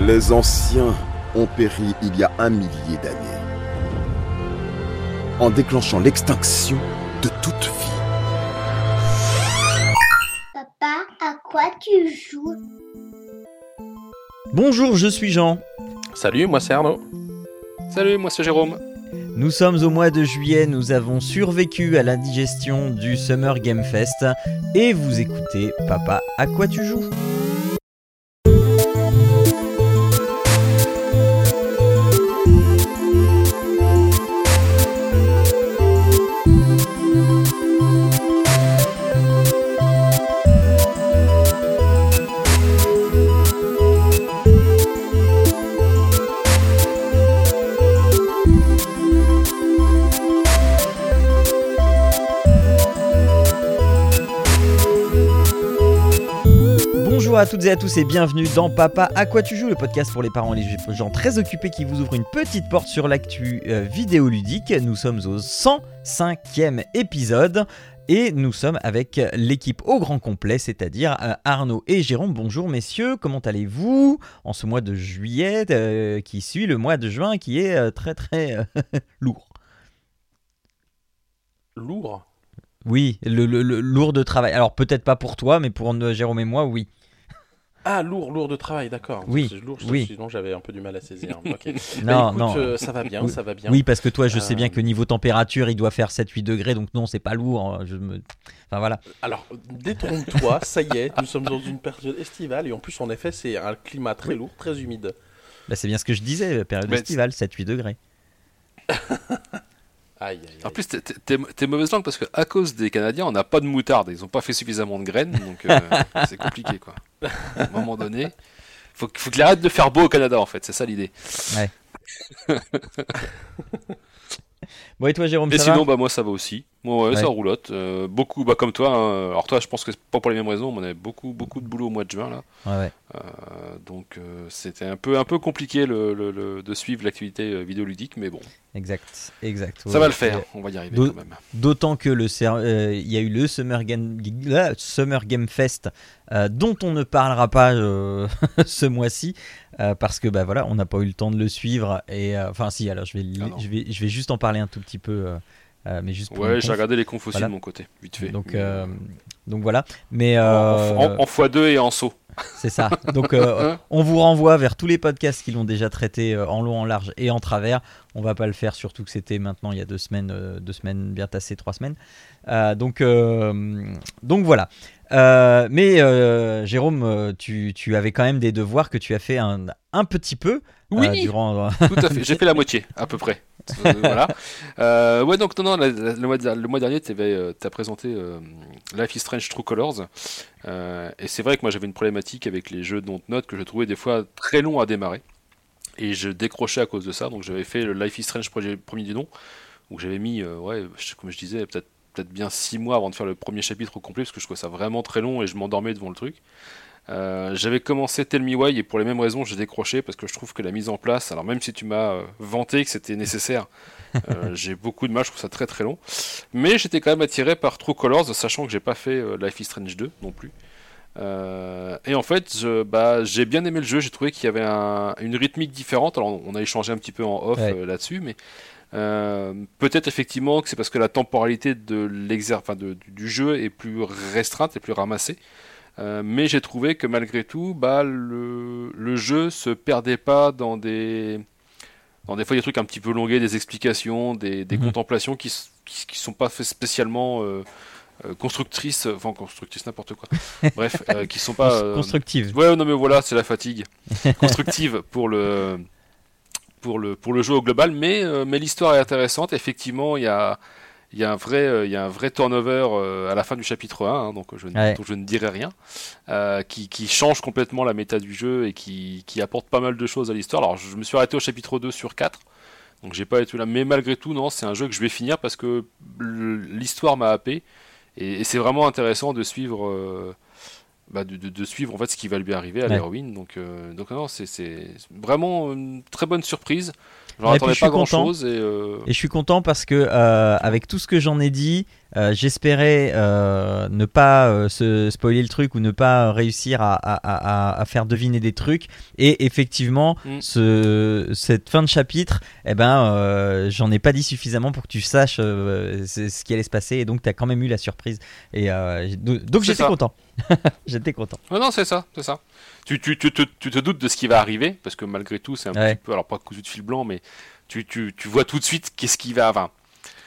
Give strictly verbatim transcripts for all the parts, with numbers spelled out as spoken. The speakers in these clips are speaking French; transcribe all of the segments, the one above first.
Les anciens ont péri il y a un millier d'années, en déclenchant l'extinction de toute vie. Papa, à quoi tu joues? Bonjour, je suis Jean. Salut, moi c'est Arnaud. Salut, moi c'est Jérôme. Nous sommes au mois de juillet, nous avons survécu à l'indigestion du Summer Game Fest et vous écoutez Papa, à quoi tu joues? Bonjour à toutes et à tous et bienvenue dans Papa, à quoi tu joues, le podcast pour les parents et les gens très occupés qui vous ouvre une petite porte sur l'actu euh, vidéoludique. Nous sommes au cent cinquième épisode et nous sommes avec l'équipe au grand complet, c'est-à-dire euh, Arnaud et Jérôme. Bonjour messieurs, comment allez-vous en ce mois de juillet euh, qui suit le mois de juin qui est euh, très très euh, lourd. Lourd. Oui, le, le, le lourd de travail. Alors peut-être pas pour toi, mais pour euh, Jérôme et moi, oui. Ah, lourd, lourd de travail, d'accord. Oui, c'est lourd, oui. Sinon j'avais un peu du mal à saisir. Okay. Non, bah, écoute, non. Euh, ça va bien, oui. ça va bien. Oui, parce que toi, je euh... sais bien que niveau température, il doit faire sept huit degrés, donc non, c'est pas lourd. Je me... Enfin voilà. Alors, détrompe-toi, ça y est, nous sommes dans une période estivale et en plus, en effet, c'est un climat très lourd, très humide. Bah, c'est bien ce que je disais, période Mais estivale, sept huit degrés. Aïe, aïe, aïe. En plus, t'es, t'es, t'es mauvaise langue parce qu'à cause des Canadiens, on n'a pas de moutarde. Ils n'ont pas fait suffisamment de graines, donc euh, c'est compliqué, quoi. À un moment donné, faut, faut qu'il arrête de faire beau au Canada, en fait. C'est ça l'idée. Ouais. Bon, et toi, Jérôme, Et ça sinon, va bah, moi, ça va aussi. Moi, ouais, Ouais. ça roulotte. Euh, beaucoup, bah, comme toi. Hein. Alors, toi, je pense que c'est pas pour les mêmes raisons. Mais on avait beaucoup, beaucoup de boulot au mois de juin, là. Ouais, ouais. Euh, donc, euh, c'était un peu, un peu compliqué le, le, le- de suivre l'activité euh, vidéoludique, mais bon, Exact, exact. ça Ouais. va le faire. Et On va y arriver d'au- quand même. D'autant que le ser- euh, il y a eu le Summer Game, ah, Summer Game Fest euh, dont on ne parlera pas euh, ce mois-ci euh, parce que bah voilà, on n'a pas eu le temps de le suivre et euh, enfin si, alors je vais, li- Ah non. je vais je vais juste en parler un tout petit peu euh, euh, mais juste pour Ouais, une j'ai conf. regardé les confs aussi Voilà. de mon côté, vite fait. Donc Mais, euh, donc voilà, mais en, euh, en, en fois deux et en saut. c'est ça. Donc euh, on vous renvoie vers tous les podcasts qui l'ont déjà traité euh, en long, en large et en travers. On va pas le faire, surtout que c'était maintenant il y a deux semaines, euh, deux semaines bien tassées, trois semaines. Euh, donc euh, donc voilà. Euh, mais euh, Jérôme, euh, tu, tu avais quand même des devoirs que tu as fait un, un petit peu Oui. euh, durant. Tout à fait, j'ai fait la moitié, à peu près. Euh, voilà. Euh, ouais, donc non, non, la- la- le, mois, de- le mois dernier, tu as présenté euh, Life is Strange True Colors. Euh, et c'est vrai que moi j'avais une problématique avec les jeux Dontnod que je trouvais des fois très longs à démarrer. Et je décrochais à cause de ça. Donc j'avais fait le Life is Strange projet- premier du nom, où j'avais mis, euh, ouais, je- comme je disais, peut-être peut-être bien six mois avant de faire le premier chapitre au complet, parce que je trouvais ça vraiment très long et je m'endormais devant le truc. Euh, j'avais commencé Tell Me Why et pour les mêmes raisons j'ai décroché parce que je trouve que la mise en place, alors même si tu m'as euh, vanté que c'était nécessaire, euh, j'ai beaucoup de mal, je trouve ça très très long. Mais j'étais quand même attiré par True Colors, sachant que j'ai pas fait euh, Life is Strange deux non plus. Euh, et en fait, je, bah, j'ai bien aimé le jeu, j'ai trouvé qu'il y avait un- une rythmique différente. Alors on a échangé un petit peu en off Ouais. euh, là-dessus, mais euh, peut-être effectivement que c'est parce que la temporalité de l'exer- enfin, de- du, du jeu est plus restreinte et plus ramassée. Euh, mais j'ai trouvé que malgré tout, bah, le, le jeu se perdait pas dans des, dans des fois des trucs un petit peu longués, des explications, des, des Mhm. contemplations qui, s- qui, qui sont pas fait spécialement euh, euh, constructrices, enfin constructrices n'importe quoi. Bref, euh, qui sont pas euh, Constructive. ouais, non mais voilà, c'est la fatigue constructive pour le pour le pour le jeu au global, mais euh, mais l'histoire est intéressante. Effectivement, il y a il y a un vrai euh, il y a un vrai turnover euh, à la fin du chapitre un, hein, donc je ne Ouais. donc je ne dirai rien, euh, qui qui change complètement la méta du jeu et qui qui apporte pas mal de choses à l'histoire. Alors je me suis arrêté au chapitre deux sur quatre. Donc j'ai pas été là, mais malgré tout, non, c'est un jeu que je vais finir parce que le- l'histoire m'a happé et, et c'est vraiment intéressant de suivre, euh, bah, de, de- de suivre en fait ce qui va lui arriver à Ouais. l'héroïne. Donc, euh, donc non, c'est, c'est vraiment une très bonne surprise. J'en Ouais, puis attendais je suis pas grand content. chose et, euh, Et je suis content parce que euh, avec tout ce que j'en ai dit, Euh, j'espérais euh, ne pas euh, se spoiler le truc ou ne pas réussir à, à, à, à faire deviner des trucs. Et effectivement, Mm. ce, cette fin de chapitre, eh ben, euh, j'en ai pas dit suffisamment pour que tu saches euh, ce ce qui allait se passer. Et donc, tu as quand même eu la surprise. Et euh, donc, donc C'est j'étais ça. content. J'étais content. Ouais, non, c'est ça, c'est ça. Tu, tu, tu, te, tu te doutes de ce qui va arriver, parce que malgré tout, c'est un Ouais. petit peu, alors pas cousu de fil blanc, mais tu, tu, tu vois tout de suite qu'est-ce qui va. Enfin,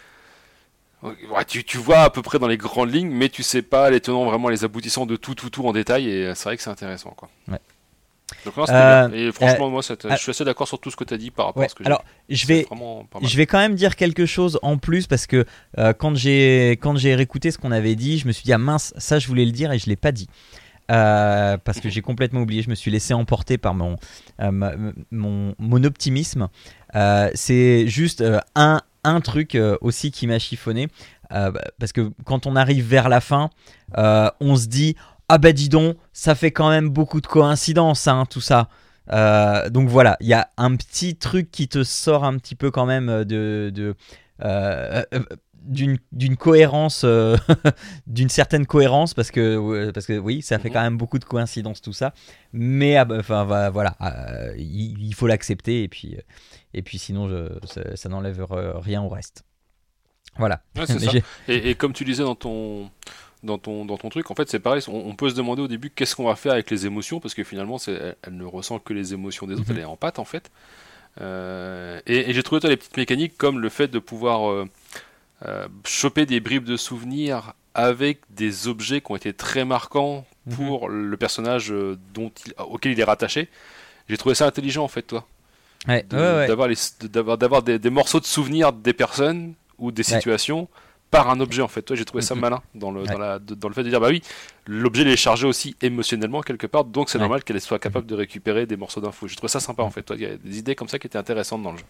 ouais, tu, tu vois à peu près dans les grandes lignes, mais tu sais pas les tenants, vraiment les aboutissants de tout, tout, tout en détail, et c'est vrai que c'est intéressant, quoi. Ouais. Donc non, c'était Euh, bien. Et franchement, euh, moi, ça t'a- euh, je suis assez d'accord sur tout ce que tu as dit par rapport Ouais, à ce que alors, j'ai je vu. vais, C'est vraiment pas mal. Je vais quand même dire quelque chose en plus parce que euh, quand j'ai quand j'ai réécouté ce qu'on avait dit, je me suis dit ah mince, ça je voulais le dire et je l'ai pas dit. Euh, parce que j'ai complètement oublié, je me suis laissé emporter par mon euh, ma- mon, mon optimisme. Euh, c'est juste euh, un un truc euh, aussi qui m'a chiffonné euh, bah, parce que quand on arrive vers la fin, euh, on se dit ah bah dis donc, ça fait quand même beaucoup de coïncidences, hein, tout ça. Euh, donc voilà, il y a un petit truc qui te sort un petit peu quand même de, de euh, euh, d'une, d'une cohérence, euh, d'une certaine cohérence parce que euh, parce que oui, ça fait Mhm. quand même beaucoup de coïncidences tout ça. Mais ah bah, enfin va- voilà, euh, il, il faut l'accepter et puis euh, et puis sinon je- ça, ça n'enlève euh, rien au reste. Voilà. Ouais, c'est Mais ça. j'ai- Et, et comme tu disais dans ton, dans ton, dans ton truc, en fait, c'est pareil. On, on peut se demander au début qu'est-ce qu'on va faire avec les émotions, parce que finalement, c'est, elle, elle ne ressent que les émotions des autres, Mhm. elle est en pâte, en fait. Euh, et, et j'ai trouvé toi des petites mécaniques comme le fait de pouvoir euh, euh, choper des bribes de souvenirs avec des objets qui ont été très marquants Mhm. pour le personnage euh, dont il, auquel il est rattaché. J'ai trouvé ça intelligent, en fait, toi. Ouais, De- ouais, ouais. D'avoir, les, d'avoir, d'avoir des, des morceaux de souvenirs des personnes ou des Ouais. situations par un objet en fait. Toi, j'ai trouvé ça Mhm. malin dans le, Ouais. dans, la, de- dans le fait de dire bah oui, l'objet il est chargé aussi émotionnellement quelque part, donc c'est Ouais. normal qu'elle soit capable de récupérer des morceaux d'infos. J'ai trouvé ça sympa en fait. Toi, il y a des idées comme ça qui étaient intéressantes dans le jeu.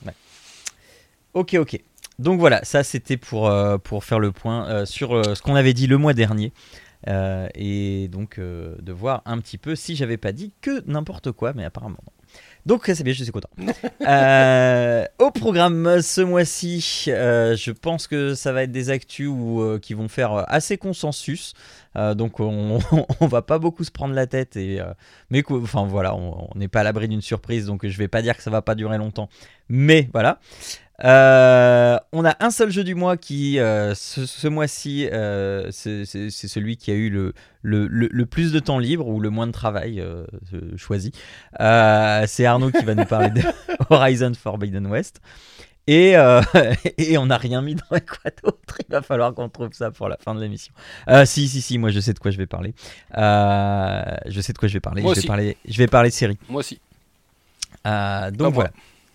Ok, ok. Donc voilà, ça c'était pour, euh, pour faire le point euh, sur euh, ce qu'on avait dit le mois dernier. Euh, et donc euh, de voir un petit peu si j'avais pas dit que n'importe quoi, mais apparemment non. Donc c'est bien, je suis content. Euh, au programme ce mois-ci, euh, je pense que ça va être des actus où, euh, qui vont faire assez consensus. Euh, donc on, on va pas beaucoup se prendre la tête. Et, euh, mais qu'au- enfin voilà, on on n'est pas à l'abri d'une surprise, donc je vais pas dire que ça va pas durer longtemps. Mais voilà. Euh, on a un seul jeu du mois qui, euh, ce, ce mois-ci, euh, c'est, c'est- c'est celui qui a eu le, le, le, le plus de temps libre ou le moins de travail euh, euh, choisi. Euh, c'est Arnaud qui va nous parler de Horizon Forbidden West. Et, euh, et on n'a rien mis dans quoi d'autre. Il va falloir qu'on trouve ça pour la fin de l'émission. Euh, si, si, si, moi je sais de quoi je vais parler. Euh, je sais de quoi je vais parler. Moi je, vais aussi. parler je vais parler série. Moi aussi. Euh, donc Pas moi. voilà.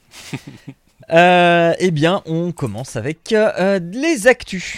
Euh, eh bien, on commence avec euh, les actus.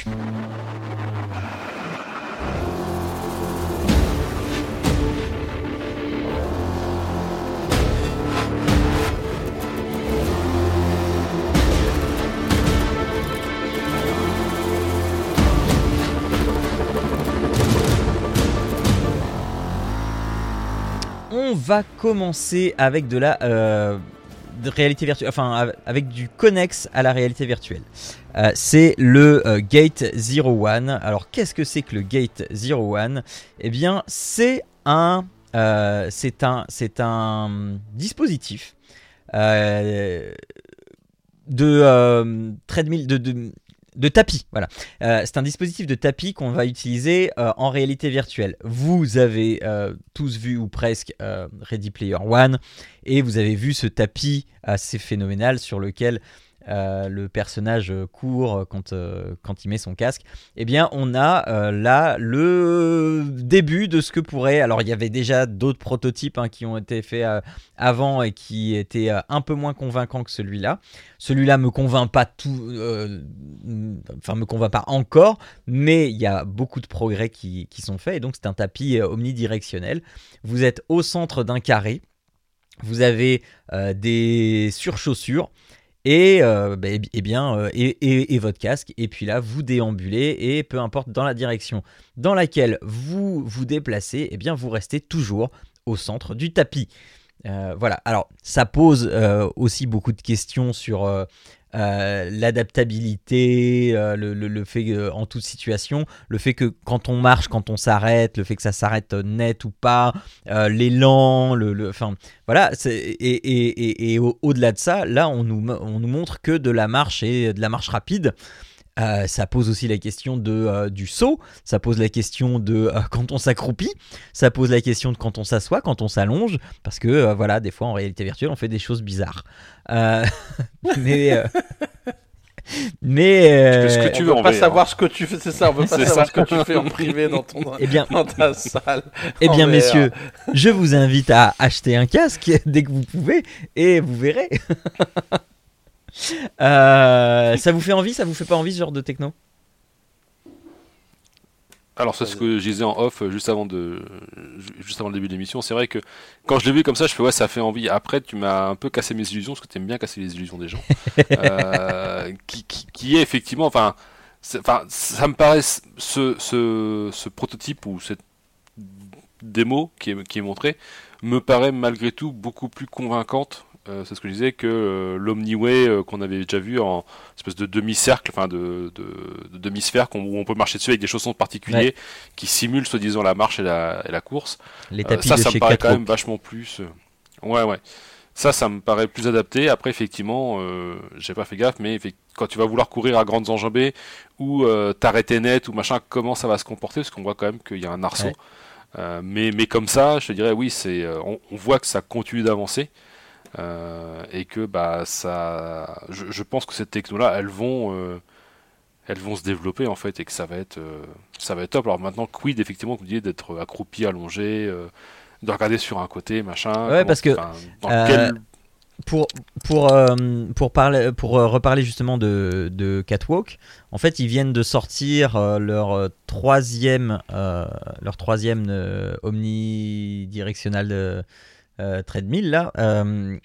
On va commencer avec de la euh, de réalité virtuelle, enfin av- avec du connexe à la réalité virtuelle. Euh, c'est le euh, Gate zéro un. Alors qu'est-ce que c'est que le Gate zéro un ? Eh bien c'est un, euh, c'est un, c'est un dispositif euh, de euh, treadmill, de, de de tapis, voilà. Euh, c'est un dispositif de tapis qu'on va utiliser euh, en réalité virtuelle. Vous avez euh, tous vu ou presque euh, Ready Player One et vous avez vu ce tapis assez phénoménal sur lequel euh, le personnage court quand, euh, quand il met son casque. Eh bien, on a euh, là le début de ce que pourrait... Alors, il y avait déjà d'autres prototypes hein, qui ont été faits euh, avant et qui étaient euh, un peu moins convaincants que celui-là. Celui-là me convainc pas tout, euh, enfin me convainc pas encore, mais il y a beaucoup de progrès qui, qui sont faits et donc c'est un tapis euh, omnidirectionnel. Vous êtes au centre d'un carré, vous avez euh, des surchaussures et, euh, bah, et bien euh, et, et, et votre casque et puis là vous déambulez et peu importe dans la direction dans laquelle vous vous déplacez, et bien vous restez toujours au centre du tapis. Euh, voilà, alors ça pose euh, aussi beaucoup de questions sur euh, euh, l'adaptabilité, euh, le, le, le fait euh, en toute situation, le fait que quand on marche, quand on s'arrête, le fait que ça s'arrête net ou pas, euh, l'élan, le, le, enfin voilà, c'est, et, et, et, et au, au-delà de ça, là on nous, on nous montre que de la marche et de la marche rapide. Euh, ça pose aussi la question de, euh, du saut, ça pose la question de euh, quand on s'accroupit, ça pose la question de quand on s'assoit, quand on s'allonge, parce que euh, voilà, des fois en réalité virtuelle on fait des choses bizarres. Euh, mais euh, mais euh, Tu fais ce que tu On veux veut en pas vrai, savoir ce que tu fais, c'est ça, on veut pas C'est savoir ça. ce que tu fais en privé dans, ton, eh bien, dans ta salle. eh en bien V R. messieurs, je vous invite à acheter un casque dès que vous pouvez et vous verrez. euh, ça vous fait envie, ça vous fait pas envie ce genre de techno? Alors c'est ce que je disais en off euh, juste avant de juste avant le début de l'émission. C'est vrai que quand je l'ai vu comme ça, je fais ouais, ça fait envie. Après, tu m'as un peu cassé mes illusions parce que tu aimes bien casser les illusions des gens. euh, qui, qui, qui est effectivement, enfin, c'est- enfin, ça me paraît ce, ce, ce prototype ou cette démo qui est, qui est montrée me paraît malgré tout beaucoup plus convaincante. Euh, c'est ce que je disais que euh, l'Omniway euh, qu'on avait déjà vu en espèce de demi-cercle, enfin de, de, de demi-sphère qu'on- où on peut marcher dessus avec des chaussons particuliers Ouais. qui simulent soi-disant la marche et la, et la course. Les Euh, tapis ça, de ça chez me paraît quand Catwalk. même vachement plus. euh, Ouais, ouais. Ça, ça me paraît plus adapté. Après, effectivement, euh, j'ai pas fait gaffe, mais effect- quand tu vas vouloir courir à grandes enjambées ou euh, t'arrêter net ou machin, comment ça va se comporter? Parce qu'on voit quand même qu'il y a un arceau. Ouais. Euh, mais, mais comme ça, je te dirais, oui, c'est, euh, on, on voit que ça continue d'avancer. Euh, et que bah ça, je, je pense que cette techno-là, elles vont, euh, elles vont se développer en fait, et que ça va être, euh, ça va être top. Alors maintenant, quid effectivement, comme vous dites, d'être accroupi, allongé, euh, de regarder sur un côté, machin. Ouais, comment- parce que, enfin, dans euh, quel... Pour, pour, euh, pour, parler, pour euh, reparler justement de, de Catwalk, en fait, ils viennent de sortir euh, leur euh, troisième, euh, leur troisième euh, omnidirectional euh, euh, treadmill, là. euh,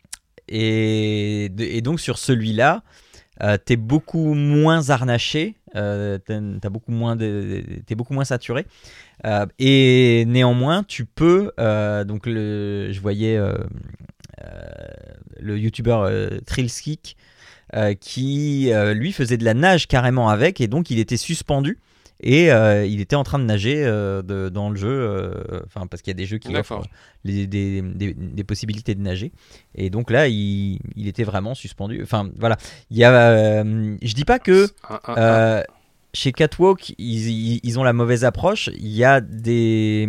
et, de- et donc, sur celui-là, euh, t'es beaucoup moins harnaché, euh, t'es, t'as beaucoup moins de, t'es beaucoup moins saturé. Euh, et néanmoins, tu peux. Euh, donc, le, je voyais. Euh, euh, le youtubeur euh, Thrillskick euh, qui euh, lui faisait de la nage carrément avec, et donc il était suspendu et euh, il était en train de nager euh, de, dans le jeu, euh, enfin parce qu'il y a des jeux qui D'accord. offrent les- des, des- des possibilités de nager, et donc là il, il était vraiment suspendu. Enfin voilà, il y a, euh, je dis pas que Un- un- un- euh, chez Catwalk ils, ils- ils ont la mauvaise approche. Il y a des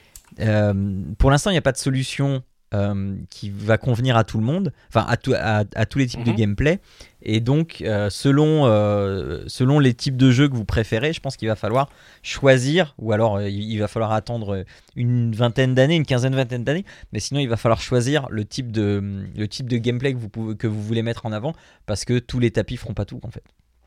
euh, pour l'instant il n'y a pas de solution euh, qui va convenir à tout le monde, enfin à, tout- à, à tous les types de Mhm. gameplay, et donc euh, selon, euh, selon les types de jeux que vous préférez, je pense qu'il va falloir choisir, ou alors euh, il il va falloir attendre une vingtaine d'années, une quinzaine, vingtaine d'années, mais sinon il va falloir choisir le type de, le type de gameplay que vous, pouvez, que vous voulez mettre en avant, parce que tous les tapis feront pas tout en fait.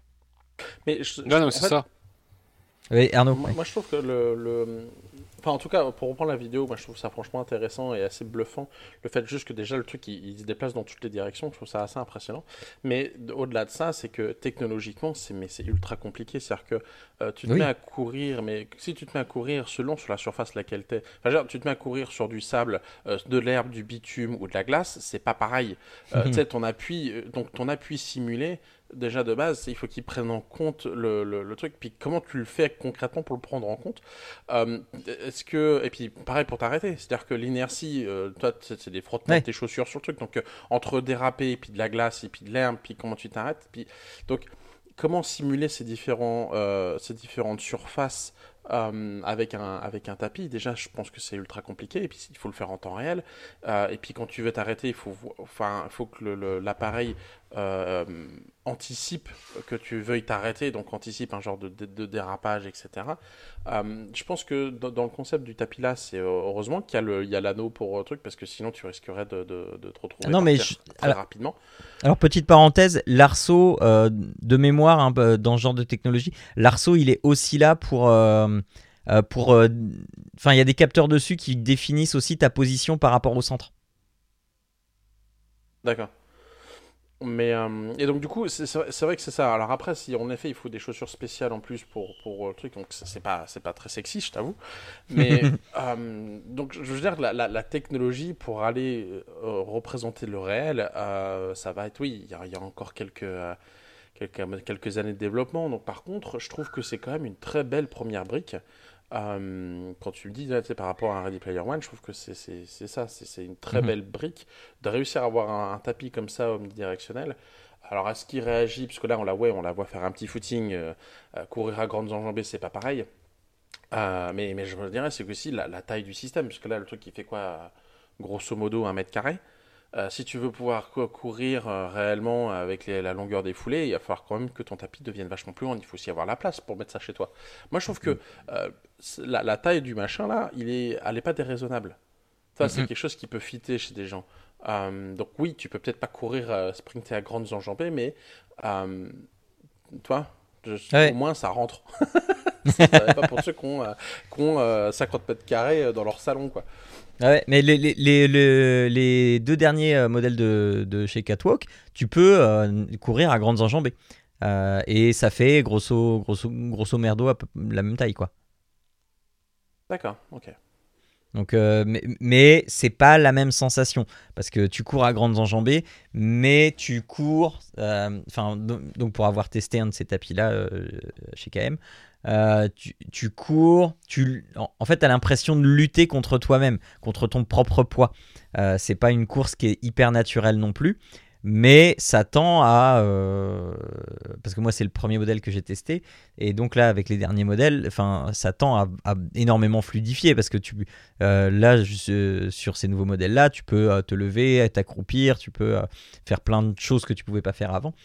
Mais je- Non, non, en c'est fait, ça. Oui, Arnaud. Moi, ouais. moi, je trouve que le, le- Enfin, en tout cas, pour reprendre la vidéo, moi, je trouve ça franchement intéressant et assez bluffant. Le fait juste que déjà, le truc, il, il se déplace dans toutes les directions, je trouve ça assez impressionnant. Mais d- au-delà de ça, c'est que technologiquement, c'est mais c'est ultra compliqué. C'est-à-dire que euh, tu te Oui. mets à courir, mais si tu te mets à courir selon sur la surface laquelle tu es, enfin, je veux dire, tu te mets à courir sur du sable, euh, de l'herbe, du bitume ou de la glace, c'est pas pareil. Euh, tu sais, ton appui, euh, donc ton appui simulé, déjà de base, il faut qu'il prenne en compte le, le- le truc. Puis comment tu le fais concrètement pour le prendre en compte? Euh, Est-ce que et puis pareil pour t'arrêter, c'est-à-dire que l'inertie, euh, toi c'est c'est des frottements Ouais. de tes chaussures sur le truc, donc euh, entre déraper et puis de la glace et puis de l'herbe, puis comment tu t'arrêtes, puis donc comment simuler ces différents euh, ces différentes surfaces euh, avec un avec un tapis? Déjà, je pense que c'est ultra compliqué et puis il faut le faire en temps réel. Euh, et puis quand tu veux t'arrêter, il faut vo- enfin il faut que le- le- l'appareil euh, anticipe que tu veuilles t'arrêter, donc anticipe un genre de, de- de dérapage, et cetera. Euh, je pense que dans, dans le concept du tapis là, c'est euh, heureusement qu'il y a le- il y a l'anneau pour euh, truc, parce que sinon tu risquerais de, de, de te retrouver Ah non, par mais terre je- très alors- rapidement. Alors, petite parenthèse, l'arceau, euh, de mémoire, hein, bah, dans ce genre de technologie, l'arceau, il est aussi là pour... euh, euh, pour euh, enfin, il y a des capteurs dessus qui définissent aussi ta position par rapport au centre. D'accord. Mais, euh, et donc du coup, c'est, c'est vrai c'est vrai que c'est ça. Alors après, si en effet il faut des chaussures spéciales en plus pour, pour le truc, donc c'est c'est pas, c'est pas très sexy, je t'avoue. Mais euh, donc je veux dire, la, la, la technologie pour aller euh, représenter le réel, euh, ça va être, oui, il y, a- il y a encore quelques, euh, quelques, quelques années de développement. Donc par contre, je trouve que c'est quand même une très belle première brique. Euh, quand tu le dis là, tu sais, par rapport à un Ready Player One, je trouve que c'est c'est- c'est ça, c'est c'est une très Mhm. belle brique de réussir à avoir un, un tapis comme ça omnidirectionnel. Alors est-ce qu'il réagit? Parce que là on la, ouais, on la voit faire un petit footing, euh, euh, courir à grandes enjambées, c'est pas pareil. Euh, mais, mais je me dirais, c'est aussi la, la taille du système, parce que là le truc il fait quoi, euh, grosso modo un mètre carré. Euh, si tu veux pouvoir cou- courir euh, réellement avec les- la longueur des foulées, il va falloir quand même que ton tapis devienne vachement plus grand. Il faut aussi avoir la place pour mettre ça chez toi. Moi, je trouve que euh, c'est- la, la taille du machin là, il est, elle n'est pas déraisonnable. Ça, c'est Mhm. quelque chose qui peut fitter chez des gens. Euh, donc oui, tu peux peut-être pas courir, euh, sprinter à grandes enjambées, mais euh, toi, je- au Ouais. moins ça rentre. Ça va pas pour ceux qui ont, euh, qui ont, euh, cinquante mètres carrés euh, dans leur salon, quoi. Ah ouais, mais les, les, les, les- les deux derniers euh, modèles de, de chez Catwalk, tu peux euh, courir à grandes enjambées. Euh, et ça fait grosso, grosso, grosso merdo à peu- la même taille, quoi. D'accord, ok. Donc, euh, mais, mais c'est pas la même sensation parce que tu cours à grandes enjambées, mais tu cours. euh, Enfin, donc donc pour avoir testé un de ces tapis-là euh, chez K M, euh, tu, tu cours. Tu, en, en fait, tu as l'impression de lutter contre toi-même, contre ton propre poids. Euh, c'est pas une course qui est hyper naturelle non plus. Mais ça tend à... euh, parce que moi, c'est le premier modèle que j'ai testé. Et donc là, avec les derniers modèles, enfin, ça tend à, à énormément fluidifier. Parce que tu, euh, là, je- sur ces nouveaux modèles-là, tu peux euh, te lever, t'accroupir, tu peux euh, faire plein de choses que tu pouvais pas faire avant.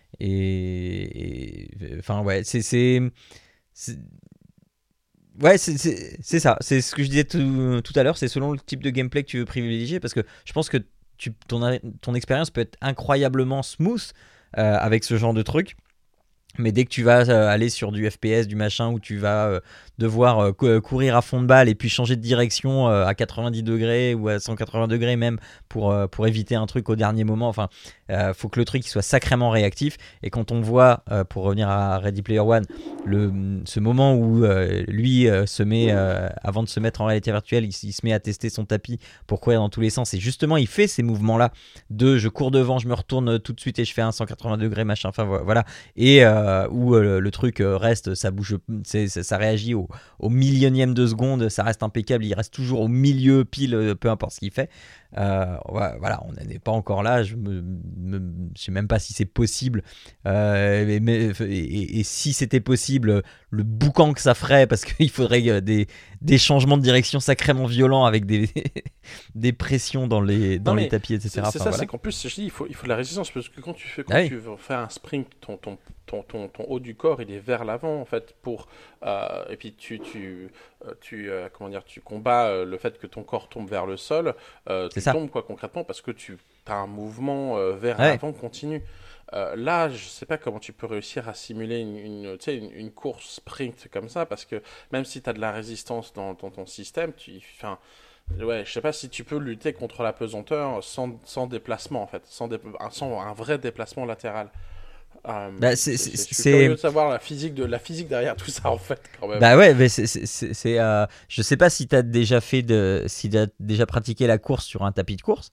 Et... et- Enfin, ouais, c'est... c'est, c'est- Ouais, c'est c'est- c'est ça. C'est ce que je disais tout, tout à l'heure. C'est selon le type de gameplay que tu veux privilégier. Parce que je pense que tu, ton, ton expérience peut être incroyablement smooth euh, avec ce genre de truc. Mais dès que tu vas euh, aller sur du F P S, du machin, où tu vas euh, devoir euh, cou- courir à fond de balle et puis changer de direction euh, à quatre-vingt-dix degrés ou à cent quatre-vingts degrés même pour, euh, pour éviter un truc au dernier moment, enfin, euh, faut que le truc il soit sacrément réactif. Et quand on voit, euh, pour revenir à Ready Player One, le, ce moment où euh, lui euh, se met, euh, avant de se mettre en réalité virtuelle, il, il se met à tester son tapis pour courir dans tous les sens. Et justement, il fait ces mouvements-là de je cours devant, je me retourne tout de suite et je fais un cent quatre-vingts degrés, machin, enfin voilà. Et euh, où euh, le truc euh, reste, ça bouge, c'est, ça, ça réagit au, au millionième de seconde, ça reste impeccable, il reste toujours au milieu pile, euh, peu importe ce qu'il fait. Euh, ouais, voilà, on n'est pas encore là, je me, me, je sais même pas si c'est possible. Euh, mais, mais- et, et- et si c'était possible, le boucan que ça ferait, parce qu'il faudrait euh, des, des changements de direction sacrément violents avec des, des pressions dans les, dans Non, les mais tapis, C'est et cetera. c'est Enfin, ça, voilà. c'est qu'en plus, je dis, il faut, il faut de la résistance, parce que quand tu fais, quand Ah oui. tu veux faire un sprint, ton, ton, ton, ton, ton haut du corps, il est vers l'avant, en fait, pour, euh, et puis tu, tu, euh, tu, euh, comment dire, tu combats euh, le fait que ton corps tombe vers le sol, euh, C'est tu ça. tombes, quoi, concrètement, parce que tu as un mouvement euh, vers Ouais. l'avant continu. Euh, là, je sais pas comment tu peux réussir à simuler une, une, tu sais, une, une course sprint comme ça, parce que même si tu as de la résistance dans, dans ton système, tu, enfin, ouais, je sais pas si tu peux lutter contre la pesanteur sans, sans déplacement en fait, sans, dé- un, sans un vrai déplacement latéral. Euh, Bah, c'est- c'est- c'est- c'est- je suis c'est- curieux de savoir la physique, de, la physique derrière tout ça en fait quand même. Bah ouais, mais c'est, c'est, c'est, c'est, euh, je sais pas si t'as déjà fait de, si t'as déjà pratiqué la course sur un tapis de course,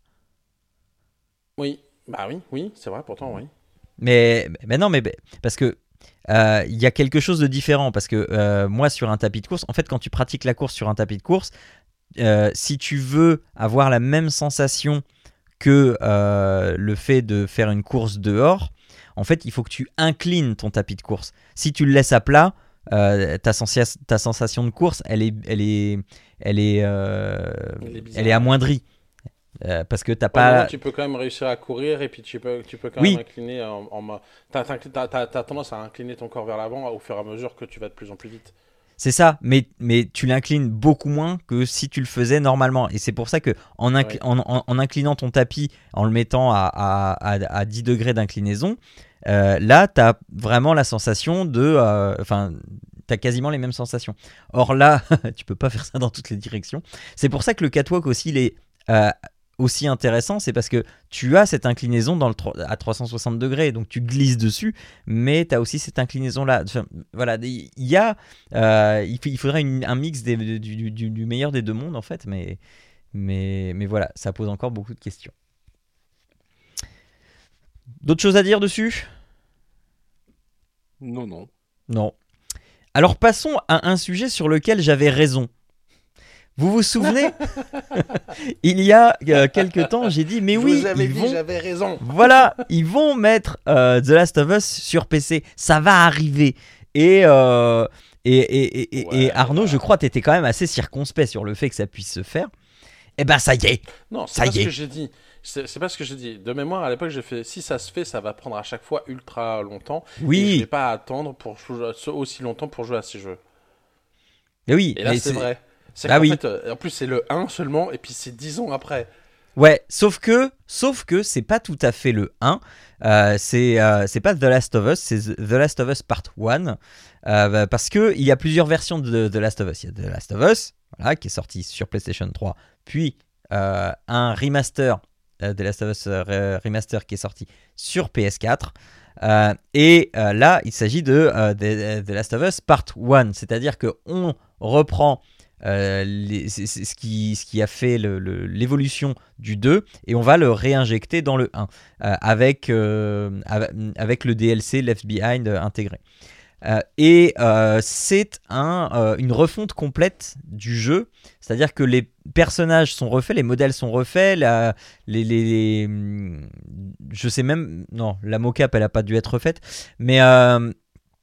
Oui, bah oui, oui, c'est vrai pourtant oui. mais, mais non, mais mais- parce que euh, il y a quelque chose de différent parce que euh, moi sur un tapis de course, en fait, quand tu pratiques la course sur un tapis de course, euh, si tu veux avoir la même sensation que euh, le fait de faire une course dehors, en fait, il faut que tu inclines ton tapis de course. Si tu le laisses à plat, euh, ta, sensia- ta sensation de course, elle est, elle est, elle est, euh, Elle est bizarre. elle est amoindrie. Euh, parce que t'as Ouais, pas. mais non, tu peux quand même réussir à courir et puis tu peux, tu peux quand Oui. même incliner en, en mo- t'as, t'as, t'as- t'as- t'as tendance à incliner ton corps vers l'avant au fur et à mesure que tu vas de plus en plus vite. C'est ça, mais, mais tu l'inclines beaucoup moins que si tu le faisais normalement. Et c'est pour ça que en, incli- Ouais. en, en- en inclinant ton tapis, en le mettant à, à, à, à dix degrés d'inclinaison, euh, là, tu as vraiment la sensation de... euh, Enfin, tu as quasiment les mêmes sensations. Or là, tu peux pas faire ça dans toutes les directions. C'est pour ça que le catwalk aussi, il est... euh, aussi intéressant, c'est parce que tu as cette inclinaison dans le tro- à trois cent soixante degrés, donc tu glisses dessus, mais tu as aussi cette inclinaison-là. Enfin, voilà, il y a, euh, il, f- il faudrait une- un mix des- du, du- du- du meilleur des deux mondes, en fait, mais, mais, mais voilà, ça pose encore beaucoup de questions. D'autres choses à dire dessus ? Non, non. Non. Alors passons à un sujet sur lequel j'avais raison. Vous vous souvenez ? Il y a euh, quelques temps, j'ai dit mais Je oui, vous avais ils dit, vont, j'avais raison. voilà, ils vont mettre euh, The Last of Us sur P C. Ça va arriver. Et euh, et, et, et, et- Ouais, et Arnaud, bah. je crois, t'étais quand même assez circonspect sur le fait que ça puisse se faire. Eh ben ça y est. Non, c'est Ça pas y ce est. que j'ai dit. C'est c'est pas ce que j'ai dit. De mémoire, à l'époque, j'ai fait si ça se fait, ça va prendre à chaque fois ultra longtemps. Et je Oui. vais pas attendre pour jouer à- aussi longtemps pour jouer à ces jeux. Mais oui. Et là, mais c'est vrai. C'est Bah qu'en oui. fait, euh, en plus, c'est le un seulement, et puis c'est dix ans après. Ouais, sauf que, sauf que c'est pas tout à fait le un. Euh, c'est, euh, c'est pas The Last of Us, c'est The Last of Us Part un. Euh, parce que il y a plusieurs versions de The Last of Us. Il y a The Last of Us, voilà, qui est sorti sur PlayStation trois, puis euh, un remaster, euh, The Last of Us euh, Remaster qui est sorti sur P S quatre. Euh, et euh, là, il s'agit de euh, The, The Last of Us Part un, c'est-à-dire que on reprend euh, les- c'est- c'est ce, qui, ce qui a fait le- le- l'évolution du deux et on va le réinjecter dans le un euh, avec, euh, avec, avec le D L C Left Behind euh, intégré. Euh, et euh, c'est un, euh, une refonte complète du jeu, c'est-à-dire que les personnages sont refaits, les modèles sont refaits, la, les, les, les- hum, je sais même, non, la mocap elle a pas dû être refaite, mais euh,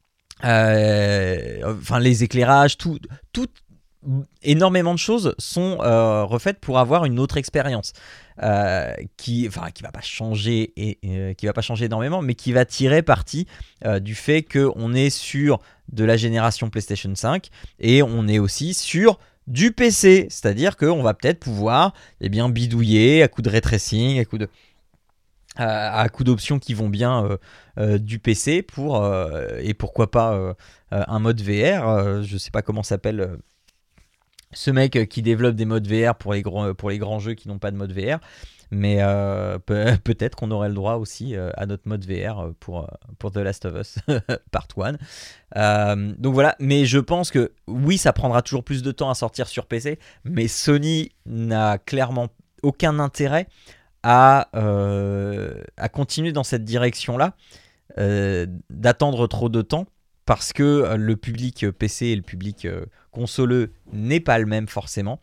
euh, enfin les éclairages, tout, tout, énormément de choses sont euh, refaites pour avoir une autre expérience euh, qui, enfin, qui va pas changer et, et qui va pas changer énormément, mais qui va tirer parti euh, du fait que on est sur de la génération PlayStation cinq et on est aussi sur du P C, c'est-à-dire qu'on va peut-être pouvoir eh bien bidouiller à coup de ray tracing, à coup de à, à coup d'options qui vont bien euh, euh, du P C pour euh, et pourquoi pas euh, euh, un mode V R. Euh, je sais pas comment s'appelle. Euh, ce mec qui développe des modes V R pour les grands, pour les grands jeux qui n'ont pas de mode V R. Mais euh, pe- peut-être qu'on aurait le droit aussi euh, à notre mode V R pour, pour The Last of Us Part un. Euh, donc voilà, mais je pense que oui, ça prendra toujours plus de temps à sortir sur P C, mais Sony n'a clairement aucun intérêt à, euh, à continuer dans cette direction-là, euh, d'attendre trop de temps, parce que le public P C et le public euh, consoleux n'est pas le même forcément.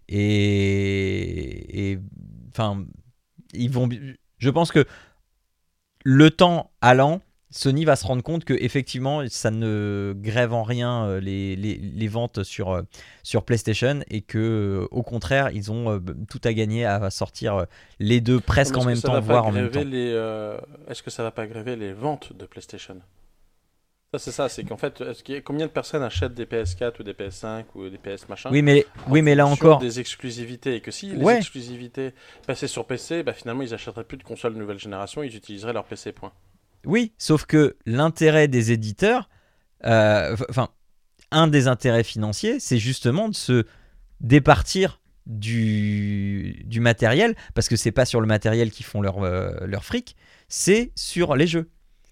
Et, et enfin, ils vont. Je pense que le temps allant, Sony va se rendre compte que effectivement, ça ne grève en rien euh, les, les, les ventes sur euh, sur PlayStation et que euh, au contraire, ils ont euh, tout à gagner à sortir euh, les deux presque Mais en est-ce même que ça temps, va pas voire en même gréver temps. les, euh, Est-ce que ça va pas gréver les ventes de PlayStation? Ça, c'est ça, c'est qu'en fait, est-ce qu'il y a- combien de personnes achètent des P S quatre ou des P S cinq ou des P S machin Oui, mais en oui, mais là fonction encore. des exclusivités, et que si les Ouais. exclusivités passaient sur P C, bah, finalement ils achèteraient plus de consoles nouvelle génération, ils utiliseraient leur P C, point. Oui, sauf que l'intérêt des éditeurs, euh, enfin, un des intérêts financiers, c'est justement de se départir du, du matériel, parce que c'est pas sur le matériel qu'ils font leur, euh, leur fric, c'est sur les jeux.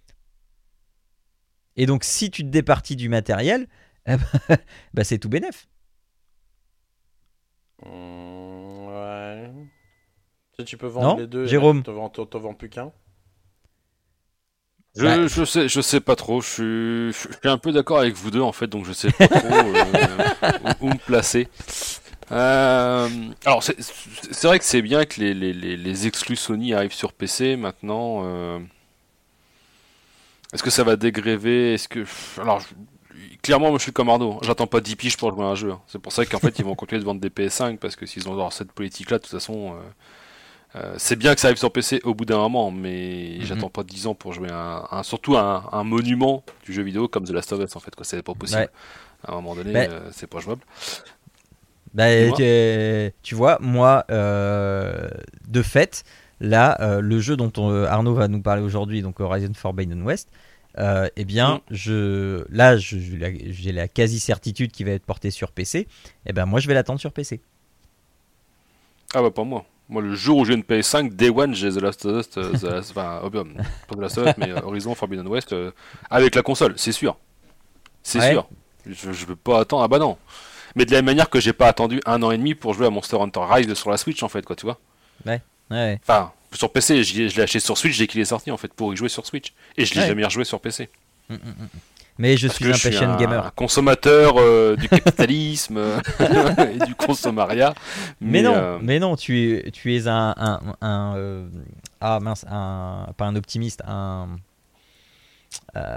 Et donc, si tu te départis du matériel, eh ben, bah, c'est tout bénef. Mmh, ouais. Si tu peux vendre Non, les deux, Jérôme. et te vends, te, te vends plus qu'un. Je, Bah, je sais, je sais pas trop. Je suis, je suis un peu d'accord avec vous deux en fait, donc je sais pas trop euh, où, où me placer. Euh, alors c'est, c'est vrai que c'est bien que les, les, les, les exclus Sony arrivent sur P C maintenant. Euh, est-ce que ça va dégréver? Est-ce que, alors je- clairement moi je suis comme Arnaud. J'attends pas dix piges pour jouer à un jeu. hein. C'est pour ça qu'en fait ils vont continuer de vendre des P S cinq parce que s'ils ont cette politique là, de toute façon. Euh, Euh, c'est bien que ça arrive sur P C au bout d'un moment, mais Mhm. j'attends pas dix ans pour jouer à un, un- surtout un, un monument du jeu vidéo comme The Last of Us en fait, quoi. C'est pas possible. Ouais. À un moment donné, Bah, euh, c'est pas jouable. Bah, Dis-moi. tu, tu vois, moi, euh, de fait, là, euh, le jeu dont on- Arnaud va nous parler aujourd'hui, donc Horizon Forbidden West, euh, eh bien, Mm. je, là, je- j'ai la, j'ai la quasi-certitude qu'il va être porté sur P C. Eh ben, moi, je vais l'attendre sur P C. Ah bah pas moi. Moi, le jour où j'ai une P S cinq, Day One, j'ai The Last of Us, euh, The Last- enfin, euh, pas The Last of Us, mais euh, Horizon Forbidden West euh, avec la console, c'est sûr. C'est Ouais. sûr. Je, je veux pas attendre. Ah bah non. Mais de la même manière que j'ai pas attendu un an et demi pour jouer à Monster Hunter Rise sur la Switch, en fait, quoi, tu vois. Ouais, ouais. Enfin, sur P C, j'y ai- je l'ai acheté sur Switch dès qu'il est sorti, en fait, pour y jouer sur Switch. Et je l'ai Ouais. jamais rejoué sur P C. Mm, mm, mm. Mais je Parce suis que un je suis patient un, gamer. un consommateur euh, du capitalisme euh, et du consommaria. Mais, non, euh, mais non, tu es, tu es un, un, un, euh, ah mince, un, pas un optimiste, un, euh,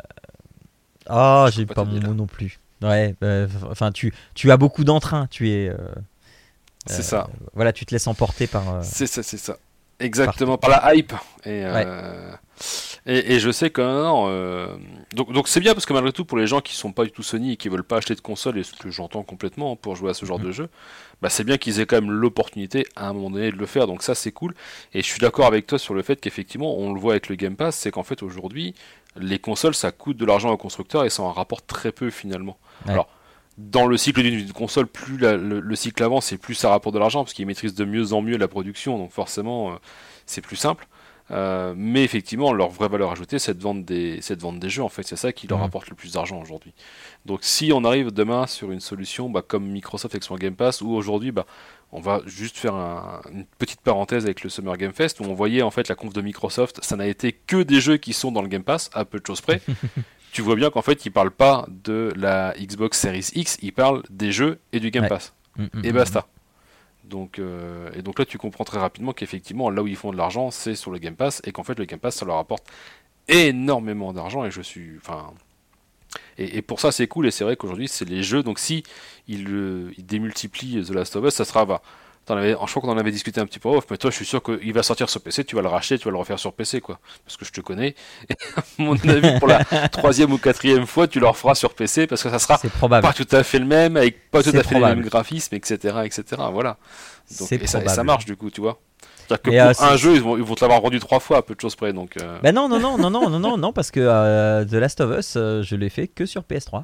ah, Je j'ai peux pas pas te mon dire. mot non plus. Ouais, euh, enfin, tu, tu as beaucoup d'entrain, tu es, euh, c'est euh, ça. voilà, tu te laisses emporter par. euh, C'est ça, c'est ça. Exactement, par la hype. Et, euh, et, et je sais que non, euh, donc donc c'est bien parce que malgré tout pour les gens qui sont pas du tout Sony et qui veulent pas acheter de console, et ce que j'entends complètement pour jouer à ce genre Mhm. de jeu, bah c'est bien qu'ils aient quand même l'opportunité à un moment donné de le faire. Donc ça c'est cool. Et je suis d'accord avec toi sur le fait qu'effectivement on le voit avec le Game Pass, c'est qu'en fait aujourd'hui les consoles ça coûte de l'argent aux constructeurs et ça en rapporte très peu finalement. Ouais. Alors dans le cycle d'une d'une console, plus la- le, le cycle avance et plus ça rapporte de l'argent parce qu'ils maîtrisent de mieux en mieux la production, donc forcément euh, c'est plus simple. Euh, mais effectivement, leur vraie valeur ajoutée, c'est de vendre des, c'est de vendre des jeux en fait. C'est ça qui leur Mhm. rapporte le plus d'argent aujourd'hui. Donc si on arrive demain sur une solution bah, comme Microsoft avec son Game Pass, où aujourd'hui, bah, on va juste faire un- une petite parenthèse avec le Summer Game Fest, où on voyait en fait la conf de Microsoft, ça n'a été que des jeux qui sont dans le Game Pass, à peu de choses près. Tu vois bien qu'en fait, ils parlent pas de la Xbox Series X, ils parlent des jeux et du Game Ouais. Pass. mm, mm, Et mm, basta. Donc, euh, et donc là, tu comprends très rapidement qu'effectivement, là où ils font de l'argent, c'est sur le Game Pass, et qu'en fait, le Game Pass, ça leur apporte énormément d'argent, et je suis, enfin, et, et pour ça, c'est cool, et c'est vrai qu'aujourd'hui, c'est les jeux. Donc, si ils, euh, ils démultiplient The Last of Us, ça sera, bah, t'en avais, je crois qu'on en avait discuté un petit peu off, mais toi, je suis sûr qu'il va sortir sur P C, tu vas le racheter, tu vas le refaire sur P C, quoi, parce que je te connais. Et à mon avis, pour la troisième ou quatrième fois, tu le referas sur P C, parce que ça sera C'est probable. pas tout à fait le même, avec pas tout C'est à fait probable. les mêmes graphismes, et cetera, et cetera. Voilà. Donc, C'est et, ça, et probable. ça marche du coup, tu vois. C'est-à-dire que Et, pour euh, un c'est- jeu, ils vont, ils vont te l'avoir vendu trois fois à peu de choses près. Donc, euh, Bah non, non, non, non, non, non, non, non, parce que euh, The Last of Us, euh, je l'ai fait que sur P S trois.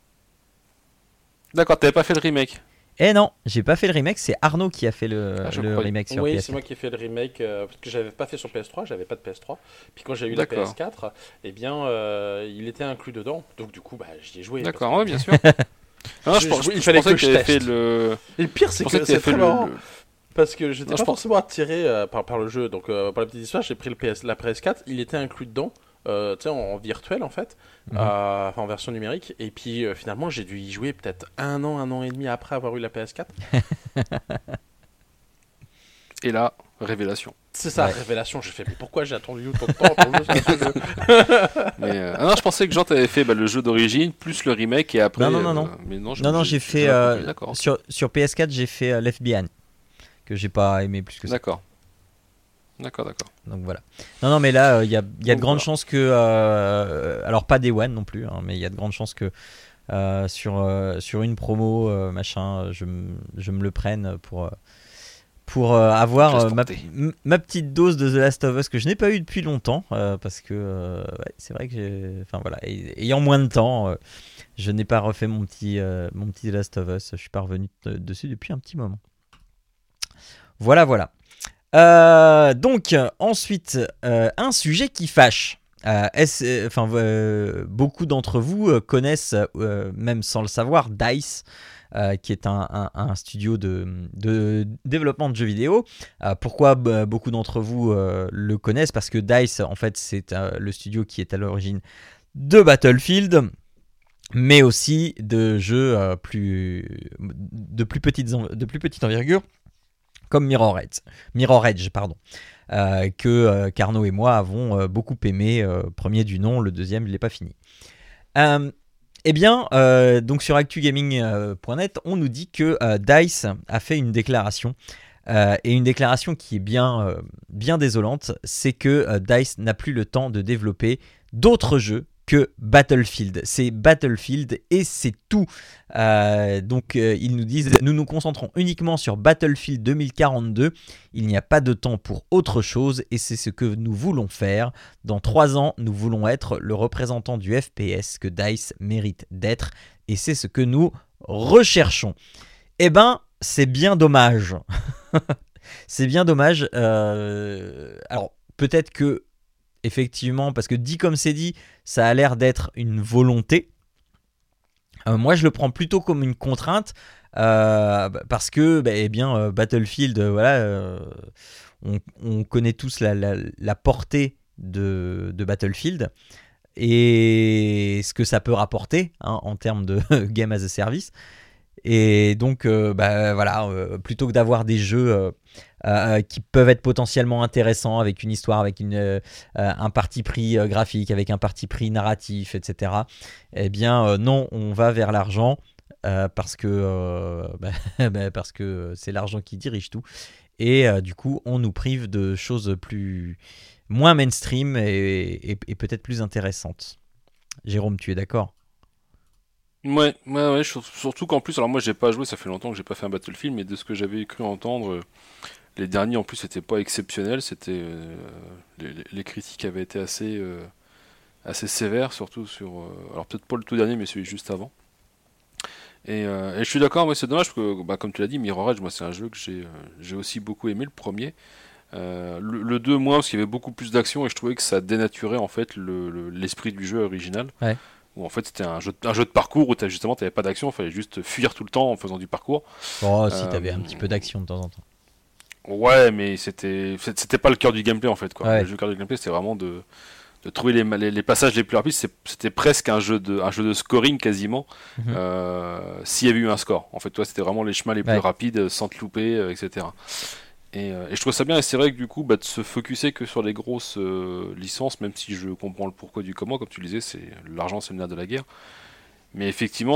D'accord, t'avais pas fait le remake. Et non, j'ai pas fait le remake, c'est Arnaud qui a fait le, Ah, je le croyais. remake sur Oui, P S c'est quatre. moi qui ai fait le remake euh, parce que j'avais pas fait sur P S trois, j'avais pas de P S trois. Puis quand j'ai eu la P D'accord. S quatre, eh bien, euh, il était inclus dedans. Donc du coup, bah, j'y ai joué. D'accord, parce ouais, bien sûr. Non, je, Je- pense- je- il je fallait pensais que que je t'avais fait teste. le. que- Et le pire, Je c'est pensais que que c'est t'avais fait très le. marrant. le- Parce que j'étais Non, pas je pense- forcément attiré euh, par, par le jeu. Donc, euh, pour la petite histoire, j'ai pris le P S, la P S quatre, il était inclus dedans, euh, tu sais, en, en virtuel en fait, Mhm. euh, enfin en version numérique. Et puis euh, finalement, j'ai dû y jouer peut-être un an, un an et demi après avoir eu la P S quatre. Et là, révélation. C'est ça, Ouais. révélation. J'ai fait, mais pourquoi j'ai attendu autant de temps pour jouer sur ce jeu? Mais, euh, ah non, je pensais que Jean t'avais fait bah, le jeu d'origine, plus le remake, et après. Non, non, non, non. euh, Mais non, je- Non, non, j'ai fait euh, D'accord. sur, sur P S quatre, j'ai fait euh, Left Behind, que j'ai pas aimé plus que ça. D'accord. D'accord, d'accord. Donc voilà. Non, non, mais là, il y a, y a de Donc, grandes voilà. chances que. euh, alors, pas Day One non plus, hein, mais il y a de grandes chances que euh, sur, euh, sur une promo, euh, machin, je, m- je me le prenne pour. euh, pour euh, avoir Reste euh, ma, tenté. m- ma petite dose de The Last of Us que je n'ai pas eu depuis longtemps euh, parce que euh, ouais, c'est vrai que j'ai, enfin voilà, ay- ayant moins de temps, euh, je n'ai pas refait mon petit euh, mon petit The Last of Us. Je suis pas revenu t- dessus depuis un petit moment. Voilà, voilà. Euh, donc ensuite, euh, un sujet qui fâche. Euh, est-ce- euh, enfin, euh, beaucoup d'entre vous euh, connaissent, euh, même sans le savoir, DICE. Euh, qui est un, un- un studio de, de développement de jeux vidéo. Euh, pourquoi bah, beaucoup d'entre vous euh, le connaissent? Parce que DICE, en fait, c'est euh, le studio qui est à l'origine de Battlefield, mais aussi de jeux euh, plus, de, plus petites, en- de plus petite envergure, comme Mirror Edge, Mirror Edge pardon, euh, que euh, Carnot et moi avons euh, beaucoup aimé. Euh, premier du nom, le deuxième, il n'est pas fini. Euh, Eh bien, euh, donc sur actu gaming point net, on nous dit que euh, DICE a fait une déclaration, euh, et une déclaration qui est bien, euh, bien désolante, c'est que euh, DICE n'a plus le temps de développer d'autres jeux que Battlefield. C'est Battlefield et c'est tout. Euh, donc euh, ils nous disent, nous nous concentrons uniquement sur Battlefield deux mille quarante-deux. Il n'y a pas de temps pour autre chose et c'est ce que nous voulons faire. Dans trois ans, nous voulons être le représentant du F P S que DICE mérite d'être et c'est ce que nous recherchons. Eh ben, c'est bien dommage. c'est bien dommage. Euh, alors peut-être que effectivement, parce que dit comme c'est dit, ça a l'air d'être une volonté. Euh, moi, je le prends plutôt comme une contrainte euh, parce que, bah, eh bien, euh, Battlefield, euh, voilà, euh, on, on connaît tous la, la, la portée de, de Battlefield et ce que ça peut rapporter hein, en termes de game as a service. Et donc, euh, bah, voilà, euh, plutôt que d'avoir des jeux euh, euh, qui peuvent être potentiellement intéressants avec une histoire, avec une, euh, un parti pris euh, graphique, avec un parti pris narratif, et cetera. Eh bien, euh, non, on va vers l'argent euh, parce que euh, bah, bah, parce que c'est l'argent qui dirige tout. Et euh, du coup, on nous prive de choses plus moins mainstream et, et, et peut-être plus intéressantes. Jérôme, tu es d'accord ? Ouais, ouais, ouais, surtout qu'en plus, alors moi j'ai pas joué, ça fait longtemps que j'ai pas fait un Battlefield, mais de ce que j'avais cru entendre, les derniers en plus c'était pas exceptionnel, c'était euh, les, les critiques avaient été assez euh, assez sévères, surtout sur, euh, alors peut-être pas le tout dernier, mais celui juste avant. Et, euh, et je suis d'accord, ouais, c'est dommage parce que, bah, comme tu l'as dit, Mirror Edge, moi c'est un jeu que j'ai euh, j'ai aussi beaucoup aimé, le premier. Euh, le, le deux moins parce qu'il y avait beaucoup plus d'action et je trouvais que ça dénaturait en fait le, le, l'esprit du jeu original. Ouais. Où en fait c'était un jeu, un jeu de parcours où t'as, justement t'avais pas d'action, il fallait juste fuir tout le temps en faisant du parcours. Oh, si euh, t'avais un petit peu d'action de temps en temps. Ouais, mais c'était c'était pas le cœur du gameplay en fait quoi. Ouais. Le, jeu, le cœur du gameplay c'était vraiment de, de trouver les, les, les passages les plus rapides. C'était presque un jeu de un jeu de scoring quasiment. Mm-hmm. Euh, s'il y avait eu un score. En fait, toi c'était vraiment les chemins les plus ouais. rapides sans te louper, euh, et cetera. Et, euh, et je trouve ça bien, et c'est vrai que du coup, bah, de se focuser que sur les grosses euh, licences, même si je comprends le pourquoi du comment, comme tu le disais, c'est, l'argent c'est le nerf de la guerre. Mais effectivement,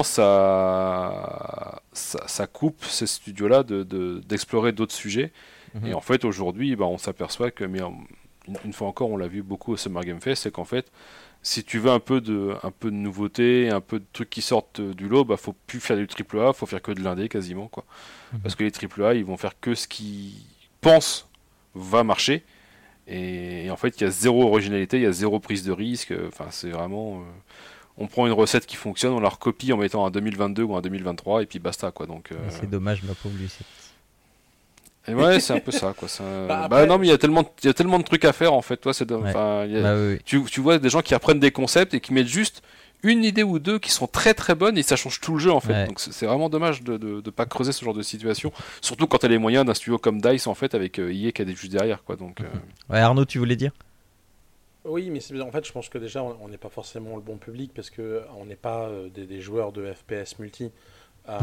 ça, ça, ça coupe ces studios-là de, de, d'explorer d'autres sujets. Mm-hmm. Et en fait, aujourd'hui, bah, on s'aperçoit que, mais une, une fois encore, on l'a vu beaucoup au Summer Game Fest, c'est qu'en fait, si tu veux un peu de, un peu de nouveauté, un peu de trucs qui sortent du lot, bah, faut plus faire du triple A, faut faire que de l'indé quasiment, quoi. Mm-hmm. Parce que les triple A, ils vont faire que ce qui pense va marcher et, et en fait il y a zéro originalité, il y a zéro prise de risque, enfin c'est vraiment euh, on prend une recette qui fonctionne, on la recopie en mettant un deux mille vingt-deux ou un deux mille vingt-trois et puis basta quoi. Donc euh... c'est dommage ma pauvre Lucette. Et ouais, c'est un peu ça quoi. Ça... Bah, après... bah non mais il y a tellement il y a tellement de trucs à faire en fait, toi c'est de... ouais. enfin, a... bah, oui, oui. tu tu vois des gens qui apprennent des concepts et qui mettent juste une idée ou deux qui sont très très bonnes et ça change tout le jeu en fait. Ouais. Donc c'est, c'est vraiment dommage de, de de pas creuser ce genre de situation, surtout quand t'as les moyens d'un studio comme DICE en fait avec euh, E A qui est juste derrière quoi. Donc euh... ouais, Arnaud, tu voulais dire? Oui, mais c'est, en fait je pense que déjà on n'est pas forcément le bon public parce que on n'est pas euh, des, des joueurs de F P S multi. Euh,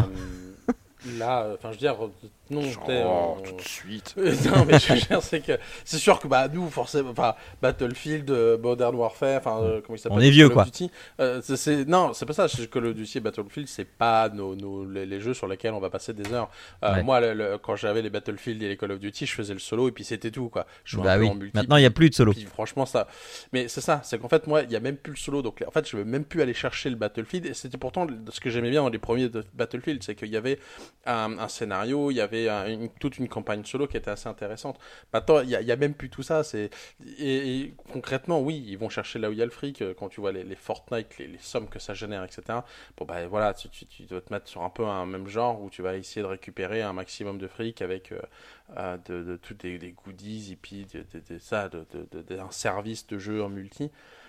là, enfin je veux dire non, oh, euh, tout de suite. non mais je veux dire c'est que c'est sûr que bah nous forcément, enfin Battlefield, euh, Modern Warfare, enfin euh, comment il s'appelle, on est vieux Call quoi. of Duty, euh, c'est, c'est, non c'est pas ça, c'est Call of Duty et Battlefield c'est pas nos, nos les, les jeux sur lesquels on va passer des heures. Euh, ouais. Moi le, le, quand j'avais les Battlefield et les Call of Duty, je faisais le solo et puis c'était tout quoi. Je jouais bah un oui. peu en multi. Maintenant il y a plus de solo. Puis, franchement ça, mais c'est ça, c'est qu'en fait moi il y a même plus le solo, donc en fait je veux même plus aller chercher le Battlefield et c'était pourtant ce que j'aimais bien dans les premiers de Battlefield, c'est qu'il y avait un, un scénario, il y avait un, une, toute une campagne solo qui était assez intéressante. Maintenant, il n'y a, a même plus tout ça. C'est... Et, et concrètement, oui, ils vont chercher là où il y a le fric. Quand tu vois les, les Fortnite, les, les sommes que ça génère, et cetera. Bon, bah voilà, tu, tu, tu dois te mettre sur un peu un même genre où tu vas essayer de récupérer un maximum de fric avec euh, euh, de, de tous des, des goodies et puis de, de, de, de ça, de, de, de, de, un service de jeu en multi.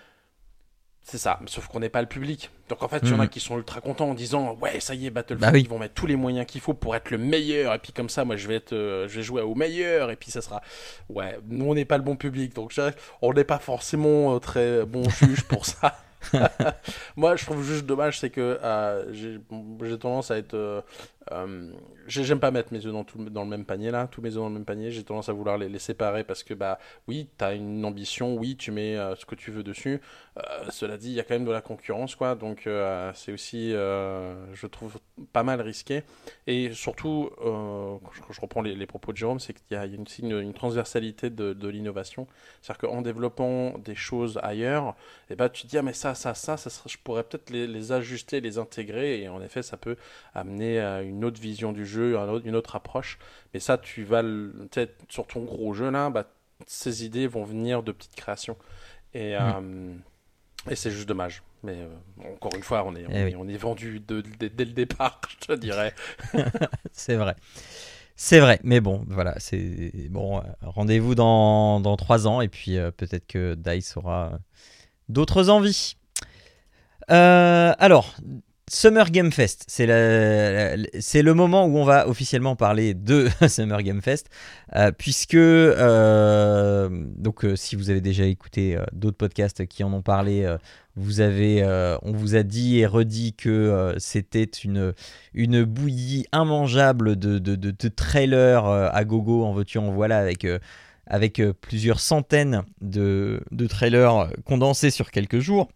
C'est ça, sauf qu'on n'est pas le public. Donc en fait, il mmh. y en a qui sont ultra contents en disant ouais, ça y est, Battlefield, bah oui. ils vont mettre tous les moyens qu'il faut pour être le meilleur. Et puis comme ça, moi, je vais être, euh, je vais jouer au meilleur. Et puis ça sera, ouais, nous on n'est pas le bon public, donc on n'est pas forcément euh, très bon juge pour ça. Moi, je trouve juste dommage, c'est que euh, j'ai, j'ai tendance à être, euh, euh, j'aime pas mettre mes œufs dans, tout, dans le même panier là, tous mes œufs dans le même panier. J'ai tendance à vouloir les, les séparer parce que bah oui, t'as une ambition, oui, tu mets euh, ce que tu veux dessus. Euh, cela dit, il y a quand même de la concurrence, quoi. Donc euh, c'est aussi, euh, je trouve, pas mal risqué. Et surtout, euh, je, je reprends les, les propos de Jérôme, c'est qu'il y a, il y a une, une, une transversalité de, de l'innovation. C'est-à-dire qu'en développant des choses ailleurs, et bah tu te dis ah mais ça, ça, ça, ça serait, je pourrais peut-être les, les ajuster, les intégrer. Et en effet, ça peut amener à une autre vision du jeu, un autre, une autre approche. Mais ça, tu vas, peut-être sur ton gros jeu là, bah ces idées vont venir de petites créations. Et mmh. euh, Et c'est juste dommage. Mais euh, encore une fois, on est, on, eh est, oui. on est vendu de, de, dès le départ, je te dirais. C'est vrai. C'est vrai, mais bon, voilà, c'est bon. euh, Rendez-vous dans dans trois ans et puis euh, peut-être que DICE aura euh, d'autres envies. Euh, alors, Summer Game Fest, c'est la- la- c'est le moment où on va officiellement parler de Summer Game Fest, euh, puisque euh, donc euh, si vous avez déjà écouté euh, d'autres podcasts qui en ont parlé, euh, vous avez, euh, on vous a dit et redit que euh, c'était une une bouillie immangeable de de, de, de trailers euh, à gogo, en veux-tu en voilà, avec euh, avec euh, plusieurs centaines de de trailers condensés sur quelques jours.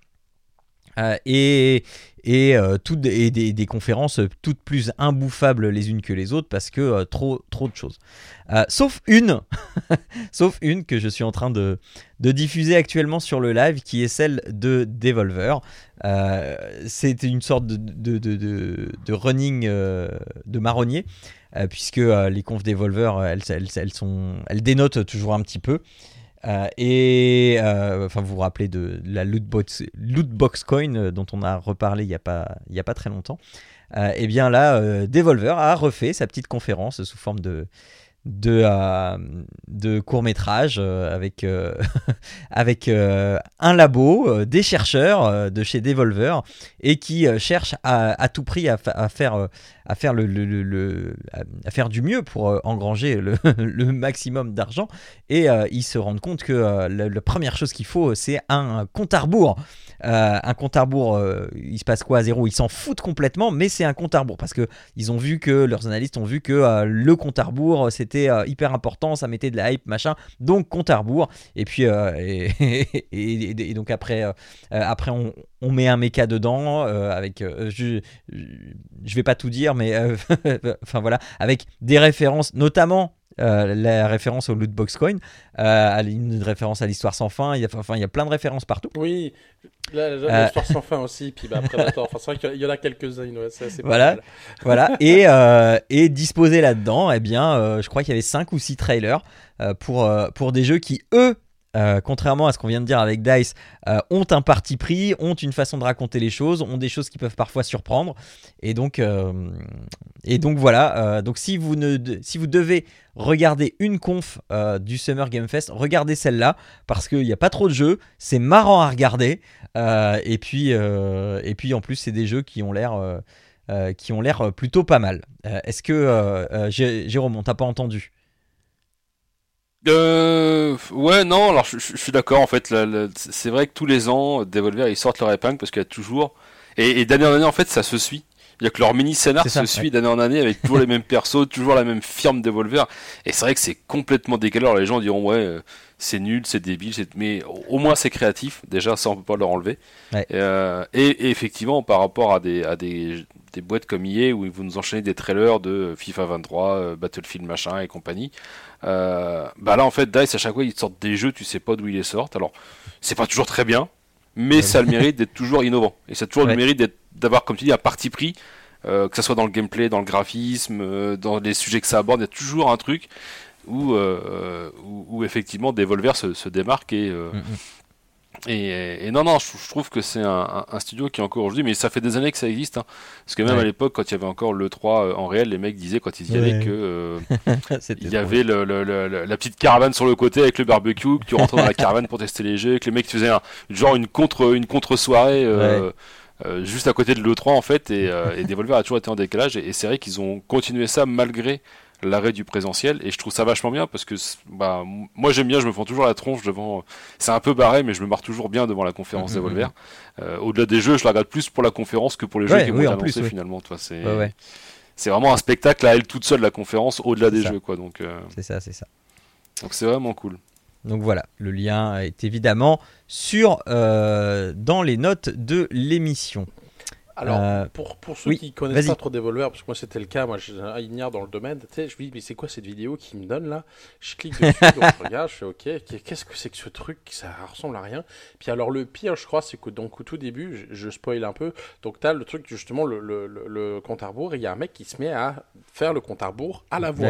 Euh, et et, euh, toutes- et des, des conférences toutes plus imbouffables les unes que les autres parce que euh, trop, trop de choses. Euh, sauf une, sauf une que je suis en train de, de diffuser actuellement sur le live qui est celle de Devolver. Euh, c'est une sorte de, de, de, de, de running euh, de marronnier. euh, puisque euh, les confs Devolver, elles, elles, elles, sont, elles dénotent toujours un petit peu. Euh, et euh, enfin, vous vous rappelez de la lootbox, lootbox coin euh, dont on a reparlé il n'y a pas, il y a pas très longtemps. Euh, et bien là, euh, Devolver a refait sa petite conférence sous forme de, de, euh, de court métrage euh, avec, euh, avec euh, un labo, euh, des chercheurs euh, de chez Devolver et qui euh, cherchent à, à tout prix à, fa- à faire, euh, à, faire le, le- le- le- à- à faire du mieux pour euh, engranger le, le maximum d'argent. Et euh, ils se rendent compte que euh, la, la première chose qu'il faut, c'est un compte à rebours. Euh, un compte à rebours, euh, il se passe quoi à zéro? Ils s'en foutent complètement, mais c'est un compte à rebours parce que ils ont vu que leurs analystes ont vu que euh, le compte à rebours c'était euh, hyper important, ça mettait de la hype machin, donc compte à rebours. Et puis euh, et, et- et- et donc après euh, euh, après on, on met un méca dedans euh, avec euh, je, je je vais pas tout dire, mais euh, enfin voilà, avec des références notamment. euh, la référence au lootbox coin, euh, à une référence à l'histoire sans fin, il y a, enfin, il y a plein de références partout. Oui, là, là, Euh, l'histoire sans fin aussi, puis bah, Predator. Enfin, c'est vrai qu'il y en a quelques-uns, ouais, c'est c'est pas Voilà, mal. voilà. Et, euh, et disposé là-dedans, eh bien, euh, je crois qu'il y avait cinq ou six trailers euh, pour, euh, pour des jeux qui, eux, euh, contrairement à ce qu'on vient de dire avec DICE, euh, ont un parti pris, ont une façon de raconter les choses, ont des choses qui peuvent parfois surprendre. Et donc, euh, et donc voilà. Euh, donc si vous, ne, de- si vous devez regarder une conf euh, du Summer Game Fest, regardez celle-là parce qu'il n'y a pas trop de jeux, c'est marrant à regarder. Euh, et, puis, euh, et puis en plus, c'est des jeux qui ont l'air... euh, euh, qui ont l'air plutôt pas mal. Euh, Est-ce que, euh, euh, Jé- Jérôme, on t'a pas entendu? Euh, ouais, non, alors je, je- je suis d'accord, en fait, la- la- c'est vrai que tous les ans, Devolver, ils sortent leur épingle parce qu'il y a toujours, et, et d'année en année, en fait, ça se suit. Il y a que leur mini-scénar C'est ça, se suit d'année en année avec toujours les mêmes persos, toujours la même firme Devolver, et c'est vrai que c'est complètement décalé. Alors les gens diront, ouais, euh, c'est nul, c'est débile, c'est- mais au au moins c'est créatif, déjà ça on peut pas leur enlever. Ouais. Euh, et, et effectivement, par rapport à des, à des, des boîtes comme E A où vous nous enchaînez des trailers de FIFA vingt-trois, euh, Battlefield machin et compagnie, euh, bah là en fait DICE à chaque fois ils sortent des jeux, tu sais pas d'où ils les sortent. Alors c'est pas toujours très bien, mais Ouais. ça a le mérite d'être toujours innovant. Et ça a toujours Ouais. le mérite d'être- d'avoir, comme tu dis, un parti pris, euh, que ce soit dans le gameplay, dans le graphisme, euh, dans les sujets que ça aborde, il y a toujours un truc où, euh, où, où effectivement Devolver se, se démarque et, euh, Mhm. et, et non, non, je, je trouve que c'est un, un- un studio qui est encore aujourd'hui, mais ça fait des années que ça existe, hein. Parce que même Ouais. à l'époque, quand il y avait encore l'E trois euh, en réel, les mecs disaient quand ils y Ouais. allaient que euh, C'était il y trop avait le, le- le- le- la petite caravane sur le côté avec le barbecue, que tu rentrais dans la caravane pour tester les jeux, que les mecs faisaient un, genre une contre une contre soirée euh, euh, juste à côté de l'E trois en fait, et, euh, et Devolver a toujours été en décalage, et, et c'est vrai qu'ils ont continué ça malgré l'arrêt du présentiel, et je trouve ça vachement bien parce que c'est- bah m- moi j'aime bien, je me fends toujours la tronche devant, c'est un peu barré mais je me marre toujours bien devant la conférence Mhm, Devolver. Euh, au-delà des jeux, je la regarde plus pour la conférence que pour les jeux Ouais, qui vont oui, être en plus, annoncés oui. finalement, toi, c'est Ouais, ouais, c'est vraiment un spectacle à elle toute seule, la conférence, au-delà C'est des ça. jeux quoi, donc euh, c'est ça, c'est ça. donc c'est vraiment cool. Donc voilà, le lien est évidemment sur euh, dans les notes de l'émission. Alors, Euh, pour, pour ceux oui, qui connaissent vas-y. pas trop Devolver, parce que moi c'était le cas, moi j'ai un ignare dans le domaine, tu sais, je me dis, mais c'est quoi cette vidéo qui me donne là? Je clique dessus, donc je regarde, je fais ok, qu'est-ce que c'est que ce truc? Ça ressemble à rien. Puis alors, le pire, je crois, c'est que donc au tout début, je, je spoil un peu, donc t'as le truc, justement, le, le, le, le compte à rebours, et il y a un mec qui se met à faire le compte à rebours à la voix. Ouais,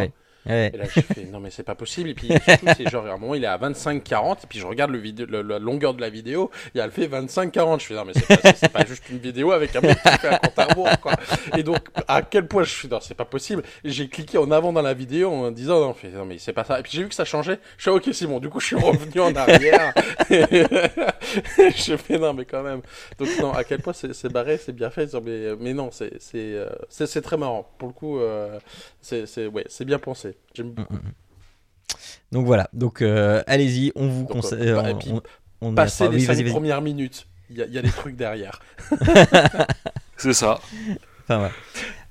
Ouais. Et là, je fais, non, mais c'est pas possible. Et puis, surtout, c'est genre, à un moment, il est à vingt-cinq quarante. Et puis, je regarde le vidéo, le- la longueur de la vidéo. Et elle fait vingt-cinq quarante. Je fais, non, mais c'est pas, c'est, c'est pas juste une vidéo avec un mec qui fait un compte à rebours, quoi. Et donc, à quel point je suis, non, c'est pas possible. Et j'ai cliqué en avant dans la vidéo en disant, non, je fais, non, mais c'est pas ça. Et puis, j'ai vu que ça changeait. Je fais, ok, c'est bon. Du coup, je suis revenu en arrière. Je fais, non, mais quand même. Donc, non, à quel point c'est, c'est barré, c'est bien fait. Mais, mais non, c'est, c'est, euh, c'est, c'est très marrant. Pour le coup, euh, c'est, c'est, ouais, c'est bien pensé. J'aime beaucoup. Donc voilà, donc euh, allez-y, on vous Donc, conseille. euh, on, et puis, on, on Passer est- les oui, cinq vas-y, vas-y. premières minutes, il y, a- il y a des trucs derrière. C'est ça. Enfin, ouais.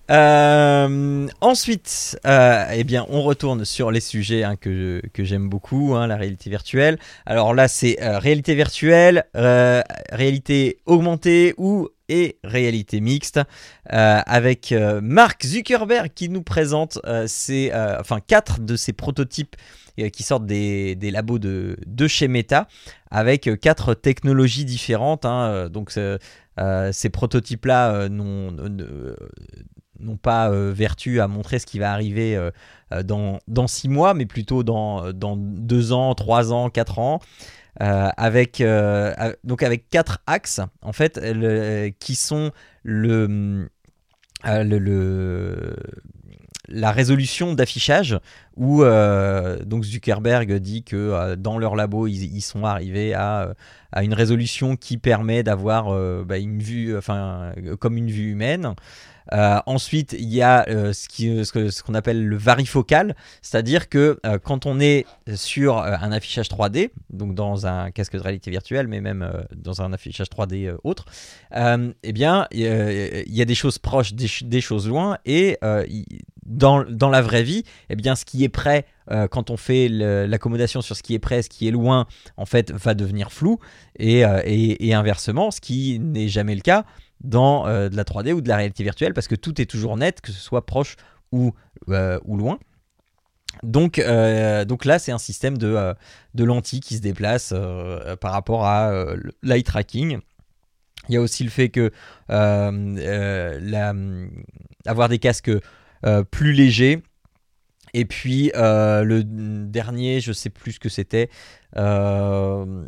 Euh, ensuite, euh, eh bien, on retourne sur les sujets hein, que, que j'aime beaucoup, hein, la réalité virtuelle. Alors là, c'est euh, réalité virtuelle, euh, réalité augmentée ou et réalité mixte, euh, avec euh, Mark Zuckerberg qui nous présente euh, ses, euh, enfin quatre de ses prototypes euh, qui sortent des, des labos de, de chez Meta, avec euh, quatre technologies différentes. Hein, euh, donc euh, euh, ces prototypes-là euh, n'ont euh, n'ont pas euh, vertu à montrer ce qui va arriver euh, euh, dans, dans six mois, mais plutôt dans, dans deux ans, trois ans, quatre ans, euh, avec, euh, donc avec quatre axes, en fait, le, qui sont le, euh, le, le la résolution d'affichage où euh, donc Zuckerberg dit que euh, dans leur labo ils, ils sont arrivés à, à une résolution qui permet d'avoir euh, bah, une vue, enfin comme une vue humaine. Euh, ensuite, il y a euh, ce, qui, ce, que, ce qu'on appelle le varifocal, c'est-à-dire que euh, quand on est sur euh, un affichage trois D, donc dans un casque de réalité virtuelle, mais même euh, dans un affichage trois D euh, autre, euh, eh bien, il euh, y a des choses proches, des, des choses loin, et euh, y, dans, dans la vraie vie, eh bien, ce qui est près, euh, quand on fait le, l'accommodation sur ce qui est près, ce qui est loin, en fait, va devenir flou, et, euh, et, et inversement, ce qui n'est jamais le cas dans euh, de la trois D ou de la réalité virtuelle, parce que tout est toujours net, que ce soit proche ou, euh, ou loin. Donc, euh, donc là, c'est un système de, euh, de lentilles qui se déplacent euh, par rapport à euh, l'eye tracking. Il y a aussi le fait que euh, euh, la, avoir des casques euh, plus légers. Et puis euh, le dernier, je sais plus ce que c'était. Euh,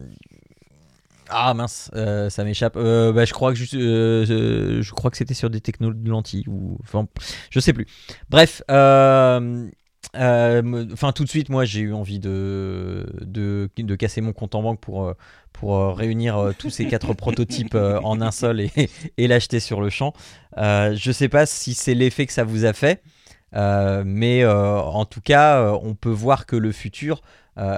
Ah mince, euh, ça m'échappe. Euh, bah, je crois que je, euh, je crois que c'était sur des technos de lentilles ou enfin, je sais plus. Bref, euh, euh, enfin tout de suite, moi j'ai eu envie de, de de casser mon compte en banque pour pour réunir tous ces quatre prototypes en un seul et, et l'acheter sur le champ. Euh, je sais pas si c'est l'effet que ça vous a fait, euh, mais euh, en tout cas, euh, on peut voir que le futur euh,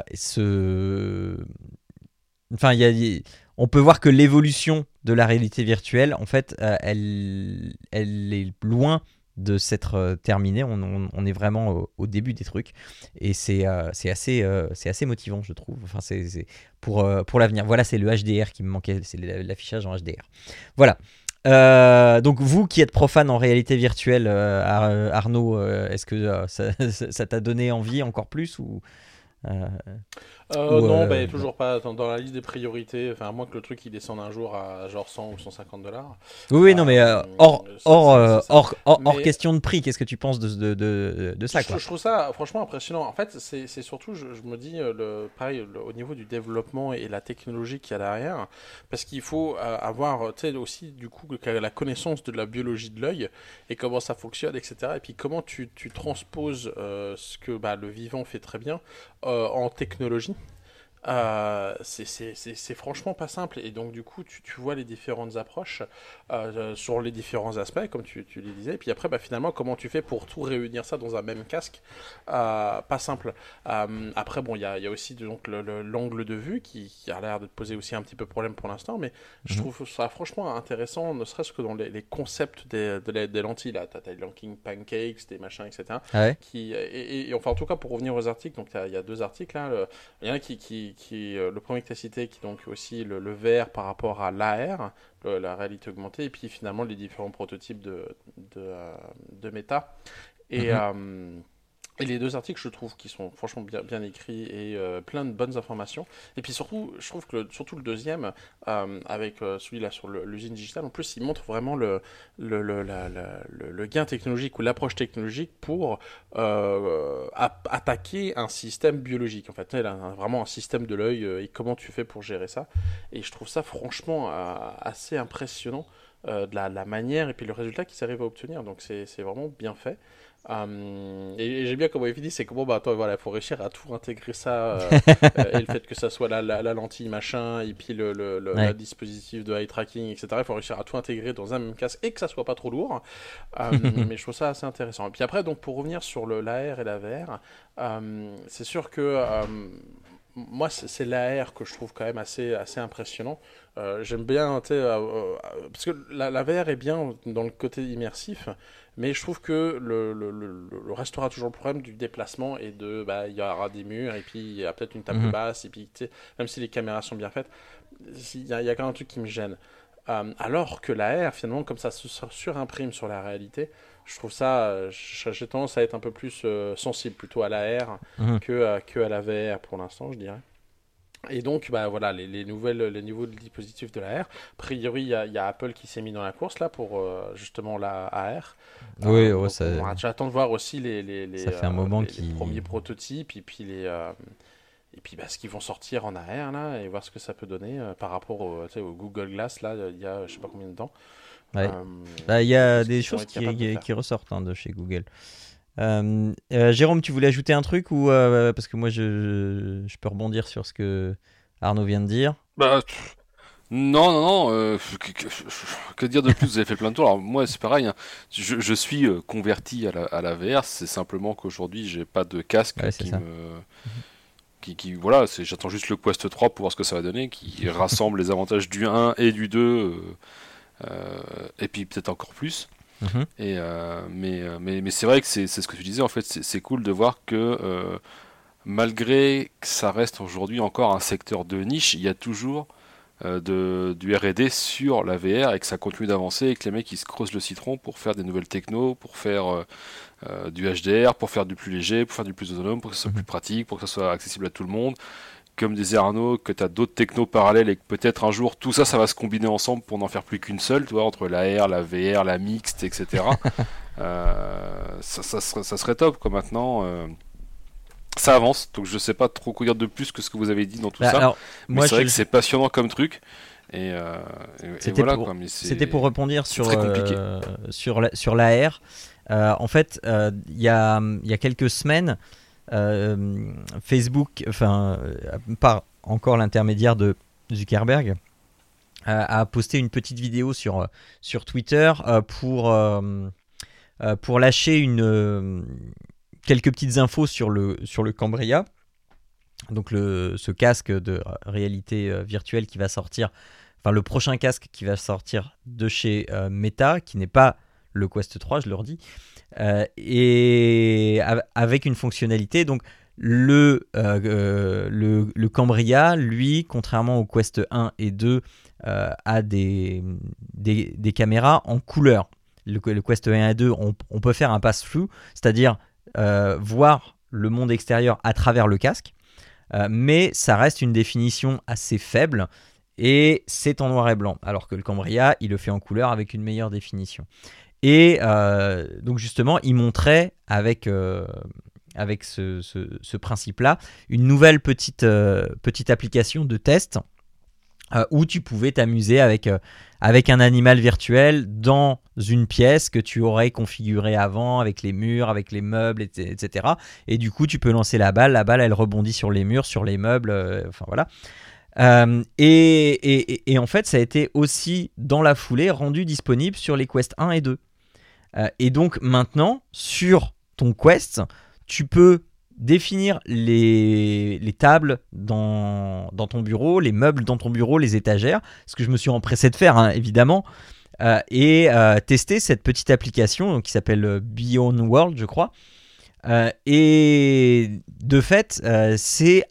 se Enfin, il y a, on peut voir que l'évolution de la réalité virtuelle, en fait, euh, elle, elle est loin de s'être euh, terminée. On, on, on est vraiment au, au début des trucs. Et c'est, euh, c'est, assez, euh, c'est assez motivant, je trouve. Enfin, c'est, c'est pour, euh, pour l'avenir. Voilà, c'est le H D R qui me manquait. C'est l'affichage en H D R. Voilà. Euh, donc vous qui êtes profane en réalité virtuelle, euh, Ar- Arnaud, euh, est-ce que euh, ça, ça t'a donné envie encore plus ou euh... Euh, Ou, non, euh, bah, toujours pas dans, dans la liste des priorités. Enfin, à moins que le truc il descende un jour à genre cent ou cent cinquante dollars. Oui, oui, non, mais euh, hors, ça, hors, ça, euh, c'est ça. hors, hors, hors Mais- question de prix, qu'est-ce que tu penses de, de, de, de ça, Je, quoi? je trouve ça franchement impressionnant. En fait, c'est c'est surtout, je, je me dis, euh, le, pareil, le- au niveau du développement et la technologie qu'il y a derrière, parce qu'il faut euh, avoir, euh, tu sais, aussi, du coup, que- la connaissance de la biologie de l'œil et comment ça fonctionne, et cetera. Et puis comment tu, tu transposes euh, ce que bah, le vivant fait très bien euh, en technologie. Euh, c'est c'est- c'est- c'est franchement pas simple et donc du coup tu, tu vois les différentes approches euh, sur les différents aspects comme tu, tu les disais et puis après bah, finalement comment tu fais pour tout réunir ça dans un même casque, euh, pas simple. Euh, après bon il y a, y a aussi donc le- le- l'angle de vue qui, qui a l'air de te poser aussi un petit peu problème pour l'instant mais je Mhm. trouve ça franchement intéressant ne serait-ce que dans les, les concepts des, de la- des lentilles là, t'as t'as les lentilles pancakes, des machins etc Ah ouais? qui, et, et- et enfin en tout cas pour revenir aux articles donc il y a- il y, a deux articles là, le- il y en a un qui, qui, qui euh, le premier que tu as cité qui est donc aussi le, le V R par rapport à l'A R, le- la réalité augmentée et puis finalement les différents prototypes de, de, euh, de Meta et, Mhm. euh, Et les deux articles, je trouve, qui sont franchement bien, bien écrits et euh, plein de bonnes informations. Et puis surtout, je trouve que le, surtout le deuxième, euh, avec euh, celui-là sur le- l'usine digitale, en plus, il montre vraiment le, le, le, la- la- le- le gain technologique ou l'approche technologique pour euh, a- attaquer un système biologique. En fait, il a un- vraiment un système de l'œil euh, et comment tu fais pour gérer ça. Et je trouve ça franchement euh, assez impressionnant euh, de la, la manière et puis le résultat qu'ils arrivent à obtenir. Donc c'est c'est vraiment bien fait. Euh, et, et j'aime bien comment il dit, c'est comment bah attends voilà, faut réussir à tout intégrer ça euh, euh, et le fait que ça soit la, la, la lentille machin et puis le, le, le, Ouais. le dispositif de eye tracking etc. Il faut réussir à tout intégrer dans un même casque et que ça soit pas trop lourd. Euh, mais je trouve ça assez intéressant. Et puis après donc pour revenir sur le l'A R et la V R, euh, c'est sûr que euh, moi c'est c'est l'A R que je trouve quand même assez assez impressionnant. Euh, j'aime bien tu sais euh, euh, parce que la, la V R est bien dans le côté immersif. Mais je trouve que le, le, le, le restera toujours le problème du déplacement et de bah il y aura des murs et puis il y a peut-être une table Mhm. basse et puis tu sais, même si les caméras sont bien faites, il y a, il y a quand même un truc qui me gêne. Euh, alors que la R finalement comme ça se se surimprime sur la réalité, je trouve ça euh, j'ai j'ai tendance à être un peu plus euh, sensible plutôt à la R Mhm. que, à- que à la V R pour l'instant je dirais. Et donc, bah voilà, les, les nouvelles, les nouveaux dispositifs de la R. A priori, il y, a- il y a Apple qui s'est mis dans la course là pour euh, justement la A R. Oui, Euh, ouais, donc ça, on- j'attends de voir aussi les, les, les, ça fait un euh, moment les- les qu'ils- premiers prototypes et puis les euh, et puis bah, ce qu'ils vont sortir en A R là et voir ce que ça peut donner euh, par rapport au, tu sais, au Google Glass là. Il y a je sais pas combien de temps. Ouais. Euh, Bah, il y a ce des qu'ils seront choses qui, capables de qui, faire. qui ressortent hein, de chez Google. Euh, euh, Jérôme, tu voulais ajouter un truc ou euh, parce que moi je, je peux rebondir sur ce que Arnaud vient de dire. Bah, pff, non, non, non. euh, que, que- que dire de plus? Vous avez fait plein de tours. Alors moi, c'est pareil. Hein. Je, je suis euh, converti à la, à la V R. C'est simplement qu'aujourd'hui, j'ai pas de casque Ouais, c'est qui ça. me, qui, qui voilà. C'est, j'attends juste le Quest trois pour voir ce que ça va donner, qui rassemble les avantages du un et du deux, euh, euh, et puis peut-être encore plus. Mhm. Et euh, mais, euh, mais mais c'est vrai que c'est, c'est ce que tu disais. En fait, c'est, c'est cool de voir que euh, malgré que ça reste aujourd'hui encore un secteur de niche, il y a toujours euh, de, du R et D sur la V R et que ça continue d'avancer et que les mecs ils se creusent le citron pour faire des nouvelles technos, pour faire euh, euh, du H D R, pour faire du plus léger, pour faire du plus autonome, pour que ce soit plus pratique, pour que ça soit accessible à tout le monde. Comme disait Arnaud, que tu as d'autres technos parallèles et que peut-être un jour tout ça, ça va se combiner ensemble pour n'en faire plus qu'une seule, tu vois, entre la R, la V R, la mixte, et cetera. euh, ça, ça, serait, ça serait top, quoi, maintenant. euh, ça avance, donc je sais pas trop quoi dire de plus que ce que vous avez dit dans tout Bah, ça. alors, Mais moi, c'est vrai je- que c'est passionnant comme truc. Et, euh, et- et C'était voilà pour- quoi. Mais c'est... C'était pour rebondir sur, très compliqué. euh, sur, la, sur l'A R. Euh, en fait, euh, il y, a, il y a quelques semaines, euh, Facebook, enfin, euh, par encore l'intermédiaire de Zuckerberg, euh, a posté une petite vidéo sur, sur Twitter euh, pour, euh, euh, pour lâcher une, euh, quelques petites infos sur le, sur le Cambria. Donc le, ce casque de réalité euh, virtuelle qui va sortir, enfin le prochain casque qui va sortir de chez euh, Meta, qui n'est pas le Quest trois, je le redis, euh, et av- avec une fonctionnalité, donc le, euh, euh, le, le Cambria, lui, contrairement au Quest un et deux, euh, a des, des, des caméras en couleur. Le, le Quest un et deux, on, on peut faire un pass-through, c'est-à-dire euh, voir le monde extérieur à travers le casque. Euh, mais ça reste une définition assez faible et c'est en noir et blanc, alors que le Cambria, il le fait en couleur avec une meilleure définition. Et euh, donc justement, il montrait avec, euh, avec ce, ce, ce principe-là une nouvelle petite, euh, petite application de test euh, où tu pouvais t'amuser avec, euh, avec un animal virtuel dans une pièce que tu aurais configurée avant, avec les murs, avec les meubles, et cetera. Et du coup, tu peux lancer la balle, la balle, elle rebondit sur les murs, sur les meubles, euh, enfin voilà. Euh, et, et, et en fait, ça a été aussi, dans la foulée, rendu disponible sur les Quest un et deux. Euh, et donc maintenant, sur ton Quest, tu peux définir les, les tables dans, dans ton bureau, les meubles dans ton bureau, les étagères, ce que je me suis empressé de faire, hein, évidemment, euh, et euh, tester cette petite application donc, qui s'appelle euh, Beyond World, je crois. Euh, et de fait, euh, c'est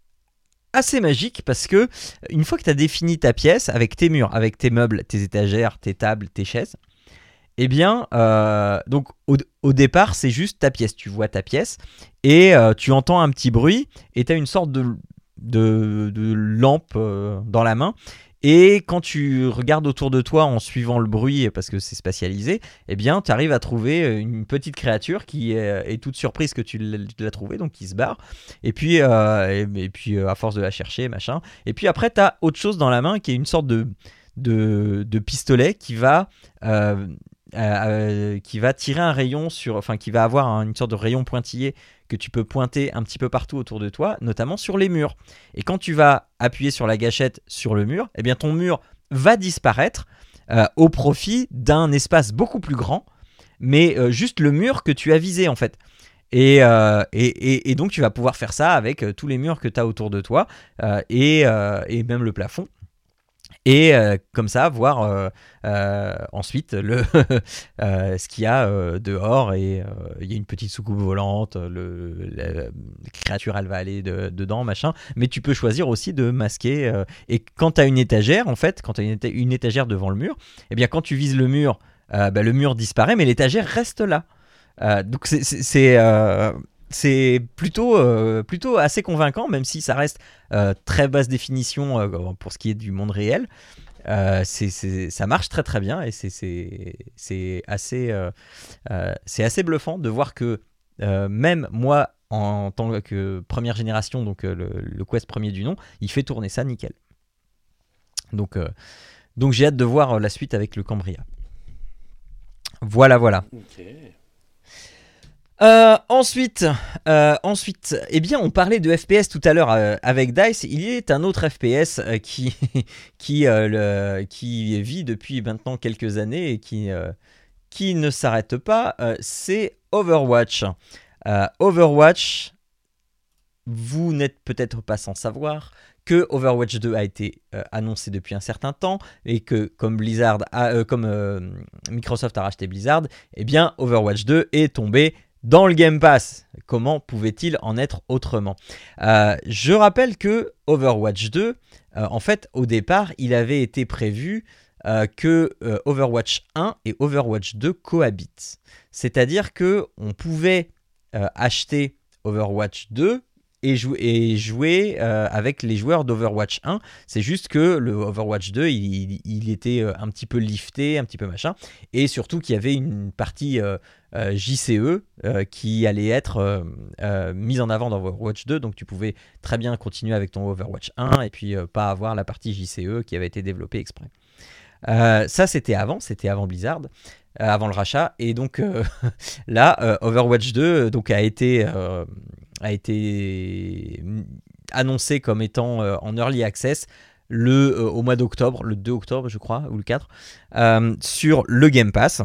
assez magique parce que une fois que tu as défini ta pièce avec tes murs, avec tes meubles, tes étagères, tes tables, tes chaises, eh bien, euh, donc au, au départ, c'est juste ta pièce. Tu vois ta pièce et euh, tu entends un petit bruit et tu as une sorte de, de, de lampe euh, dans la main. Et quand tu regardes autour de toi en suivant le bruit, parce que c'est spatialisé, eh bien, tu arrives à trouver une petite créature qui est, est toute surprise que tu l'as, tu l'as trouvée, donc qui se barre. Et puis, euh, et, et puis à force de la chercher, machin. Et puis après, tu as autre chose dans la main qui est une sorte de, de, de pistolet qui va... Euh, Euh, qui va tirer un rayon sur, enfin qui va avoir un, une sorte de rayon pointillé que tu peux pointer un petit peu partout autour de toi, notamment sur les murs. Et quand tu vas appuyer sur la gâchette sur le mur, eh bien ton mur va disparaître euh, au profit d'un espace beaucoup plus grand, mais euh, juste le mur que tu as visé en fait. Et, euh, et, et, et donc tu vas pouvoir faire ça avec euh, tous les murs que tu as autour de toi euh, et, euh, et même le plafond. Et euh, comme ça, voir euh, euh, ensuite le, euh, ce qu'il y a euh, dehors. Et il euh, y a une petite soucoupe volante, le, la, la créature elle va aller de, dedans, machin. Mais tu peux choisir aussi de masquer. Euh, et quand tu as une étagère, en fait, quand tu as une, éta- une étagère devant le mur, eh bien quand tu vises le mur, euh, bah, le mur disparaît, mais l'étagère reste là. Euh, donc c'est... c'est, c'est euh, C'est plutôt, euh, plutôt assez convaincant, même si ça reste euh, très basse définition euh, pour ce qui est du monde réel. Euh, c'est, c'est, ça marche très très bien et c'est, c'est, c'est, assez, euh, euh, c'est assez bluffant de voir que euh, même moi, en tant que première génération, donc euh, le, le Quest premier du nom, il fait tourner ça nickel. Donc, euh, donc j'ai hâte de voir la suite avec le Cambria. Voilà, voilà. Ok. Euh, ensuite, euh, ensuite, eh bien, on parlait de F P S tout à l'heure euh, avec Dice. Il y a un autre F P S euh, qui, qui, euh, le, qui vit depuis maintenant quelques années et qui, euh, qui ne s'arrête pas. Euh, c'est Overwatch. Euh, Overwatch, vous n'êtes peut-être pas sans savoir que Overwatch deux a été euh, annoncé depuis un certain temps et que comme Blizzard, a, euh, comme euh, Microsoft a racheté Blizzard, eh bien, Overwatch deux est tombé dans le Game Pass. Comment pouvait-il en être autrement ? euh, Je rappelle que Overwatch deux, euh, en fait, au départ, il avait été prévu euh, que euh, Overwatch un et Overwatch deux cohabitent. C'est-à-dire qu'on pouvait euh, acheter Overwatch deux et, jou- et jouer euh, avec les joueurs d'Overwatch un. C'est juste que le Overwatch deux, il, il, il était un petit peu lifté, un petit peu machin. Et surtout qu'il y avait une partie... Euh, Euh, J C E euh, qui allait être euh, euh, mise en avant dans Overwatch deux, donc tu pouvais très bien continuer avec ton Overwatch un et puis euh, pas avoir la partie J C E qui avait été développée exprès. Euh, ça c'était avant, c'était avant Blizzard, euh, avant le rachat, et donc euh, là euh, Overwatch deux donc, a, été, euh, a été annoncé comme étant euh, en early access le, euh, au mois d'octobre, le deux octobre je crois, ou le quatre, euh, sur le Game Pass.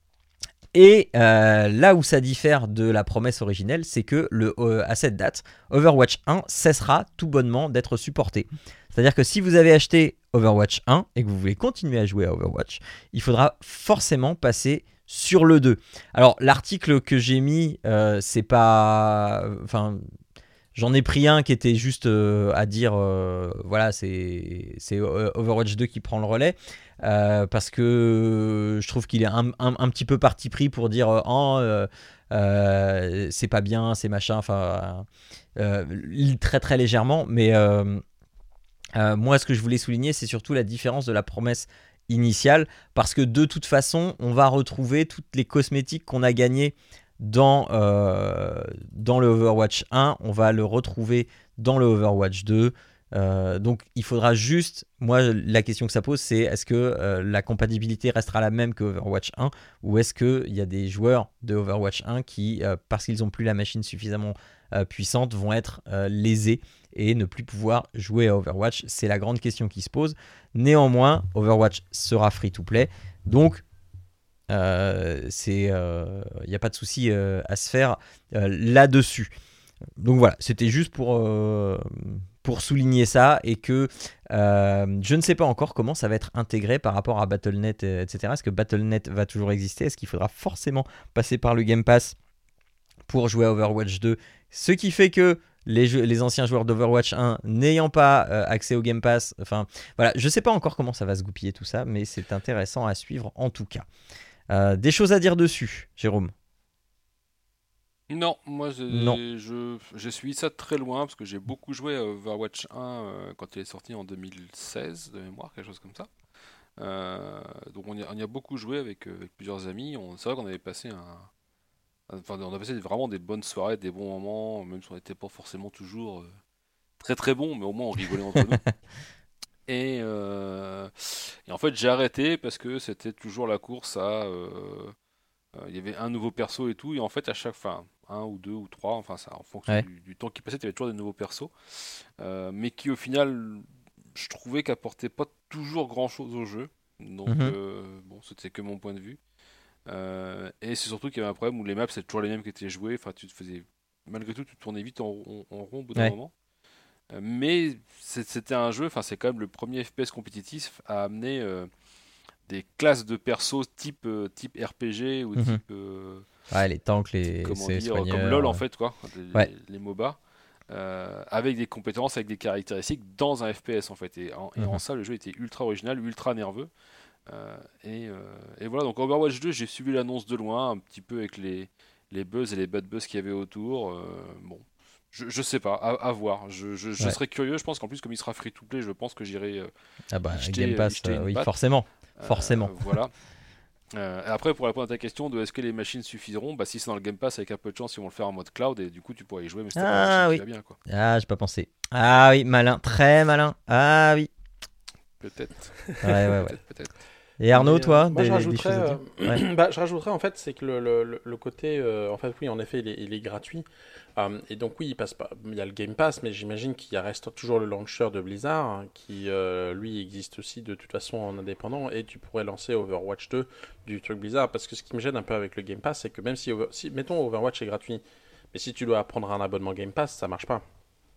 Et euh, là où ça diffère de la promesse originelle, c'est que le, euh, à cette date, Overwatch un cessera tout bonnement d'être supporté. C'est-à-dire que si vous avez acheté Overwatch un et que vous voulez continuer à jouer à Overwatch, il faudra forcément passer sur le deux. Alors l'article que j'ai mis, euh, c'est pas... Enfin... J'en ai pris un qui était juste euh, à dire, euh, voilà, c'est, c'est Overwatch deux qui prend le relais, euh, parce que je trouve qu'il est un, un, un petit peu parti pris pour dire, euh, oh, euh, euh, c'est pas bien, c'est machin, enfin, euh, très très légèrement, mais euh, euh, moi ce que je voulais souligner, c'est surtout la différence de la promesse initiale, parce que de toute façon, on va retrouver toutes les cosmétiques qu'on a gagnées Dans, euh, dans le Overwatch un, on va le retrouver dans le Overwatch deux. Euh, donc il faudra juste, moi la question que ça pose, c'est est-ce que euh, la compatibilité restera la même que Overwatch un, ou est-ce qu'il y a des joueurs de Overwatch un qui, euh, parce qu'ils n'ont plus la machine suffisamment euh, puissante, vont être euh, lésés et ne plus pouvoir jouer à Overwatch. C'est la grande question qui se pose. Néanmoins, Overwatch sera free to play, donc Euh, c'est, il euh, n'y a pas de souci euh, à se faire euh, là-dessus. Donc voilà, c'était juste pour, euh, pour souligner ça et que euh, je ne sais pas encore comment ça va être intégré par rapport à Battle point net, et cetera. Est-ce que Battle point net va toujours exister ? Est-ce qu'il faudra forcément passer par le Game Pass pour jouer à Overwatch deux ? Ce qui fait que les, jeux, les anciens joueurs d'Overwatch un n'ayant pas euh, accès au Game Pass, enfin voilà, je ne sais pas encore comment ça va se goupiller tout ça, mais c'est intéressant à suivre en tout cas. Euh, des choses à dire dessus, Jérôme? Non, moi je, Non. je, je suis ça de très loin parce que j'ai beaucoup joué à Overwatch un euh, quand il est sorti en deux mille seize de mémoire, quelque chose comme ça. Euh, donc on y, a, on y a beaucoup joué avec, euh, avec plusieurs amis. On, c'est vrai qu'on avait passé un, un- enfin, on a passé vraiment des bonnes soirées, des bons moments, même si on n'était pas forcément toujours euh, très très bons, mais au moins on rigolait entre nous. Et, euh, et en fait j'ai arrêté parce que c'était toujours la course à euh, euh, il y avait un nouveau perso et tout, et en fait à chaque fin, un ou deux ou trois, enfin ça en fonction Ouais. du, du temps qui passait, il y avait toujours des nouveaux persos, euh, mais qui au final je trouvais qu'apportaient pas toujours grand chose au jeu. Donc Mhm. euh, bon, c'était que mon point de vue. Euh, et c'est surtout qu'il y avait un problème où les maps c'est toujours les mêmes qui étaient jouées, enfin tu te faisais malgré tout tu tournais vite en, en- en rond au bout d'un Ouais. moment. Euh, mais c'est- c'était un jeu, enfin c'est quand même le premier F P S compétitif à amener euh, des classes de persos type, euh, type R P G ou Mhm. type, euh, Ouais, les tanks, type les comment ces dire, comme soigneurs. LoL en euh. fait quoi, les, Ouais. les MOBA, euh, avec des compétences, avec des caractéristiques dans un F P S en fait. Et en, et en Mhm. ça le jeu était ultra original, ultra nerveux. Euh, et, euh, et voilà, donc Overwatch deux, j'ai suivi l'annonce de loin, un petit peu avec les, les buzz et les bad buzz qu'il y avait autour. Euh, bon, je, je sais pas, à, à voir. Je, je, je Ouais. serais curieux, je pense qu'en plus, comme il sera free to play, je pense que j'irai euh, Ah bah, y jeter, Game y Pass, jeter euh, une oui, patte. forcément. Euh, Forcément. voilà. Euh, et après, pour répondre à ta question de est-ce que les machines suffiront, bah si c'est dans le Game Pass, avec un peu de chance, ils vont le faire en mode cloud et du coup, tu pourras y jouer, mais si t'as pas la Ah machine qui oui. va bien, quoi. Ah, j'ai pas pensé. Ah oui, malin, très malin. Ah oui. Peut-être. Ouais, ouais, ouais. Peut-être, peut-être. Et Arnaud, Mais, euh, toi, moi, des, je des rajouterais, choses à dire? euh, Ouais. bah, je rajouterais en fait, c'est que le, le- le- le côté, euh, en fait, oui, en effet, il est, il est gratuit. Euh, et donc, oui, il passe pas. Il y a le Game Pass, mais j'imagine qu'il y a- reste toujours le launcher de Blizzard, hein, qui, euh, lui, existe aussi de toute façon en indépendant. Et tu pourrais lancer Overwatch deux du truc Blizzard. Parce que ce qui me gêne un peu avec le Game Pass, c'est que même si, Over- si, mettons, Overwatch est gratuit, mais si tu dois prendre un abonnement Game Pass, ça marche pas.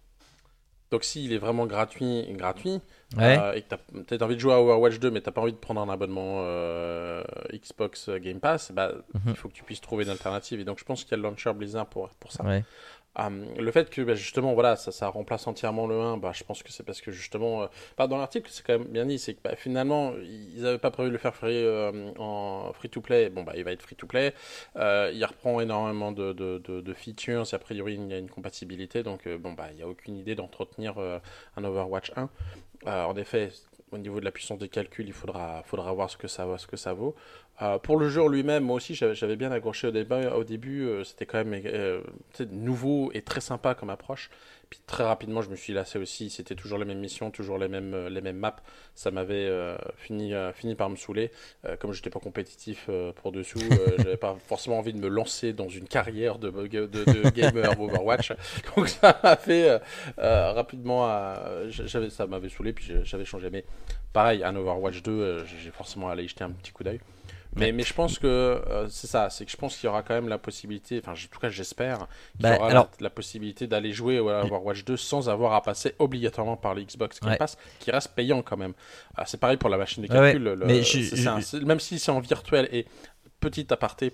Donc s'il est vraiment gratuit, gratuit, Ouais. euh, et que tu as peut-être envie de jouer à Overwatch deux, mais tu n'as pas envie de prendre un abonnement euh, Xbox Game Pass, bah, Mhm. il faut que tu puisses trouver une alternative. Et donc je pense qu'il y a le launcher Blizzard pour, pour ça. Ouais. Euh, le fait que bah, justement voilà ça, ça remplace entièrement le un, bah, je pense que c'est parce que justement euh, bah, dans l'article c'est quand même bien dit, c'est que bah, finalement ils n'avaient pas prévu de le faire free, euh, en free to play, bon bah il va être free to play. Euh, il reprend énormément de, de, de, de features, et a priori il y a une compatibilité, donc euh, bon bah il n'y a aucune idée d'entretenir euh, un Overwatch un. Euh, en effet, au niveau de la puissance des calculs, il faudra, faudra voir ce que ça, ce que ça vaut. Euh, pour le jeu en lui-même, moi aussi, j'avais, j'avais bien accroché au, débat, au début. Euh, c'était quand même euh, nouveau et très sympa comme approche. Puis très rapidement, je me suis lassé aussi. C'était toujours les mêmes missions, toujours les mêmes, euh, les mêmes maps. Ça m'avait euh, fini, euh, fini par me saouler. Euh, comme je n'étais pas compétitif euh, pour dessous, euh, j'avais pas forcément envie de me lancer dans une carrière de, de, de, de gamer Overwatch. Donc ça m'a fait euh, euh, rapidement, euh, j'avais, ça m'avait saoulé. Puis j'avais changé. Mais pareil, un Overwatch deux, euh, j'ai forcément allé y jeter un petit coup d'œil. Mais, mais je pense que euh, c'est ça, c'est que je pense qu'il y aura quand même la possibilité, enfin en tout cas j'espère, qu'il Bah, y aura alors- la, la possibilité d'aller jouer au Overwatch deux sans avoir à passer obligatoirement par le Xbox Game Ouais. Pass, qui reste payant quand même. Ah, c'est pareil pour la machine de Ouais, calcul, ouais. le- Mais je- c'est- je- c'est un- c'est- même si c'est en virtuel. Et petit aparté,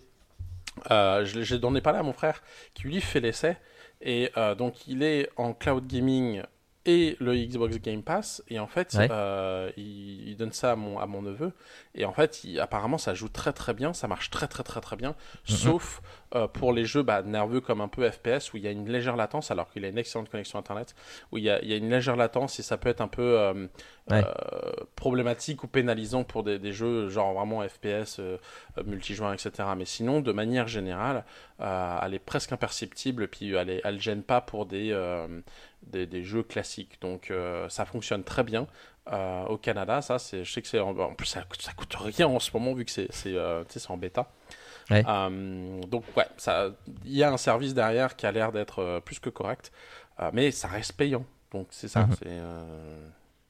euh, je, je j'en ai parlé à mon frère qui lui fait l'essai, et euh, donc il est en cloud gaming et le Xbox Game Pass, et en fait Ouais. euh, il, il donne ça à mon, à mon neveu, et en fait il- apparemment ça joue très très bien, ça marche très très très très bien, Mhm. sauf euh, pour les jeux bah, nerveux comme un peu F P S où il y a une légère latence, alors qu'il a une excellente connexion internet, où il y a, il y a une légère latence, et ça peut être un peu euh, Ouais. euh, problématique ou pénalisant pour des, des jeux genre vraiment F P S euh, euh, multijoueur, et cetera. Mais sinon, de manière générale, euh, elle est presque imperceptible, puis elle, est, elle gêne pas pour des, euh, des, des jeux classiques. Donc euh, ça fonctionne très bien. Euh, au Canada, ça, c'est, je sais que c'est en, en plus ça coûte, ça coûte rien en ce moment vu que c'est, c'est, euh, tu sais, c'est en bêta. Ouais. Euh, donc ouais, ça, il y a un service derrière qui a l'air d'être euh, plus que correct, euh, mais ça reste payant. Donc c'est ça. Mhm. C'est, euh,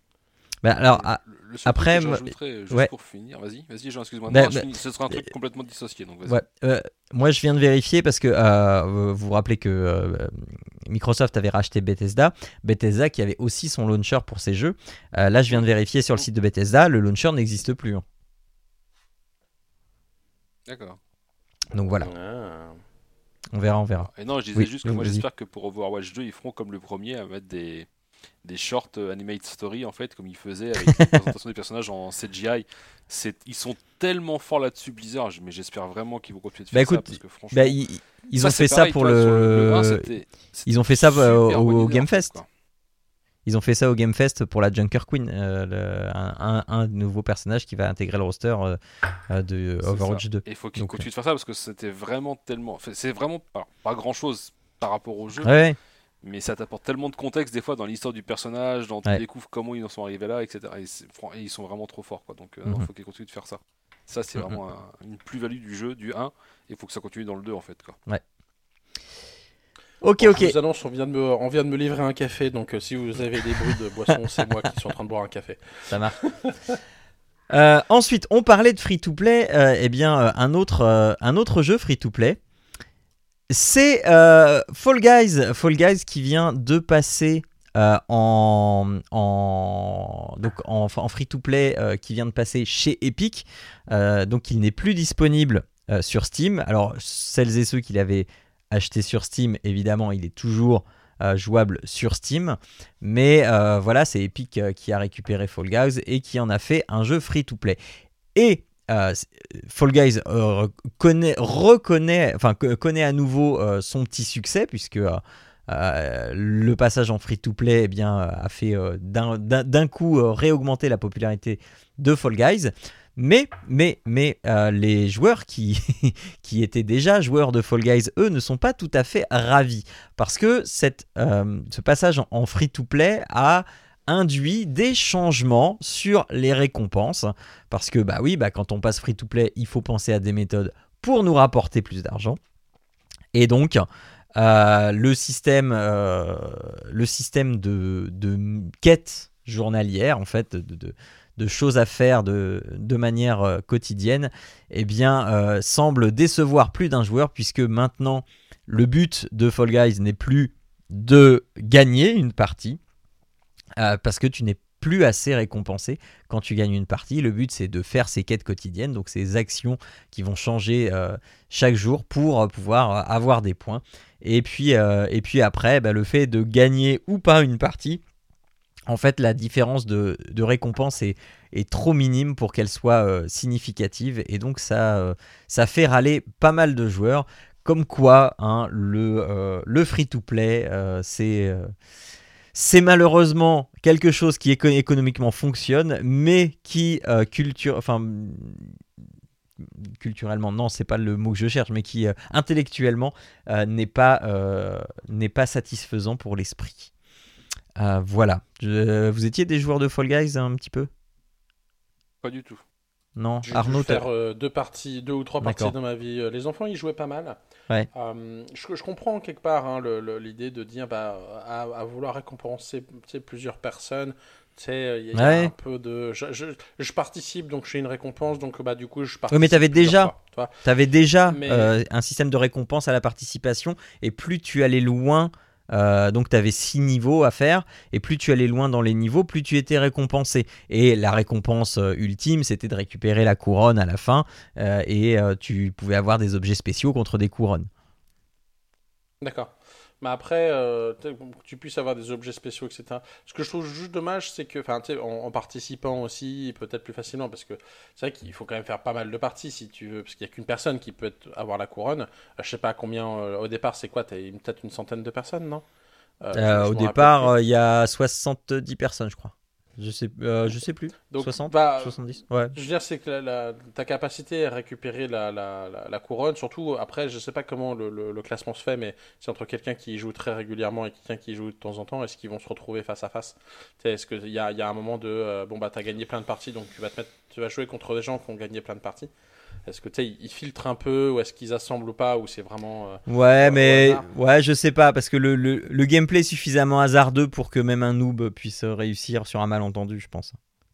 Bah, alors, ah, Le- le seul après, truc que moi- j'ajouterais, juste ouais. pour finir, vas-y, vas-y, Jean, excuse-moi. Bah, Non, je bah, finis, ce sera un truc complètement dissocié, donc vas-y. ouais, euh, moi je viens de vérifier parce que euh, vous vous rappelez que euh, Microsoft avait racheté Bethesda. Bethesda qui avait aussi son launcher pour ses jeux. Euh, là je viens de vérifier sur le site de Bethesda, le launcher n'existe plus. hein. D'accord. Donc voilà, ah. on verra, on verra. Et non, je disais Oui, juste que donc moi vas-y. j'espère que pour Overwatch deux, ils feront comme le premier à mettre des, des short euh, animated story en fait, comme ils faisaient avec la présentation des personnages en C G I. C'est, ils sont tellement forts là-dessus, Blizzard, mais j'espère vraiment qu'ils vont continuer de faire Bah écoute, ça parce que franchement, bah, ils, ils ça, ont c'est fait ça pareil, pour toi, le. sur le un, c'était- c'était Ils ont fait ça super au, bonne au idée, Game en fait, Fest. quoi. Ils ont fait ça au Game Fest pour la Junker Queen, euh, le- un, un, un nouveau personnage qui va intégrer le roster euh, euh, de C'est Overwatch ça. deux. Et il faut qu'ils Donc, continuent de faire ça parce que c'était vraiment tellement. Enfin, c'est vraiment pas, pas grand chose par rapport au jeu, Ouais, mais ça t'apporte tellement de contexte des fois dans l'histoire du personnage, dans tu Ouais. découvres comment ils en sont arrivés là, et cetera. Et, c'est- fran- et ils sont vraiment trop forts, quoi. Donc il Mhm. faut qu'ils continuent de faire ça. Ça, c'est Mhm. vraiment un- une plus-value du jeu, du un, et il faut que ça continue dans le deux, en fait, quoi. ok, Bon, ok. Je vous annonce, on vient, de me, on vient de me livrer un café, donc euh, si vous avez des bruits de boisson, c'est moi qui suis en train de boire un café. Ça marche. Euh, ensuite, on parlait de free-to-play. Euh, eh bien, euh, un autre, euh, un autre jeu free-to-play, c'est euh, Fall Guys. Fall Guys qui vient de passer euh, en, en, donc en, en free-to-play, euh, qui vient de passer chez Epic. Euh, donc, il n'est plus disponible euh, sur Steam. Alors, celles et ceux qui l'avaient acheté sur Steam, évidemment, il est toujours euh, jouable sur Steam. Mais euh, voilà, c'est Epic euh, qui a récupéré Fall Guys et qui en a fait un jeu free-to-play. Et euh, Fall Guys euh, connaît, reconnaît, enfin, connaît à nouveau euh, son petit succès, puisque euh, euh, le passage en free-to-play eh bien, a fait euh, d'un, d'un, d'un coup euh, réaugmenter la popularité de Fall Guys. Mais, mais, mais euh, les joueurs qui, qui étaient déjà joueurs de Fall Guys, eux, ne sont pas tout à fait ravis. Parce que cette, euh, ce passage en, en free-to-play a induit des changements sur les récompenses. Parce que, bah oui, bah, quand on passe free-to-play, il faut penser à des méthodes pour nous rapporter plus d'argent. Et donc, euh, le système, euh, le système de, de quête journalière, en fait, de... de de choses à faire de, de manière euh, quotidienne, eh bien, euh, semble décevoir plus d'un joueur, puisque maintenant, le but de Fall Guys n'est plus de gagner une partie, euh, parce que tu n'es plus assez récompensé quand tu gagnes une partie. Le but, c'est de faire ces quêtes quotidiennes, donc ces actions qui vont changer euh, chaque jour pour euh, pouvoir euh, avoir des points. Et puis, euh, et puis après, bah, le fait de gagner ou pas une partie, en fait, la différence de, de récompense est, est trop minime pour qu'elle soit euh, significative. Et donc, ça, euh, ça fait râler pas mal de joueurs. Comme quoi, hein, le, euh, le free-to-play, euh, c'est, euh, c'est malheureusement quelque chose qui éco- économiquement fonctionne, mais qui, euh, culture, enfin, culturellement, non, c'est pas le mot que je cherche, mais qui, euh, intellectuellement, euh, n'est pas, euh, n'est pas satisfaisant pour l'esprit. Euh, voilà. Je, vous étiez des joueurs de Fall Guys un petit peu ? Pas du tout. Non, J'ai Arnaud. dû faire euh, deux parties, deux ou trois parties D'accord. dans ma vie. Euh, Les enfants, ils jouaient pas mal. Ouais. Euh, je, je comprends quelque part hein, le- le- l'idée de dire bah, à, à vouloir récompenser tu sais, plusieurs personnes. Tu sais, il y, a- il y a Ouais. un peu de. Je, je, je participe, donc je fais une récompense, donc bah du coup je participe. Oui, mais t'avais plusieurs déjà- fois, tu vois. Tu avais déjà Mais- euh, un système de récompense à la participation, et plus tu allais loin, euh, donc tu avais six niveaux à faire, et plus tu allais loin dans les niveaux, plus tu étais récompensé. Et la récompense euh, ultime, c'était de récupérer la couronne à la fin, euh, et euh, tu pouvais avoir des objets spéciaux contre des couronnes. D'accord. Mais après, euh, tu sais, que tu puisses avoir des objets spéciaux, et cetera. Ce que je trouve juste dommage, c'est que, enfin, tu sais, en, en participant aussi, peut-être plus facilement, parce que c'est vrai qu'il faut quand même faire pas mal de parties si tu veux, parce qu'il n'y a qu'une personne qui peut être- avoir la couronne. Euh, je sais pas combien, euh, au départ, c'est quoi? T'as une- peut-être une centaine de personnes, non? Euh, je- Euh, je au m'en rappelle départ, plus. euh, il y a soixante-dix personnes, je crois. Je sais, euh, je sais plus. Donc, soixante, bah, soixante-dix. Ouais. Je veux dire, c'est que la- la- ta capacité à récupérer la, la, la, la couronne, surtout après, je sais pas comment le, le, le classement se fait, mais c'est entre quelqu'un qui joue très régulièrement et quelqu'un qui joue de temps en temps, est-ce qu'ils vont se retrouver face à face? Tu sais, est-ce qu'il y a, il y a un moment de, euh, bon bah t'as gagné plein de parties, donc tu vas te mettre, tu vas jouer contre des gens qui ont gagné plein de parties. Est-ce que tu sais, ils, ils filtrent un peu, ou est-ce qu'ils assemblent ou pas, ou c'est vraiment... euh, Ouais, au- au mais hasard ouais, je sais pas, parce que le, le, le gameplay est suffisamment hasardeux pour que même un noob puisse réussir sur un malentendu, je pense.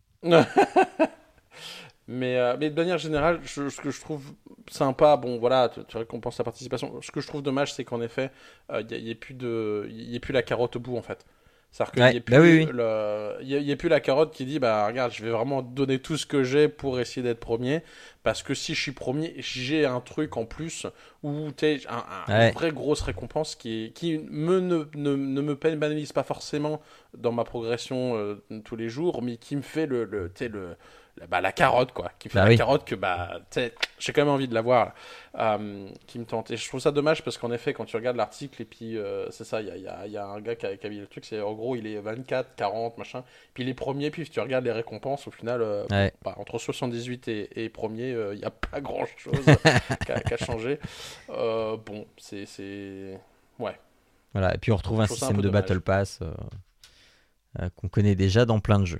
Mais, euh, mais de manière générale, je- ce que je trouve sympa, bon voilà, tu, tu récompenses la participation. Ce que je trouve dommage, c'est qu'en effet, euh, il n'y ait, plus de, il y ait plus la carotte au bout en fait. C'est-à-dire qu'il Ouais, n'y ait, bah plus oui, oui. le- il y ait- il y ait plus la carotte qui dit, bah regarde, je vais vraiment donner tout ce que j'ai pour essayer d'être premier. Parce que si je suis premier, j'ai un truc en plus où tu sais, un, un, Ouais. une vraie grosse récompense qui, est, qui me, ne, ne, ne me pénalise pas forcément dans ma progression euh, tous les jours, mais qui me fait le, le, tu sais, le, la, bah, la carotte, quoi. Qui me fait Bah la oui. carotte que bah, tu sais, j'ai quand même envie de l'avoir, euh, qui me tente. Et je trouve ça dommage parce qu'en effet, quand tu regardes l'article, et puis euh, c'est ça, il y a, y, a, y a un gars qui a, qui a mis le truc, c'est en gros, il est vingt-quatre, quarante, machin. Puis il est premier, puis si tu regardes les récompenses, au final, euh, Ouais. bah, entre soixante-dix-huit et, et premier, il euh, n'y a pas grand-chose qui a, qui a changé. Euh, bon, c'est, c'est... Ouais. Voilà. Et puis on retrouve un Je trouve ça un système peu de dommage. Battle Pass euh, euh, qu'on connaît déjà dans plein de jeux.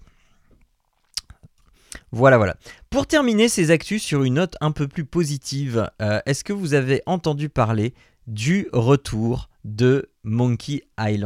Voilà, voilà. Pour terminer ces actus sur une note un peu plus positive, euh, est-ce que vous avez entendu parler du retour de Monkey Island ?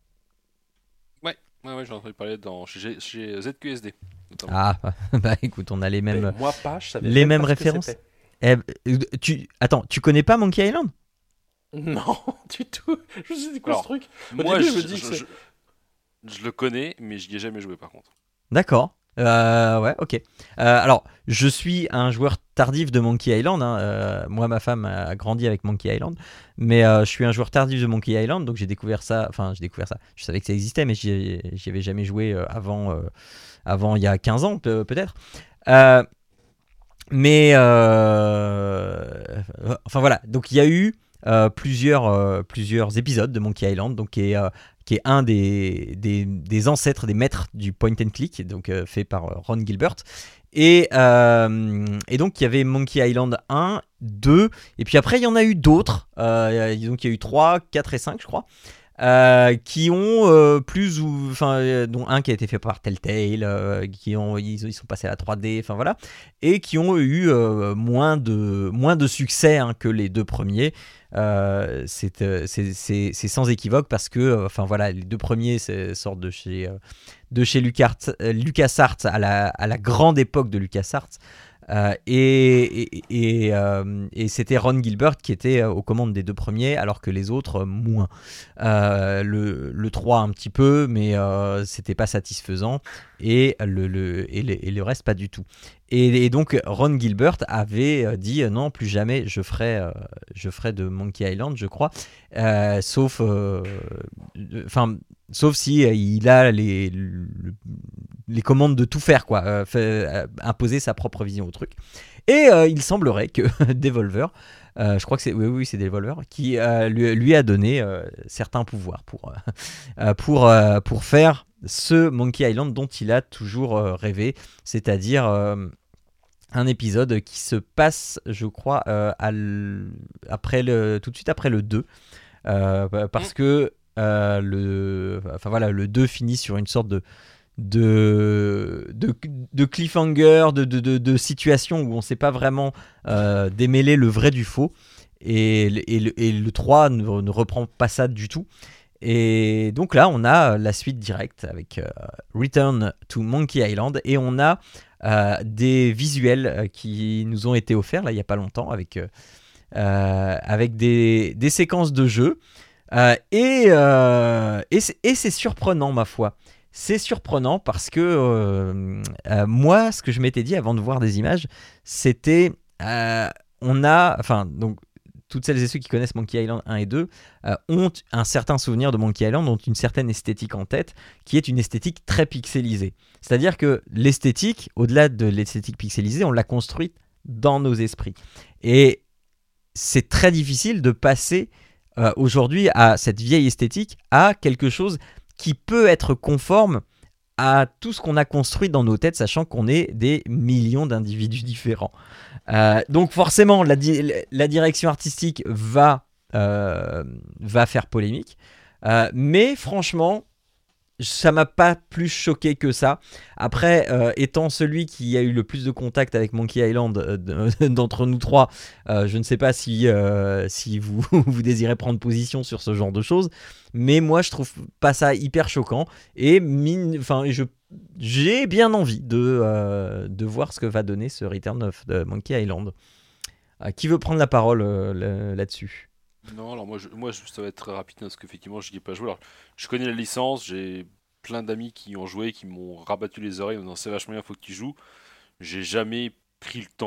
Ouais, ouais, j'en ai entendu parler dans, chez, chez Z Q S D. Notamment. Ah, bah écoute, on a les mêmes, Mais moi pas, je savais les même mêmes pas ce que références. c'était. Eh, euh, tu, attends, tu connais pas Monkey Island ? Non, du tout. Je me suis dit, c'est quoi Alors, ce truc? Au Moi, début, je, je me dis je, que je, je le connais, mais je n'y ai jamais joué par contre. D'accord. Euh, ouais, ok. Euh, alors, je suis un joueur tardif de Monkey Island. Hein. Euh, moi, ma femme a grandi avec Monkey Island, mais euh, je suis un joueur tardif de Monkey Island, donc j'ai découvert ça. Enfin, j'ai découvert ça. Je savais que ça existait, mais j'y, j'y avais jamais joué euh, avant, euh, avant il y a quinze ans pe- peut-être. Euh, mais euh, enfin voilà. Donc il y a eu euh, plusieurs, euh, plusieurs épisodes de Monkey Island, donc qui est euh, qui est un des, des, des ancêtres, des maîtres du point and click, donc euh, fait par euh, Ron Gilbert. Et, euh, et donc il y avait Monkey Island un, deux, et puis après il y en a eu d'autres. Euh, donc il y a eu trois, quatre et cinq, je crois. Euh, qui ont euh, plus ou enfin euh, dont un qui a été fait par Telltale, euh, qui ont ils, ils sont passés à la trois D, enfin voilà, et qui ont eu euh, moins de moins de succès hein, que les deux premiers. Euh, c'est, euh, c'est, c'est, c'est sans équivoque parce que enfin euh, voilà, les deux premiers c'est, sortent de chez euh, de chez Lucas, euh, LucasArts à la à la grande époque de LucasArts. Euh, et et, et, euh, et c'était Ron Gilbert qui était aux commandes des deux premiers, alors que les autres moins. Euh, le, le trois un petit peu, mais euh, c'était pas satisfaisant, et le, le, et, le, et le reste pas du tout. Et, et donc Ron Gilbert avait dit euh, non, plus jamais je ferai, euh, je ferai de Monkey Island, je crois, euh, sauf, enfin. Euh, Sauf si euh, il a les, le, les commandes de tout faire, quoi, euh, fait, euh, imposer sa propre vision au truc. Et euh, il semblerait que Devolver, euh, je crois que c'est, oui, oui, c'est Devolver, qui euh, lui, lui a donné euh, certains pouvoirs pour, euh, pour, euh, pour faire ce Monkey Island dont il a toujours euh, rêvé, c'est-à-dire euh, un épisode qui se passe, je crois, euh, à l... après le... tout de suite après le deux, euh, parce que Euh, le, enfin voilà, le deux finit sur une sorte de, de, de, de cliffhanger, de, de, de, de situation où on ne sait pas vraiment euh, démêler le vrai du faux. Et, et, le, et le trois ne, ne reprend pas ça du tout. Et donc là, on a la suite directe avec euh, Return to Monkey Island. Et on a euh, des visuels qui nous ont été offerts là, il n'y a pas longtemps avec, euh, avec des, des séquences de jeu. Euh, et, euh, et, c'est, et c'est surprenant, ma foi. C'est surprenant parce que euh, euh, moi, ce que je m'étais dit avant de voir des images, c'était euh, on a, enfin, donc toutes celles et ceux qui connaissent Monkey Island un et deux euh, ont un certain souvenir de Monkey Island, ont une certaine esthétique en tête, qui est une esthétique très pixelisée. C'est-à-dire que l'esthétique, au-delà de l'esthétique pixelisée, on l'a construite dans nos esprits. Et c'est très difficile de passer Euh, aujourd'hui à cette vieille esthétique, à quelque chose qui peut être conforme à tout ce qu'on a construit dans nos têtes, sachant qu'on est des millions d'individus différents. Euh, donc forcément, la, di- la direction artistique va, euh, va faire polémique, euh, mais franchement, ça m'a pas plus choqué que ça. Après, euh, étant celui qui a eu le plus de contact avec Monkey Island euh, d'entre nous trois, euh, je ne sais pas si, euh, si vous, vous désirez prendre position sur ce genre de choses, mais moi je trouve pas ça hyper choquant, et mine, enfin, je, j'ai bien envie de, euh, de voir ce que va donner ce Return of the Monkey Island. Euh, qui veut prendre la parole euh, là-dessus ? Non, alors moi, je, moi je, ça va être très rapide parce qu'effectivement, je n'y ai pas joué. Alors, je connais la licence, j'ai plein d'amis qui y ont joué, qui m'ont rabattu les oreilles en disant c'est vachement bien, faut que tu joues. J'ai jamais pris le temps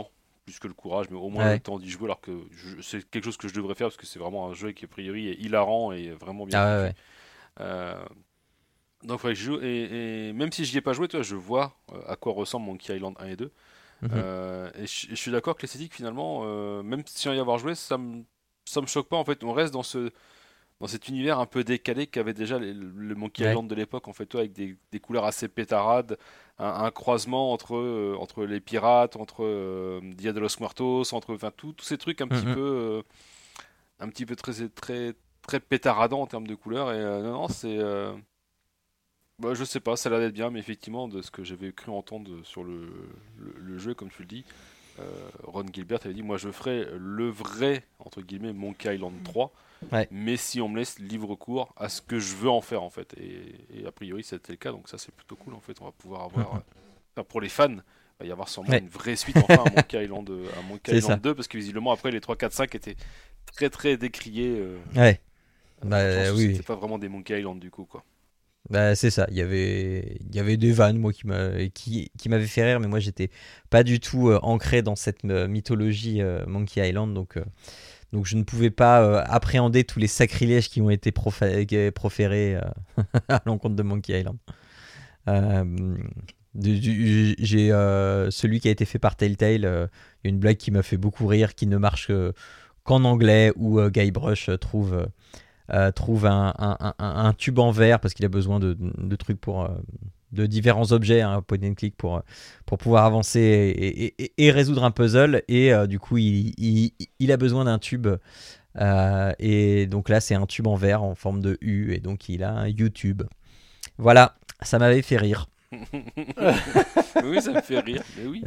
plus que le courage, mais au moins Ouais. le temps d'y jouer, alors que je- c'est quelque chose que je devrais faire parce que c'est vraiment un jeu qui a priori est hilarant et vraiment bien Ah ouais, foutu. ouais. Euh, donc il faudrait que je joue, et, et même si je n'y ai pas joué, toi, je vois euh, à quoi ressemble Monkey Island un et deux. Mhm. Euh, et je, je suis d'accord que l'esthétique, finalement, euh, même sans y avoir joué, ça me, ça me choque pas. En fait, on reste dans ce, dans cet univers un peu décalé qu'avait déjà les- le Monkey Ouais. Island de l'époque, en fait, toi, avec des, des couleurs assez pétarades, un, un croisement entre, euh, entre les pirates, entre euh, Dia de los Muertos, entre, enfin, tout- tous ces trucs un petit Mhm. peu, euh, un petit peu très, très, très pétaradants en termes de couleurs. Et euh, non, non, c'est, euh, bah, je sais pas, ça a l'air d'être bien, mais effectivement, de ce que j'avais cru entendre sur le, le, le jeu, comme tu le dis, euh, Ron Gilbert avait dit, moi, je ferai le vrai, entre guillemets, Monkey Island trois. Ouais. Mais si on me laisse libre cours à ce que je veux en faire, en fait. Et, et a priori, c'était le cas, donc ça, c'est plutôt cool, en fait. On va pouvoir avoir, Mhm. euh, enfin, pour les fans, il va y avoir sûrement Ouais. une vraie suite, enfin, à Monkey Island, euh, à Monkey C'est Island ça. deux, parce que visiblement, après, les trois, quatre, cinq étaient très, très décriés. Euh, Ouais. dans Bah, le sens où oui, oui. C'était pas vraiment des Monkey Island, du coup, quoi. Bah, c'est ça. Il y avait, il y avait des vannes, moi, qui m'a, qui, qui m'avaient fait rire, mais moi, j'étais pas du tout euh, ancré dans cette euh, mythologie euh, Monkey Island, donc, euh, donc je ne pouvais pas euh, appréhender tous les sacrilèges qui ont été profa- qui- proférés euh, à l'encontre de Monkey Island. Euh, du- du- j'ai euh, celui qui a été fait par Telltale. euh, Il y a une blague qui m'a fait beaucoup rire, qui ne marche que- qu'en anglais, où euh, Guybrush euh, trouve. euh, euh, trouve un, un- un- un tube en verre parce qu'il a besoin de, de trucs pour euh, de différents objets, hein, point and click pour, pour pouvoir avancer et, et- et- et résoudre un puzzle, et euh, du coup il, il- il a besoin d'un tube, euh, et donc là c'est un tube en verre en forme de U, et donc il a un YouTube. Voilà, ça m'avait fait rire. Oui, ça me fait rire, mais oui.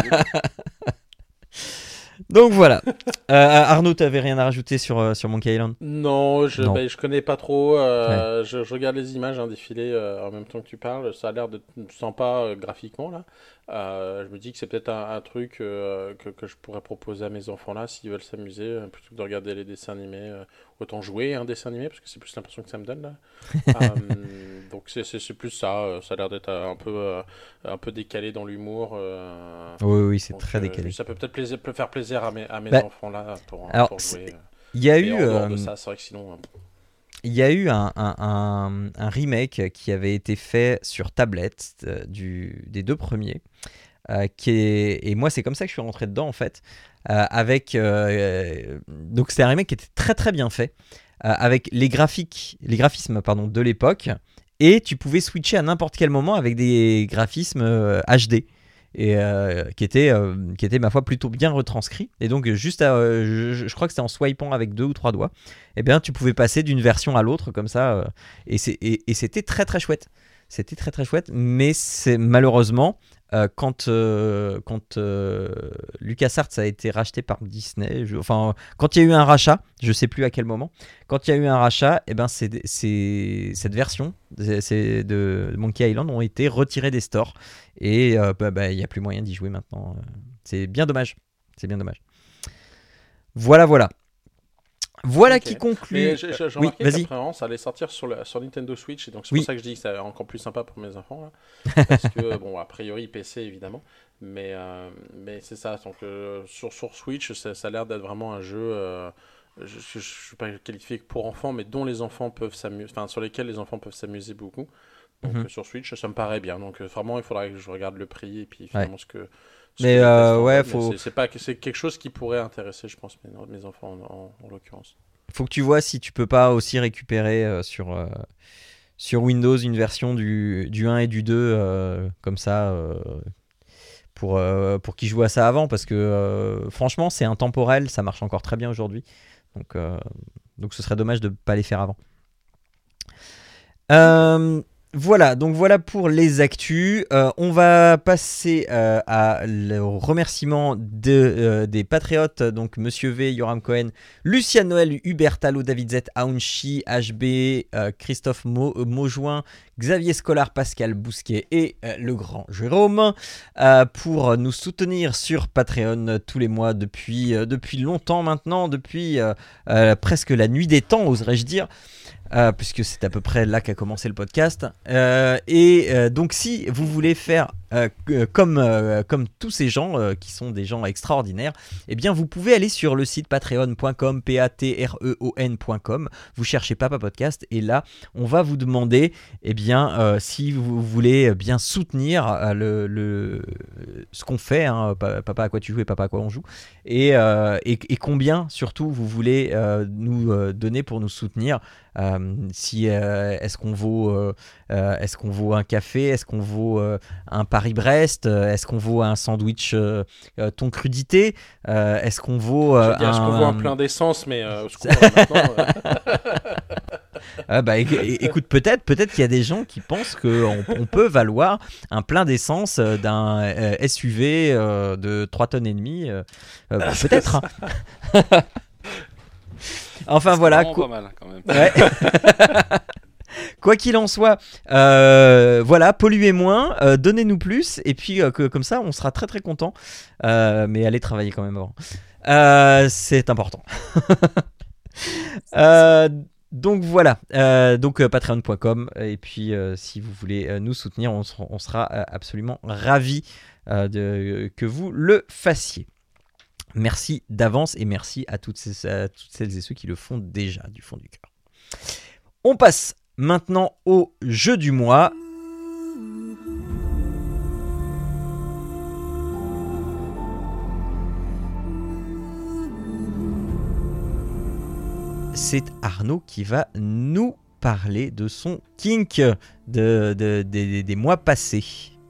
Donc voilà. Euh, Arnaud, t'avais rien à rajouter sur, euh, sur Monkey Island? Non, je, Non. bah, je connais pas trop. euh, je, je regarde les images hein, défiler euh, en même temps que tu parles. Ça a l'air de sympa euh, graphiquement là. Euh, je me dis que c'est peut-être un, un truc euh, que, que je pourrais proposer à mes enfants là s'ils veulent s'amuser euh, plutôt que de regarder les dessins animés. euh, autant jouer un dessin animé parce que c'est plus l'impression que ça me donne là. Euh, donc c'est, c'est, c'est plus ça. euh, Ça a l'air d'être un peu euh, un peu décalé dans l'humour. euh, Oui, oui, c'est donc, très euh, décalé. Ça peut peut-être plaisir, peut faire plaisir à mes, à mes Bah, enfants là pour, alors, pour jouer. c'est- euh. Il y a Et eu, en dehors euh, de ça, c'est vrai que sinon. euh, il y a eu un, un- un- un remake qui avait été fait sur tablette euh, du, des deux premiers. euh, qui est, et moi, c'est comme ça que je suis rentré dedans en fait. euh, avec, euh, donc, c'est un remake qui était très très bien fait. euh, avec les, graphiques, les graphismes pardon, de l'époque. Et tu pouvais switcher à n'importe quel moment avec des graphismes euh, H D. Et euh, qui était euh, qui était ma foi plutôt bien retranscrit, et donc juste à, euh, je, je crois que c'était en swipant avec deux ou trois doigts, et bien tu pouvais passer d'une version à l'autre comme ça, euh, et, c'est, et, et c'était très très chouette, c'était très très chouette, mais c'est malheureusement euh, quand euh, quand euh, LucasArts a été racheté par Disney, je- enfin quand il y a eu un rachat, je sais plus à quel moment, quand il y a eu un rachat, et ben c'est, c'est cette version c'est, c'est de Monkey Island ont été retirées des stores. Et euh, bah, bah, y a plus moyen d'y jouer maintenant. euh, C'est bien dommage. C'est bien dommage. Voilà, voilà. Voilà Ok. qui conclut. Mais j'ai, j'ai j'ai Oui, remarqué vas-y. qu'après vraiment, ça allait sortir sur, le, sur Nintendo Switch, et donc c'est Oui. pour ça que je dis que c'est encore plus sympa pour mes enfants. Là, parce que, bon, a priori, P C évidemment, mais, euh, mais c'est ça. Donc, euh, sur, sur Switch, ça, ça a l'air d'être vraiment un jeu. Euh, je ne suis pas qualifié que pour enfants, mais dont les enfants peuvent s'amuser, enfin, sur lesquels les enfants peuvent s'amuser beaucoup. Donc, Mhm. euh, sur Switch, ça me paraît bien. Donc, euh, vraiment, il faudra que je regarde le prix et puis finalement ce que. ce Mais, que les euh, tests en ouais, veulent, mais faut- c'est, c'est pas, c'est quelque chose qui pourrait intéresser, je pense, mes, mes enfants en, en, en l'occurrence. Faut que tu vois si tu peux pas aussi récupérer euh, sur, euh, sur Windows une version du, du un et du deux, euh, comme ça, euh, pour, euh, pour qu'ils jouent à ça avant, parce que euh, franchement, c'est intemporel, ça marche encore très bien aujourd'hui. Donc, euh, donc ce serait dommage de ne pas les faire avant. Euh, voilà, donc voilà pour les actus. Euh, on va passer euh, à le remerciement de, euh, des patriotes, donc Monsieur V, Yoram Cohen, Lucien Noël, Hubert Talot, David Z, Aounchi, H B, euh, Christophe Mo, euh, Maujoin, Xavier Scolar, Pascal Bousquet et euh, le grand Jérôme euh, pour nous soutenir sur Patreon euh, tous les mois depuis, euh, depuis longtemps maintenant, depuis euh, euh, presque la nuit des temps, oserais-je dire. Euh, puisque c'est à peu près là qu'a commencé le podcast. Euh, et euh, donc si vous voulez faire Euh, comme, euh, comme tous ces gens euh, qui sont des gens extraordinaires, eh bien vous pouvez aller sur le site patreon point com, p a t r e o n point com, vous cherchez Papa Podcast et là on va vous demander eh bien, euh, si vous voulez bien soutenir euh, le, le, ce qu'on fait, hein, Papa à quoi tu joues et Papa à quoi on joue, et, euh, et, et combien surtout vous voulez euh, nous euh, donner pour nous soutenir. Euh, si, euh, est-ce qu'on vaut, euh, euh, est-ce qu'on vaut un café, est-ce qu'on vaut euh, un Paris-Brest, euh, est-ce qu'on vaut un sandwich euh, euh, thon crudité, euh, est-ce qu'on vaut euh, dire, un... Est-ce qu'on vaut un plein d'essence, mais euh, au secours, là, maintenant, euh... ah bah, éc- écoute, peut-être, peut-être qu'il y a des gens qui pensent qu'on on peut valoir un plein d'essence d'un euh, S U V euh, de trois tonnes et demie, euh, euh, peut-être. Hein. Enfin c'est voilà. vraiment Co- pas mal quand même. Ouais. Quoi qu'il en soit, euh, voilà, polluez moins, euh, donnez-nous plus, et puis euh, que, comme ça, on sera très très content. Euh, mais allez travailler quand même avant. Euh, c'est important. euh, donc voilà, euh, donc euh, patreon point com, et puis euh, si vous voulez euh, nous soutenir, on sera, on sera euh, absolument ravis euh, de, que vous le fassiez. Merci d'avance et merci à toutes, ces, à toutes celles et ceux qui le font déjà du fond du cœur. On passe maintenant au jeu du mois. C'est Arnaud qui va nous parler de son kink de, de, de, des mois passés.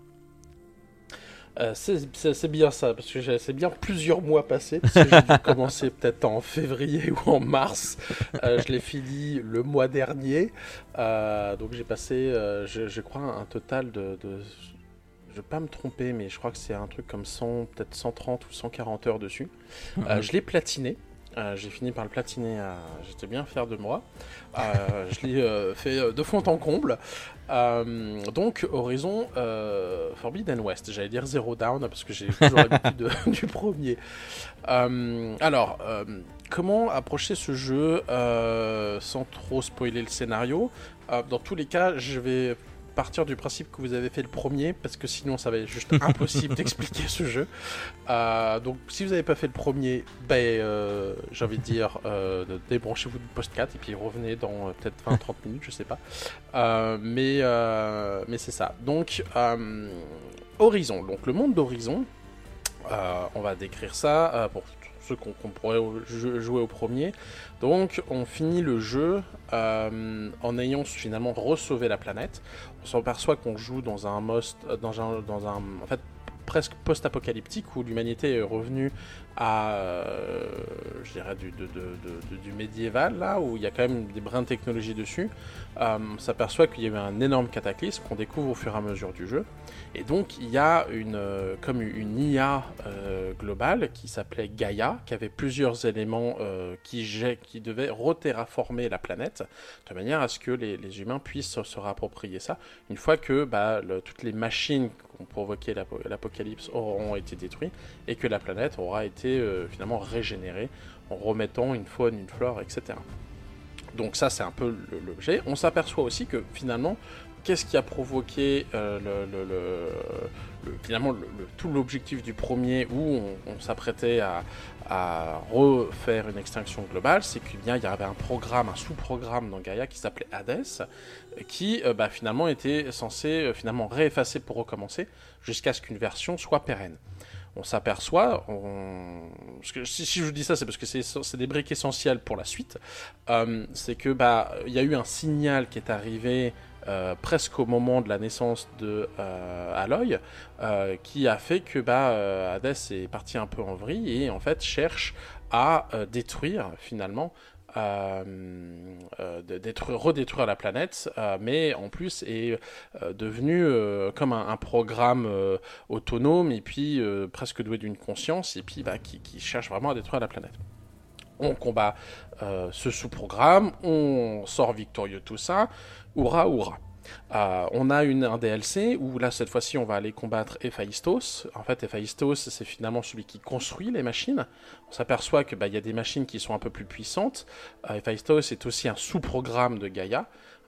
Euh, c'est, c'est, c'est bien ça, parce que j'ai, c'est bien plusieurs mois passés, parce que j'ai dû commencer peut-être en février ou en mars. Euh, je l'ai fini le mois dernier, euh, donc j'ai passé, euh, je, je crois, un total de, de... Je ne vais pas me tromper, mais je crois que c'est un truc comme cent, peut-être cent trente ou cent quarante heures dessus. Euh, je l'ai platiné. Euh, j'ai fini par le platiner, euh, j'étais bien fier de moi. Euh, je l'ai euh, fait de fond en comble. Euh, donc, Horizon euh, Forbidden West, j'allais dire Zero Down parce que j'ai toujours l'habitude de, du premier. Euh, alors, euh, comment approcher ce jeu euh, sans trop spoiler le scénario? euh, Dans tous les cas, je vais partir du principe que vous avez fait le premier parce que sinon ça va être juste impossible d'expliquer ce jeu. Euh, donc si vous n'avez pas fait le premier, ben, euh, j'ai envie de dire euh, de débranchez-vous du podcast et puis revenez dans euh, peut-être vingt à trente minutes, je sais pas. Euh, mais, euh, mais c'est ça. Donc euh, Horizon, donc le monde d'Horizon, euh, on va décrire ça euh, pour ceux qu'on, qu'on pourrait jouer au premier. Donc on finit le jeu euh, en ayant finalement re-sauvé la planète. On s'aperçoit qu'on joue dans un most, dans un, dans un en fait presque post-apocalyptique où l'humanité est revenue à, euh, je dirais, du, de, de, de, de, du médiéval, là, où il y a quand même des brins de technologie dessus. Euh, on s'aperçoit qu'il y a eu un énorme cataclysme qu'on découvre au fur et à mesure du jeu. Et donc, il y a une, euh, comme une I A euh, globale qui s'appelait Gaïa, qui avait plusieurs éléments euh, qui, qui devaient reterraformer la planète, de manière à ce que les, les humains puissent se, se réapproprier ça, une fois que bah, le, toutes les machines qui ont provoqué l'ap- l'apocalypse auront été détruites, et que la planète aura été euh, finalement régénérée, en remettant une faune, une flore, et cetera. Donc ça, c'est un peu l'objet. On s'aperçoit aussi que finalement, qu'est-ce qui a provoqué euh, le, le, le, le, finalement le, le, tout l'objectif du premier où on, on s'apprêtait à, à refaire une extinction globale, c'est qu'il y avait un programme, un sous-programme dans Gaïa qui s'appelait Hades, qui euh, bah, finalement était censé euh, finalement réeffacer pour recommencer jusqu'à ce qu'une version soit pérenne. On s'aperçoit, on... parce que si, si je vous dis ça, c'est parce que c'est, c'est des briques essentielles pour la suite, euh, c'est que bah, y a eu un signal qui est arrivé euh, presque au moment de la naissance de euh, Aloy, euh, qui a fait que bah, euh, Hades est parti un peu en vrille et en fait cherche à euh, détruire finalement Euh, euh, détruire, redétruire la planète, euh, mais en plus est euh, devenu euh, comme un, un programme euh, autonome et puis euh, presque doué d'une conscience et puis bah, qui, qui cherche vraiment à détruire la planète. On combat euh, ce sous-programme, on sort victorieux de tout ça, hurrah hurrah. Euh, on a une, un D L C où là cette fois-ci on va aller combattre Héphaïstos. En fait Héphaïstos c'est finalement celui qui construit les machines. On s'aperçoit que bah, y a des machines qui sont un peu plus puissantes. euh, Héphaïstos est aussi un sous-programme de Gaïa.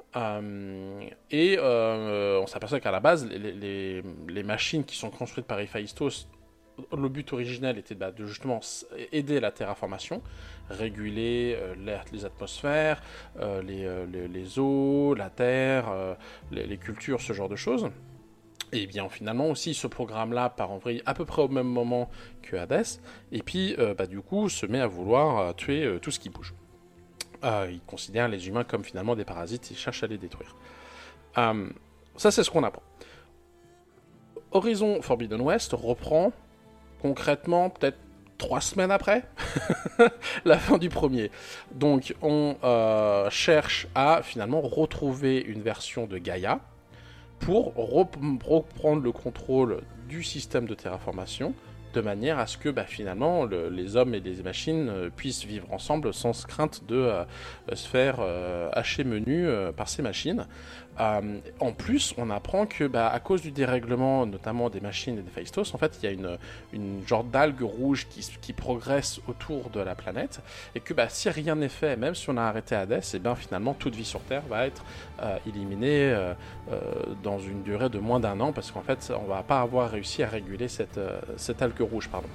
Euh, et euh, on s'aperçoit qu'à la base, les, les, les machines qui sont construites par Héphaïstos, le but originel était bah, de justement aider la terraformation, réguler euh, l'air, les atmosphères, euh, les, euh, les, les eaux, la terre, euh, les, les cultures, ce genre de choses. Et bien finalement aussi ce programme-là part en vrille à peu près au même moment que Hadès, et puis euh, bah, du coup se met à vouloir euh, tuer euh, tout ce qui bouge. Euh, il considère les humains comme finalement des parasites, il cherche à les détruire. Euh, ça c'est ce qu'on apprend. Horizon Forbidden West reprend concrètement peut-être trois semaines après la fin du premier. Donc on euh, cherche à finalement retrouver une version de Gaïa, pour reprendre le contrôle du système de terraformation, de manière à ce que bah, finalement le, les hommes et les machines euh, puissent vivre ensemble sans crainte de euh, se faire euh, hacher menu euh, par ces machines. Euh, en plus, on apprend que bah, à cause du dérèglement, notamment des machines et des Héphaïstos, en fait, il y a une, une genre d'algue rouge qui, qui progresse autour de la planète, et que bah, si rien n'est fait, même si on a arrêté Hadès, et bien finalement toute vie sur Terre va être euh, éliminée euh, euh, dans une durée de moins d'un an, parce qu'en fait, on va pas avoir réussi à réguler cette, euh, cette algue rouge, pardon.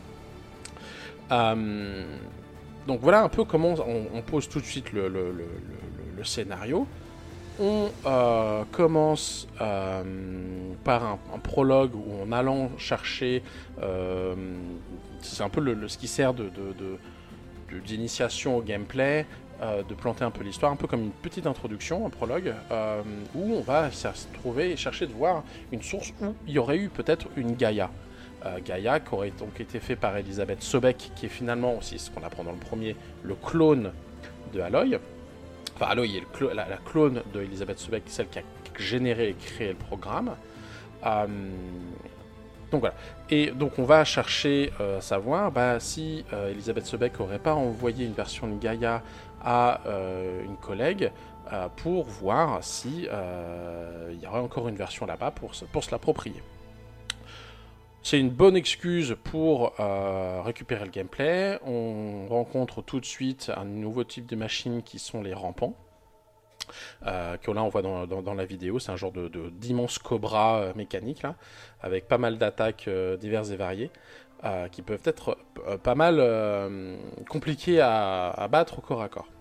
Euh, donc voilà un peu comment on, on pose tout de suite le, le, le, le, le scénario. On euh, commence euh, par un, un prologue où en allant chercher, euh, c'est un peu le, le, ce qui sert de, de, de, de, d'initiation au gameplay, euh, de planter un peu l'histoire, un peu comme une petite introduction, un prologue, euh, où on va se trouver et chercher de voir une source où il y aurait eu peut-être une Gaïa. Euh, Gaïa qui aurait donc été fait par Elisabeth Sobeck, qui est finalement aussi ce qu'on apprend dans le premier, le clone de Aloy. Enfin, Aloy est le clo- la, la clone de Elisabeth Sobeck, celle qui a généré et créé le programme. Euh, donc voilà. Et donc on va chercher euh, à savoir bah, si euh, Elisabeth Sobeck n'aurait pas envoyé une version de Gaïa à euh, une collègue euh, pour voir si euh, il y aurait encore une version là-bas pour, pour se l'approprier. C'est une bonne excuse pour euh, récupérer le gameplay. On rencontre tout de suite un nouveau type de machine qui sont les rampants. Euh, que là on voit dans, dans, dans la vidéo, c'est un genre de, de, d'immense cobra euh, mécanique là, avec pas mal d'attaques euh, diverses et variées, euh, qui peuvent être euh, pas mal euh, compliquées à, à battre au corps à corps.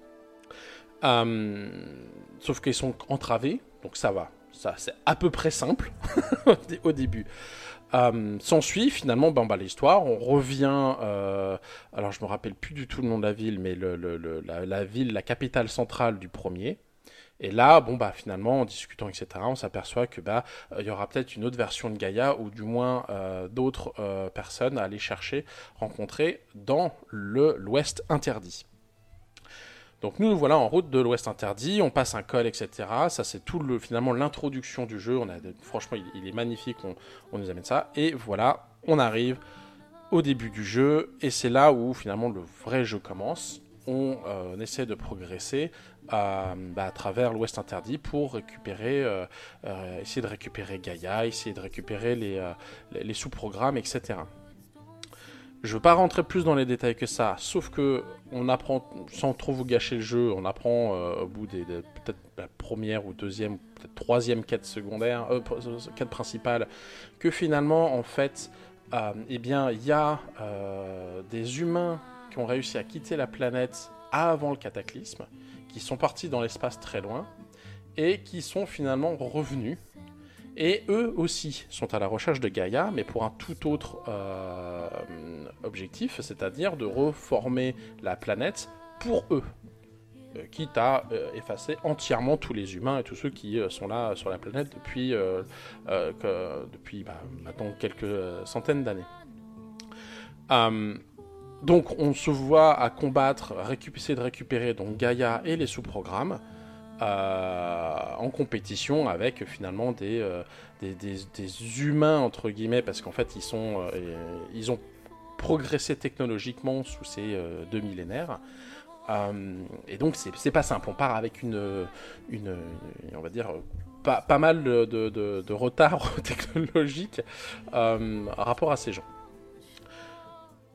Euh, sauf qu'ils sont entravés, donc ça va. Ça, c'est à peu près simple au début. Euh, s'ensuit finalement ben, bah, l'histoire, on revient, euh, alors je me rappelle plus du tout le nom de la ville, mais le, le, le, la, la ville, la capitale centrale du premier. Et là, bon bah finalement, en discutant, et cetera, on s'aperçoit que bah il y aura peut-être une autre version de Gaïa, ou du moins euh, d'autres euh, personnes à aller chercher, rencontrer dans le l'Ouest interdit. Donc nous, nous voilà en route de l'Ouest interdit, on passe un col, et cetera. Ça, c'est tout le, finalement l'introduction du jeu. On a, franchement, il, il est magnifique, on, on nous amène ça. Et voilà, on arrive au début du jeu, et c'est là où finalement le vrai jeu commence. On euh, essaie de progresser euh, bah, à travers l'Ouest interdit pour récupérer, euh, euh, essayer de récupérer Gaïa, essayer de récupérer les, euh, les, les sous-programmes, et cetera. Je ne veux pas rentrer plus dans les détails que ça, sauf que on apprend, sans trop vous gâcher le jeu, on apprend euh, au bout des, des peut-être la première ou deuxième, peut-être troisième quête secondaire, euh, quête principale, que finalement, en fait, euh, eh bien, il y a euh, des humains qui ont réussi à quitter la planète avant le cataclysme, qui sont partis dans l'espace très loin, et qui sont finalement revenus. Et eux aussi sont à la recherche de Gaïa, mais pour un tout autre euh, objectif, c'est-à-dire de reformer la planète pour eux, euh, quitte à euh, effacer entièrement tous les humains et tous ceux qui euh, sont là sur la planète depuis, euh, euh, que, depuis bah, maintenant quelques centaines d'années. Euh, donc on se voit à combattre, récupérer, essayer de récupérer donc Gaïa et les sous-programmes, Euh, en compétition avec finalement des, euh, des, des, des humains entre guillemets, parce qu'en fait ils, sont, euh, ils ont progressé technologiquement sous ces euh, deux millénaires, euh, et donc c'est, c'est pas simple, on part avec une, une, une on va dire pas, pas mal de, de, de, de retard technologique euh, par rapport à ces gens.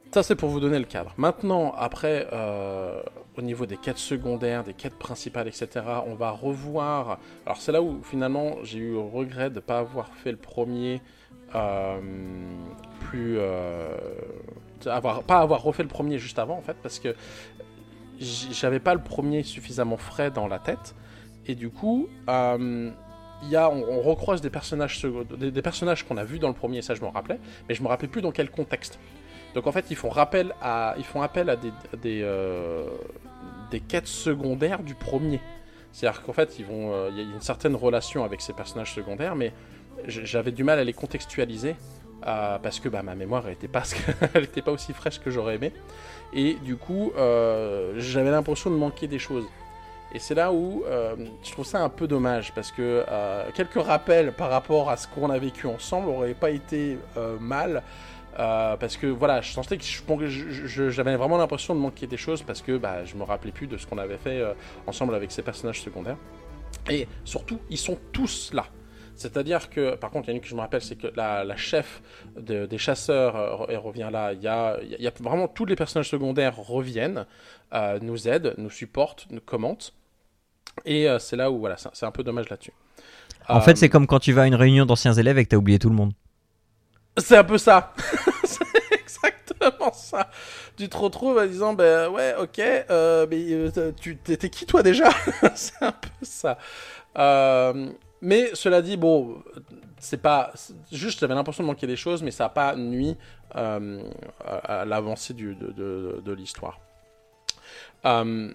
Ça, c'est pour vous donner le cadre. Maintenant, après, euh, au niveau des quêtes secondaires, des quêtes principales, et cetera, on va revoir... Alors, c'est là où, finalement, j'ai eu le regret de ne pas avoir fait le premier euh, plus... Euh, avoir, pas avoir refait le premier juste avant, en fait, parce que j'avais pas le premier suffisamment frais dans la tête. Et du coup... Euh, Il y a, on, on recroise des personnages, des, des personnages qu'on a vus dans le premier, ça je m'en rappelais, mais je me rappelais plus dans quel contexte. Donc en fait, ils font, rappel à, ils font appel à des, des, euh, des quêtes secondaires du premier. C'est-à-dire qu'en fait, il euh, y a une certaine relation avec ces personnages secondaires, mais j'avais du mal à les contextualiser, euh, parce que bah, ma mémoire n'était pas, pas aussi fraîche que j'aurais aimé. Et du coup, euh, j'avais l'impression de manquer des choses. Et c'est là où euh, je trouve ça un peu dommage, parce que euh, quelques rappels par rapport à ce qu'on a vécu ensemble n'auraient pas été euh, mal, euh, parce que voilà, je sentais que je, je, je, j'avais vraiment l'impression de manquer des choses, parce que bah, je me rappelais plus de ce qu'on avait fait euh, ensemble avec ces personnages secondaires. Et surtout, ils sont tous là. C'est-à-dire que, par contre, il y en a une que je me rappelle, c'est que la, la chef de, des chasseurs, euh, elle revient là. Il y a, il y a vraiment tous les personnages secondaires reviennent, euh, nous aident, nous supportent, nous commentent. Et euh, c'est là où voilà, c'est, c'est un peu dommage là-dessus. En euh, fait, c'est comme quand tu vas à une réunion d'anciens élèves et que t'as oublié tout le monde. C'est un peu ça. C'est exactement ça. Tu te retrouves en disant, ben ouais, ok, euh, mais euh, tu t'étais qui toi déjà? C'est un peu ça. Euh, mais cela dit, bon, c'est pas c'est juste, j'avais l'impression de manquer des choses, mais ça n'a pas nuit euh, à, à l'avancée du, de, de, de l'histoire. Euh,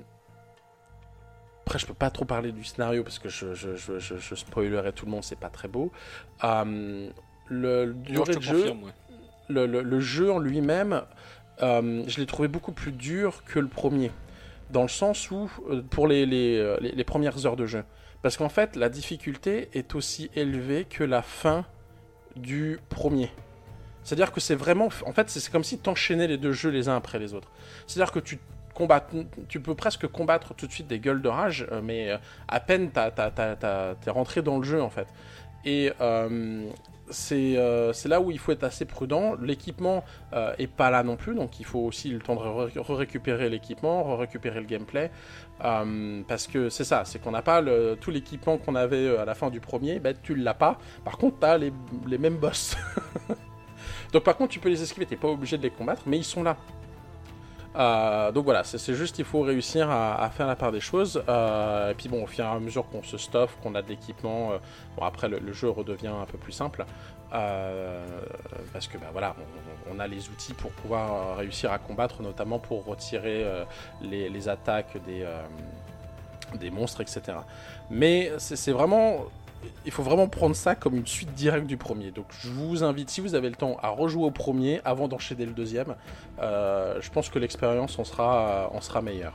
Après, je peux pas trop parler du scénario parce que je, je, je, je, je spoilerai tout le monde, c'est pas très beau. Euh, le, le durée de jeu, confirme, ouais. le, le, le jeu en lui-même, euh, je l'ai trouvé beaucoup plus dur que le premier, dans le sens où euh, pour les, les, les, les premières heures de jeu, parce qu'en fait, la difficulté est aussi élevée que la fin du premier. C'est-à-dire que c'est vraiment, en fait, c'est comme si t'enchaînais les deux jeux les uns après les autres. C'est-à-dire que tu Combattre, tu peux presque combattre tout de suite des gueules de rage, mais à peine t'as, t'as, t'as, t'as, t'es rentré dans le jeu en fait. Et euh, c'est, euh, c'est là où il faut être assez prudent. L'équipement euh, est pas là non plus, donc il faut aussi le temps de re- récupérer l'équipement, re- récupérer le gameplay, euh, parce que c'est ça, c'est qu'on n'a pas le, tout l'équipement qu'on avait à la fin du premier, ben tu l'as pas. Par contre, t'as les, les mêmes boss. Donc par contre, tu peux les esquiver, t'es pas obligé de les combattre, mais ils sont là. Euh, donc voilà, c'est, c'est juste il faut réussir à, à faire la part des choses. Euh, et puis bon, au fur et à mesure qu'on se stuffe, qu'on a de l'équipement, euh, bon après le, le jeu redevient un peu plus simple. Euh, parce que bah voilà, on, on a les outils pour pouvoir réussir à combattre, notamment pour retirer euh, les, les attaques des, euh, des monstres, et cetera. Mais c'est, c'est vraiment... Il faut vraiment prendre ça comme une suite directe du premier. Donc je vous invite, si vous avez le temps, à rejouer au premier avant d'enchaîner le deuxième. Euh, je pense que l'expérience en sera, en sera meilleure.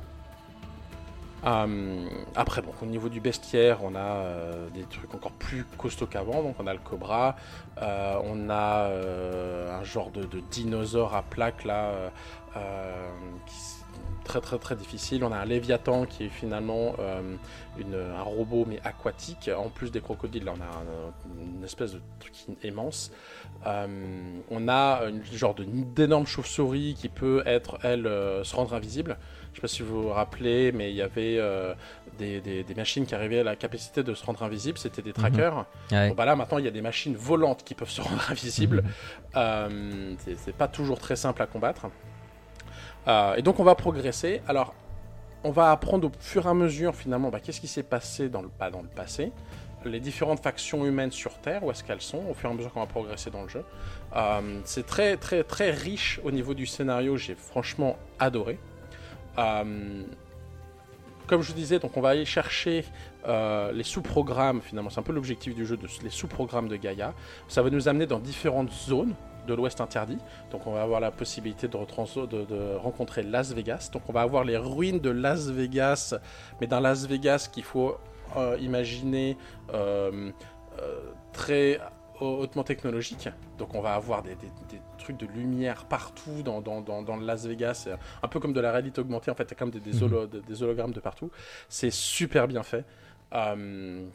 Euh, après, bon, au niveau du bestiaire, on a euh, des trucs encore plus costauds qu'avant. Donc on a le cobra, euh, on a euh, un genre de, de dinosaure à plaques là, euh, qui très très très difficile. On a un léviathan qui est finalement euh, une, un robot mais aquatique. En plus des crocodiles, là on a un, une espèce de truc immense. Euh, on a une genre de, d'énorme chauve-souris qui peut être, elle, euh, se rendre invisible. Je sais pas si vous vous rappelez, mais il y avait euh, des, des, des machines qui arrivaient à la capacité de se rendre invisible, c'était des trackers. Mmh. Ouais. Bon, bah là maintenant il y a des machines volantes qui peuvent se rendre invisibles. Mmh. Euh, c'est, c'est pas toujours très simple à combattre. Euh, et donc on va progresser. Alors on va apprendre au fur et à mesure finalement bah, qu'est-ce qui s'est passé dans le, bah, dans le passé, les différentes factions humaines sur Terre, où est-ce qu'elles sont, au fur et à mesure qu'on va progresser dans le jeu. Euh, c'est très très très riche au niveau du scénario, j'ai franchement adoré. Euh, comme je vous disais, donc on va aller chercher euh, les sous-programmes, finalement c'est un peu l'objectif du jeu, de, les sous-programmes de Gaïa. Ça va nous amener dans différentes zones de l'Ouest interdit, donc on va avoir la possibilité de, retrans- de, de rencontrer Las Vegas, donc on va avoir les ruines de Las Vegas, mais d'un Las Vegas qu'il faut euh, imaginer euh, euh, très hautement technologique, donc on va avoir des, des, des trucs de lumière partout dans, dans, dans, dans Las Vegas, un peu comme de la réalité augmentée, en fait il y a comme des, des, holo- des hologrammes de partout, c'est super bien fait. Euh,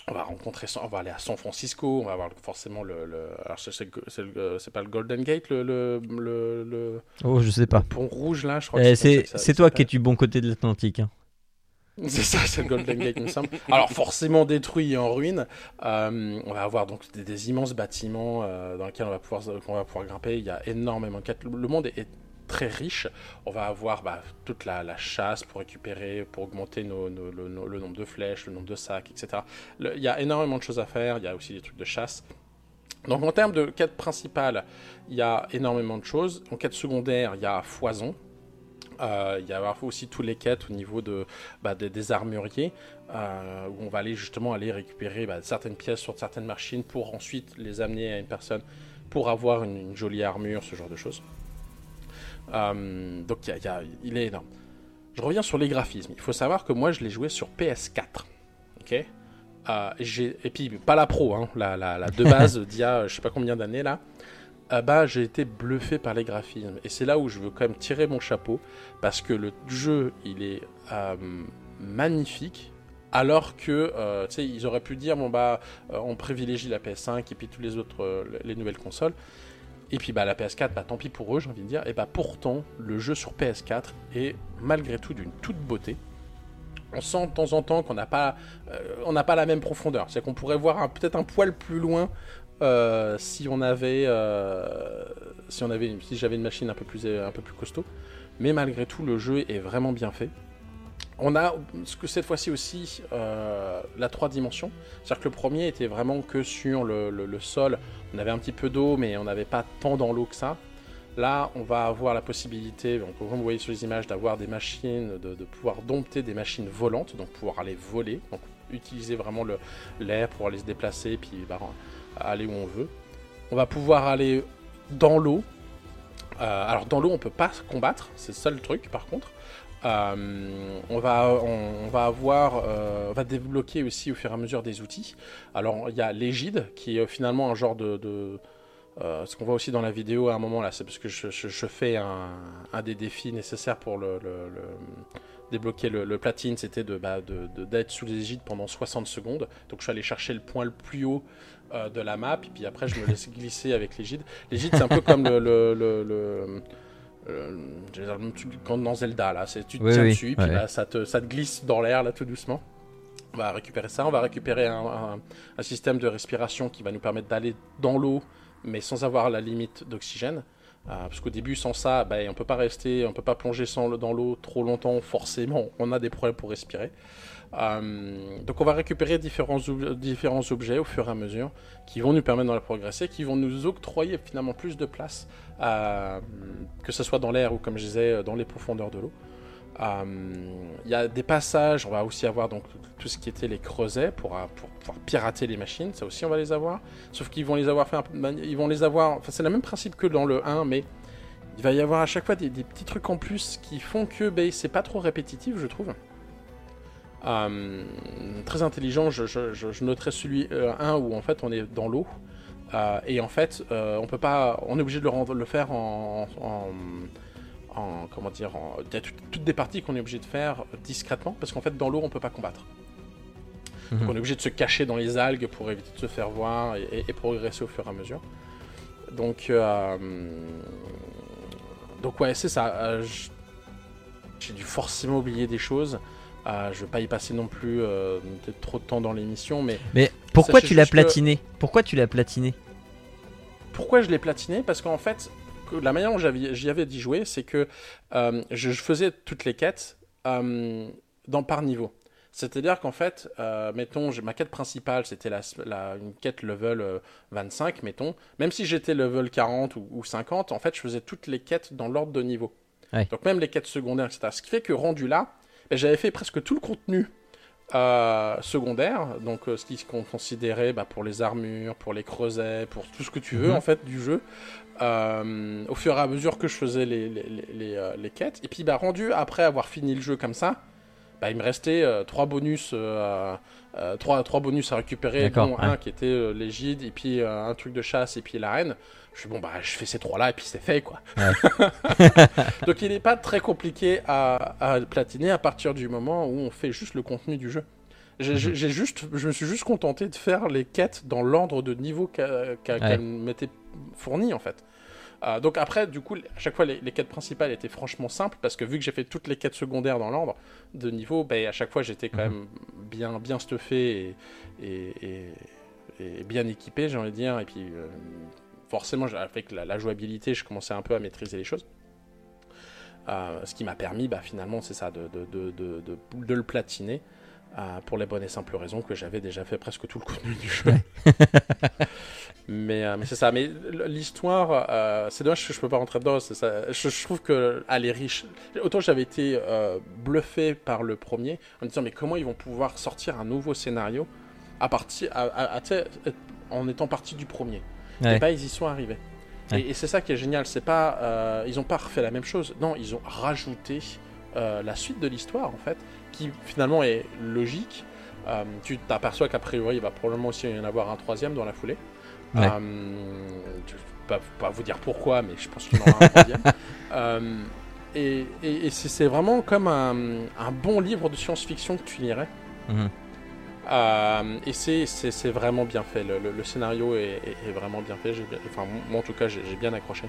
On va rencontrer, on va aller à San Francisco, on va avoir forcément le, le alors c'est, c'est, c'est, le, c'est pas le Golden Gate, le, le, le, le Oh, je sais pas. le pont rouge là, je crois. Eh, que c'est c'est, ça, c'est ça toi s'appelle. qui es du bon côté de l'Atlantique. Hein. C'est ça, c'est le Golden Gate, il me semble. Alors forcément détruit et en ruine. Euh, on va avoir donc des, des immenses bâtiments euh, dans lesquels on va pouvoir, qu'on va pouvoir grimper. Il y a énormément de quêtes. Le monde est, est très riche. On va avoir bah, toute la, la chasse pour récupérer, pour augmenter nos, nos, le, nos, le nombre de flèches, le nombre de sacs, et cetera. Le, il y a énormément de choses à faire. Il y a aussi des trucs de chasse. Donc en termes de quête principale, il y a énormément de choses. En quête secondaire, il y a foison. Euh, il y a aussi tous les quêtes au niveau de, bah, des, des armuriers, euh, où on va aller justement aller récupérer bah, certaines pièces sur certaines machines pour ensuite les amener à une personne pour avoir une, une jolie armure, ce genre de choses. Euh, donc y a, y a, il est énorme. Je reviens sur les graphismes. Il faut savoir que moi je l'ai joué sur P S quatre. Ok. Euh, j'ai, et puis pas la pro, hein, la, la, la de base d'il y a je sais pas combien d'années là. Euh, bah, j'ai été bluffé par les graphismes. Et c'est là où je veux quand même tirer mon chapeau. Parce que le jeu, il est euh, magnifique. Alors que, euh, tu sais, ils auraient pu dire, bon bah, euh, on privilégie la P S cinq et puis toutes les autres, euh, les nouvelles consoles. Et puis bah, la P S quatre, bah, tant pis pour eux, j'ai envie de dire. Et bah pourtant, le jeu sur P S quatre est malgré tout d'une toute beauté. On sent de temps en temps qu'on n'a pas, euh, on n'a pas la même profondeur. C'est qu'on pourrait voir un, peut-être un poil plus loin euh, si on avait, euh, si on avait, si j'avais une machine un peu plus, un peu plus costaud. Mais malgré tout, le jeu est vraiment bien fait. On a ce que cette fois-ci aussi euh, la trois dimensions. C'est-à-dire que le premier était vraiment que sur le, le, le sol. On avait un petit peu d'eau, mais on n'avait pas tant dans l'eau que ça. Là, on va avoir la possibilité, donc, comme vous voyez sur les images, d'avoir des machines, de, de pouvoir dompter des machines volantes, donc pouvoir aller voler, donc utiliser vraiment le, l'air pour aller se déplacer, puis bah, aller où on veut. On va pouvoir aller dans l'eau. Euh, alors dans l'eau, on peut pas combattre, c'est ça le truc. Par contre, euh, on va, on, on va avoir, euh, on va débloquer aussi au fur et à mesure des outils. Alors il y a l'égide, qui est finalement un genre de, de Euh, ce qu'on voit aussi dans la vidéo à un moment là, c'est parce que je, je, je fais un, un des défis nécessaires pour le, le, le débloquer le, le platine, c'était de, bah, de, de, d'être sous les égides pendant soixante secondes. Donc je suis allé chercher le point le plus haut euh, de la map, et puis après je me laisse glisser avec l'égide. L'égide c'est un peu comme le, le, le, le euh, je veux dire, quand dans Zelda là, c'est, tu te oui, tiens oui, dessus, ouais. puis bah, ça, te, ça te glisse dans l'air là tout doucement. On va récupérer ça, on va récupérer un, un, un système de respiration qui va nous permettre d'aller dans l'eau, mais sans avoir la limite d'oxygène. Euh, parce qu'au début, sans ça, bah, on peut pas rester, on peut pas plonger sans, dans l'eau trop longtemps, forcément, on a des problèmes pour respirer. Euh, donc on va récupérer différents, différents objets au fur et à mesure, qui vont nous permettre de progresser, qui vont nous octroyer finalement plus de place, euh, que ce soit dans l'air ou, comme je disais, dans les profondeurs de l'eau. Il euh, y a des passages, on va aussi avoir donc tout ce qui était les creusets pour, pour pouvoir pirater les machines, ça aussi on va les avoir, sauf qu'ils vont les avoir fait un peu, ils vont les avoir, enfin c'est le même principe que dans le un, mais il va y avoir à chaque fois des, des petits trucs en plus qui font que ben, c'est pas trop répétitif, je trouve. Euh, très intelligent, je, je, je, je noterai celui euh, un où en fait on est dans l'eau euh, et en fait euh, on peut pas, on est obligé de le, rendre, le faire en, en En, comment dire, en, il y a tout, toutes des parties qu'on est obligé de faire discrètement parce qu'en fait dans l'eau on peut pas combattre. Mmh. Donc on est obligé de se cacher dans les algues pour éviter de se faire voir et, et, et progresser au fur et à mesure. Donc, euh, donc ouais c'est ça. Euh, j'ai dû forcément oublier des choses. Euh, je vais pas y passer non plus euh, trop de temps dans l'émission, mais. Mais pourquoi tu l'as platiné que... Pourquoi tu l'as platiné Pourquoi je l'ai platiné ? Parce qu'en fait. La manière dont j'y avais d'y jouer, c'est que euh, je, je faisais toutes les quêtes euh, dans, par niveau. C'est-à-dire qu'en fait, euh, mettons, ma quête principale, c'était la, la, une quête level euh, vingt-cinq, mettons. Même si j'étais level quarante ou, ou cinquante, en fait, je faisais toutes les quêtes dans l'ordre de niveau. Ouais. Donc même les quêtes secondaires, et cetera. Ce qui fait que rendu là, ben, j'avais fait presque tout le contenu euh, secondaire. Donc euh, ce qui qu'on considérait bah, pour les armures, pour les creusets, pour tout ce que tu veux, mm-hmm. en fait, du jeu. Euh, au fur et à mesure que je faisais les, les, les, les, euh, les quêtes. Et puis, bah, rendu après avoir fini le jeu comme ça, bah, il me restait euh, trois bonus, euh, euh, trois, trois bonus à récupérer, D'accord, dont ouais. un qui était euh, l'égide, et puis euh, un truc de chasse, et puis l'arène. Je suis bon, bah, je fais ces trois-là, et puis c'est fait, quoi. Ouais. Donc, il n'est pas très compliqué à, à platiner à partir du moment où on fait juste le contenu du jeu. J'ai, j'ai, j'ai juste, je me suis juste contenté de faire les quêtes dans l'ordre de niveau qu'a, qu'a, ouais. qu'elle m'était fourni en fait. Euh, donc après, du coup, à chaque fois, les, les quêtes principales étaient franchement simples parce que vu que j'ai fait toutes les quêtes secondaires dans l'ordre de niveau, bah, à chaque fois, j'étais quand même bien, bien stuffé et, et, et, et bien équipé, j'ai envie de dire. Et puis, euh, forcément, avec la, la jouabilité, je commençais un peu à maîtriser les choses. Euh, ce qui m'a permis, bah, finalement, c'est ça, de, de, de, de, de, de le platiner. Euh, pour les bonnes et simples raisons que j'avais déjà fait presque tout le contenu du jeu. mais, euh, mais c'est ça. Mais l'histoire, euh, c'est dommage que je peux pas rentrer dedans. C'est ça. Je, je trouve qu'elle est riche. Autant j'avais été euh, bluffé par le premier en me disant mais comment ils vont pouvoir sortir un nouveau scénario à partir, à, à, à, en étant parti du premier. Ouais. Et bah ils y sont arrivés. Ouais. Et, et c'est ça qui est génial. C'est pas, euh, ils ont pas refait la même chose. Non, ils ont rajouté euh, la suite de l'histoire en fait, qui finalement est logique. Euh, tu t'aperçois qu'a priori il va probablement aussi y en avoir un troisième dans la foulée. Ouais. Euh, je ne peux pas, pas vous dire pourquoi, mais je pense qu'il y en aura un troisième. euh, et, et, et c'est, c'est vraiment comme un, un bon livre de science-fiction que tu lirais. Mm-hmm. Euh, et c'est, c'est, c'est vraiment bien fait. Le, le, le scénario est, est, est vraiment bien fait. J'ai bien, enfin, moi en tout cas, j'ai, j'ai bien accroché.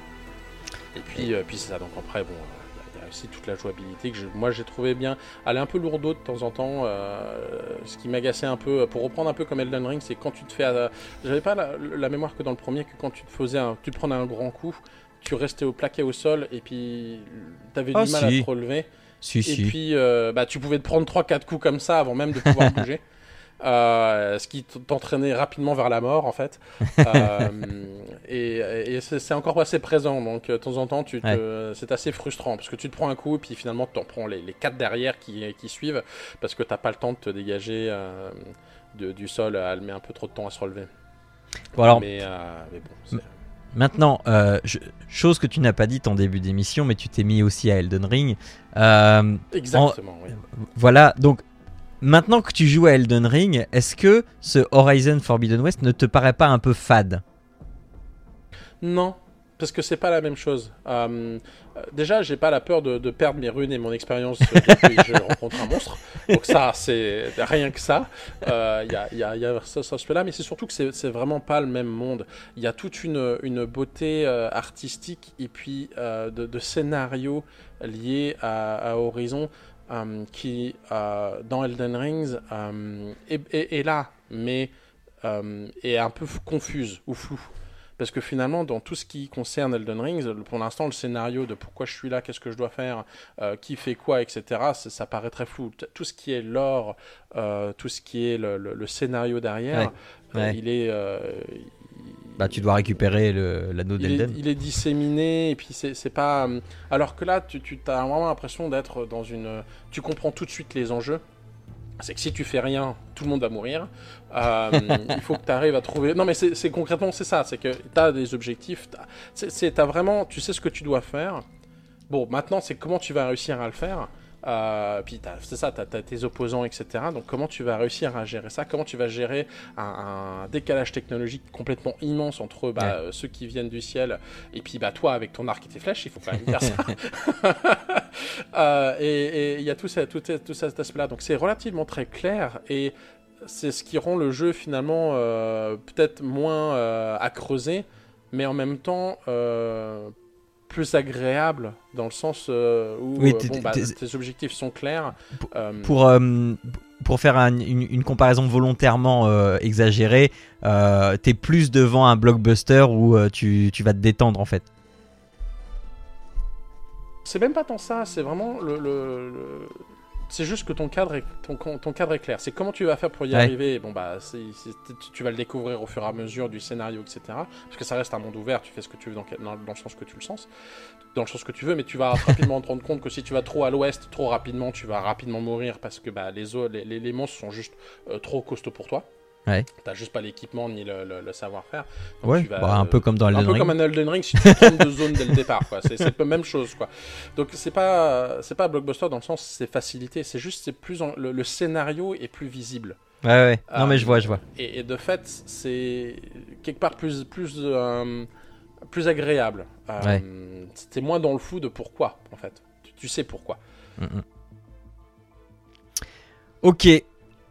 Et puis, euh, puis c'est ça. Donc après, bon. Aussi toute la jouabilité que je, moi j'ai trouvé bien. Elle est un peu lourdeau de temps en temps, euh, ce qui m'agaçait un peu. Pour reprendre un peu comme Elden Ring, c'est quand tu te fais, euh, j'avais pas la, la mémoire que dans le premier, que quand tu te faisais, un, tu te prenais un grand coup, tu restais au plaqué au sol et puis t'avais oh, du mal si. à te relever. Si, et si. puis euh, bah tu pouvais te prendre trois quatre coups comme ça avant même de pouvoir bouger. Euh, ce qui t'entraînait rapidement vers la mort en fait. euh, et, et c'est, c'est encore assez présent, donc de temps en temps tu te, ouais. c'est assez frustrant parce que tu te prends un coup et puis finalement tu en prends les, les quatre derrière qui, qui suivent parce que t'as pas le temps de te dégager euh, de, du sol. Elle met un peu trop de temps à se relever. Bon alors, mais, euh, mais bon, c'est... Maintenant, euh, je, chose que tu n'as pas dite en début d'émission, mais tu t'es mis aussi à Elden Ring. Euh, Exactement, en, oui. Voilà, donc maintenant que tu joues à Elden Ring, est-ce que ce Horizon Forbidden West ne te paraît pas un peu fade ? Non, parce que c'est pas la même chose. Euh, déjà, j'ai pas la peur de, de perdre mes runes et mon expérience depuis que je rencontre un monstre. Donc ça, c'est rien que ça. Il euh, y a, y a, y a ça, ça aspect-là, mais c'est surtout que c'est, c'est vraiment pas le même monde. Il y a toute une, une beauté euh, artistique et puis euh, de, de scénario lié à, à Horizon. Um, qui, uh, dans Elden Rings, um, est, est, est là, mais um, est un peu confuse ou floue. Parce que finalement, dans tout ce qui concerne Elden Rings, pour l'instant, le scénario de pourquoi je suis là, qu'est-ce que je dois faire, euh, qui fait quoi, et cetera, ça, ça paraît très flou. Tout ce qui est lore, euh, tout ce qui est le, le, le scénario derrière, ouais. Ouais. Euh, il est... Euh, Bah, tu dois récupérer le, l'anneau il d'Elden. Est, il est disséminé, et puis c'est, c'est pas... Alors que là, tu, tu as vraiment l'impression d'être dans une... Tu comprends tout de suite les enjeux. C'est que si tu fais rien, tout le monde va mourir. Euh, il faut que tu arrives à trouver... Non, mais c'est, c'est concrètement, c'est ça. C'est que tu as des objectifs. T'as, c'est, c'est, t'as vraiment... Tu sais ce que tu dois faire. Bon, maintenant, c'est comment tu vas réussir à le faire. Euh, puis t'as, c'est ça, tu as tes opposants, et cetera. Donc comment tu vas réussir à gérer ça ? Comment tu vas gérer un, un décalage technologique complètement immense entre bah, ouais. ceux qui viennent du ciel et puis bah, toi avec ton arc et tes flèches, il faut quand même faire ça. euh, et il y a tout, ça, tout, tout cet aspect-là. Donc c'est relativement très clair et c'est ce qui rend le jeu finalement euh, peut-être moins euh, à creuser, mais en même temps... Euh, plus agréable dans le sens euh, où oui, euh, bon, bah, tes objectifs sont clairs. Pour, euh... pour, euh, pour faire un, une, une comparaison volontairement euh, exagérée, euh, t'es plus devant un blockbuster où euh, tu, tu vas te détendre en fait. C'est même pas tant ça, c'est vraiment le... le, le... C'est juste que ton cadre est, ton, ton cadre est clair. C'est comment tu vas faire pour y ouais. arriver. Bon, bah, c'est, c'est, tu vas le découvrir au fur et à mesure du scénario, et cetera. Parce que ça reste un monde ouvert, tu fais ce que tu veux dans, dans, dans le sens que tu le sens, dans le sens que tu veux, mais tu vas rapidement te rendre compte que si tu vas trop à l'ouest, trop rapidement, tu vas rapidement mourir parce que bah, les, les, les, les monstres sont juste euh, trop costauds pour toi. Ouais. T'as juste pas l'équipement ni le, le, le savoir-faire. Donc ouais, tu vas, bah, un peu comme dans Elden Ring. Un peu Ring. comme un Elden Ring si tu te trompes de zone dès le départ. Quoi. C'est, c'est la même chose. Quoi. Donc c'est pas, c'est pas un blockbuster dans le sens c'est facilité. C'est juste c'est plus en, le, le scénario est plus visible. Ouais ouais. Non euh, mais je vois je vois. Et, et de fait c'est quelque part plus plus euh, plus agréable. Euh, ouais. T'es moins dans le flou de pourquoi en fait. Tu, tu sais pourquoi. Mm-hmm. Ok.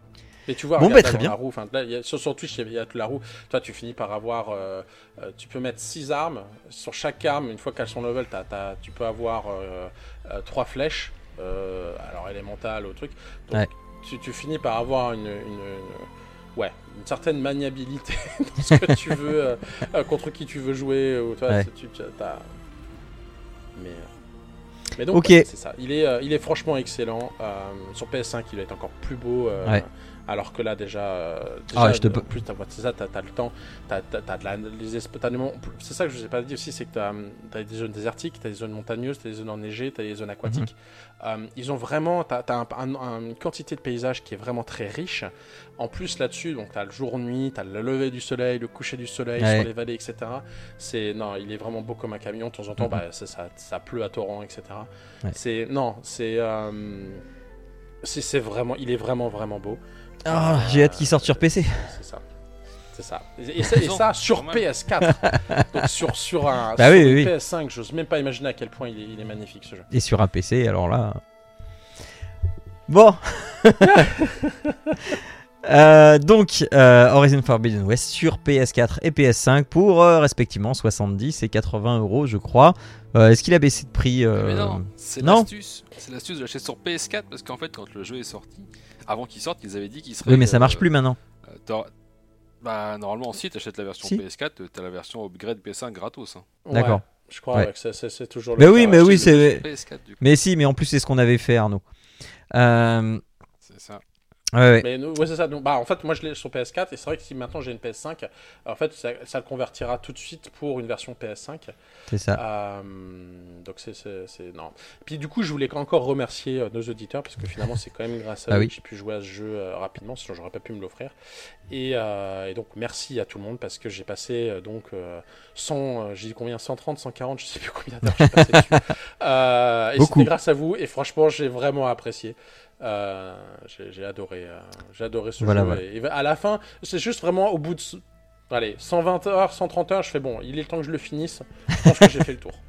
Mais tu vois, Bon, regarde, bah, très dans bien. la roue, enfin, là, il y a- sur, sur Twitch, il y a toute la roue. Toi, tu finis par avoir. euh, euh, tu peux mettre six armes. Sur chaque arme, une fois qu'elles sont level, t'as- t'as- tu peux avoir trois flèches. euh, alors, élémentales ou truc. Donc, Ouais. tu, tu finis par avoir une. une- une- ouais, une certaine maniabilité dans ce que tu veux, euh, euh, contre qui tu veux jouer. Ou, toi, Ouais. c'est- tu, tu- t'as... Mais. Mais donc, Ok. ouais, c'est ça. Il est, euh, il est franchement excellent. Euh, sur P S cinq, il va être encore plus beau. euh, Ouais. Alors que là, déjà. euh, déjà Ah, je te en peux- plus, t'as, c'est ça, t'as, t'as le temps. T'as, t'as, t'as de la, les esp- t'as des mon- c'est ça que je vous ai pas dit aussi, c'est que t'as, t'as des zones désertiques, t'as des zones montagneuses, t'as des zones enneigées, t'as des zones aquatiques. Euh, ils ont vraiment. T'as, t'as un- un- un- une quantité de paysages qui est vraiment très riche. En plus, là-dessus, donc t'as le jour-nuit, t'as le lever du soleil, le coucher du soleil Ouais. sur les vallées, et cetera. C'est, non, il est vraiment beau comme un camion. De temps en temps, Mhm. bah, ça, ça, ça pleut à torrent, et cetera. Ouais. C'est, non, c'est, euh, c'est, c'est vraiment, il est vraiment, vraiment beau. Ah, j'ai hâte qu'il sorte sur P C. C'est ça. C'est ça. Et, et ça, et ça sur P S quatre. Donc sur, sur un Bah sur oui, une oui, oui. P S cinq, j'ose même pas imaginer à quel point il est, il est magnifique ce jeu. Et sur un P C, alors là. Bon. Euh, donc, euh, Horizon Forbidden West sur P S quatre et P S cinq pour euh, respectivement soixante-dix et quatre-vingts euros, je crois. Euh, est-ce qu'il a baissé de prix euh... Mais non, c'est non. l'astuce. C'est l'astuce de l'acheter sur P S quatre parce qu'en fait, quand le jeu est sorti, avant qu'il sorte, ils avaient dit qu'il serait. Oui, mais ça euh, marche plus maintenant. euh, t'auras- Bah, normalement, si tu achètes la version Si. P S quatre, t'as la version upgrade P S cinq gratos. Hein. D'accord. Ouais, je crois Ouais. ouais, que c'est, c'est, c'est toujours le Mais cas. oui, mais Ouais, oui, c'est- c'est. P S quatre, du coup. Mais si, mais en plus, c'est ce qu'on avait fait, Arnaud. Euh... C'est ça. Ouais, ouais. Mais nous- ouais, c'est ça. Donc, bah, en fait, moi je l'ai sur P S quatre et c'est vrai que si maintenant j'ai une P S cinq, en fait, ça, ça le convertira tout de suite pour une version P S cinq. C'est ça. Euh, donc c'est, c'est, c'est- non. Puis du coup, je voulais encore remercier euh, nos auditeurs parce que finalement, c'est quand même grâce à Ah eux oui. que j'ai pu jouer à ce jeu euh, rapidement, sinon j'aurais pas pu me l'offrir. Et, euh, et donc merci à tout le monde parce que j'ai passé euh, donc euh, cent, euh, j'ai dit combien, cent trente, cent quarante, je sais plus combien d'heures j'ai passé dessus. Euh, et Beaucoup. c'était grâce à vous et franchement, j'ai vraiment apprécié. Euh, j'ai, j'ai adoré, euh, j'ai adoré ce Voilà, jeu. voilà. Et, et à la fin, c'est juste vraiment au bout de, ce- allez, cent vingt heures, cent trente heures, je fais bon, il est temps que je le finisse. Je pense que j'ai fait le tour.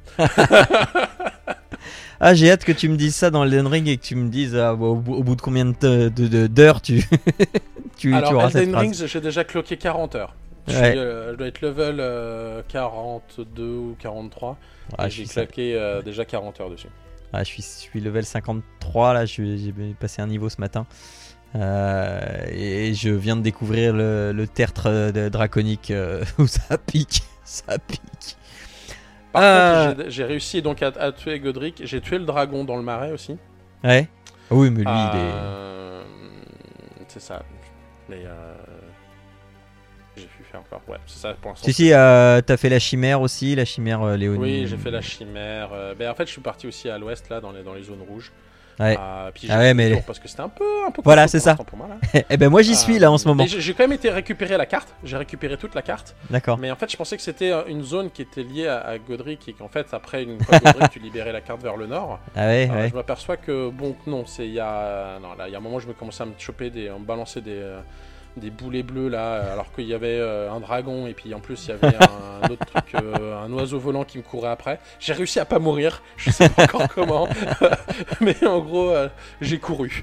Ah, j'ai hâte que tu me dises ça dans Elden Ring et que tu me dises ah, au, bout, au bout de combien de, de- de- d'heures tu, tu, Alors, tu auras cette Elden phrase. Ring, j'ai déjà cloqué quarante heures. Je, Ouais. suis, euh, je dois être level euh, quarante-deux ou quarante-trois. Ah, et je j'ai suis claqué euh, déjà quarante heures dessus. Ah, je suis, je suis level cinquante-trois, là, je- j'ai passé un niveau ce matin. Euh, et je viens de découvrir le, le tertre euh, de- draconique euh, où ça pique, ça pique. Par Euh, contre, j'ai, j'ai réussi donc à, à tuer Godric. J'ai tué le dragon dans le marais aussi. Ouais. Ah oui, mais lui, Euh, C'est ça. Mais euh... j'ai pu faire encore. Ouais, c'est ça pour l'instant. il est. Si, si, euh, t'as fait la chimère aussi, la chimère euh, Léonie. Oui, j'ai fait la chimère. euh, Ben, en fait, je suis parti aussi à l'ouest, là, dans les, dans les zones rouges. Ouais. Euh, puis j'ai Ah fait ouais, le mais- tour parce que c'était un peu, un peu Voilà, costaud c'est pour ça. l'instant pour moi, là. Eh ben moi j'y suis Euh, là en ce moment. mais J'ai j'ai quand même été récupérer la carte. J'ai récupéré toute la carte. D'accord. Mais en fait, je pensais que c'était euh, une zone qui était liée à, à Godric et qu'en fait, après une fois Godric, tu libérais la carte vers le nord. Ah ouais, Euh, ouais. Je m'aperçois que bon, non, c'est il y a non là, il y a un moment, je me commençais à me choper des, à me balancer des euh, des boulets bleus là, alors qu'il y avait euh, un dragon et puis en plus il y avait un, un autre truc, euh, un oiseau volant qui me courait après. J'ai réussi à pas mourir. Je sais pas encore comment, mais en gros, euh, j'ai couru.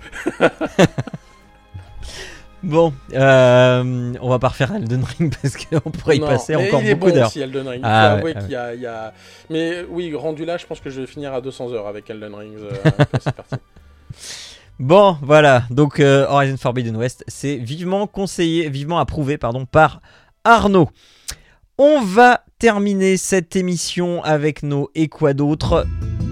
Bon, euh, on va pas refaire Elden Ring parce qu'on pourrait y Non, passer mais encore il est beaucoup bon d'heures. aussi, Elden Ring. Ah, Faut ouais, avouer ah qu'il y a, il y a- Mais oui, rendu là, je pense que je vais finir à deux cents heures avec Elden Ring. euh, quand c'est parti. Bon, voilà, donc euh, Horizon Forbidden West, c'est vivement conseillé, vivement approuvé, pardon, par Arnaud. On va terminer cette émission avec nos et quoi d'autre.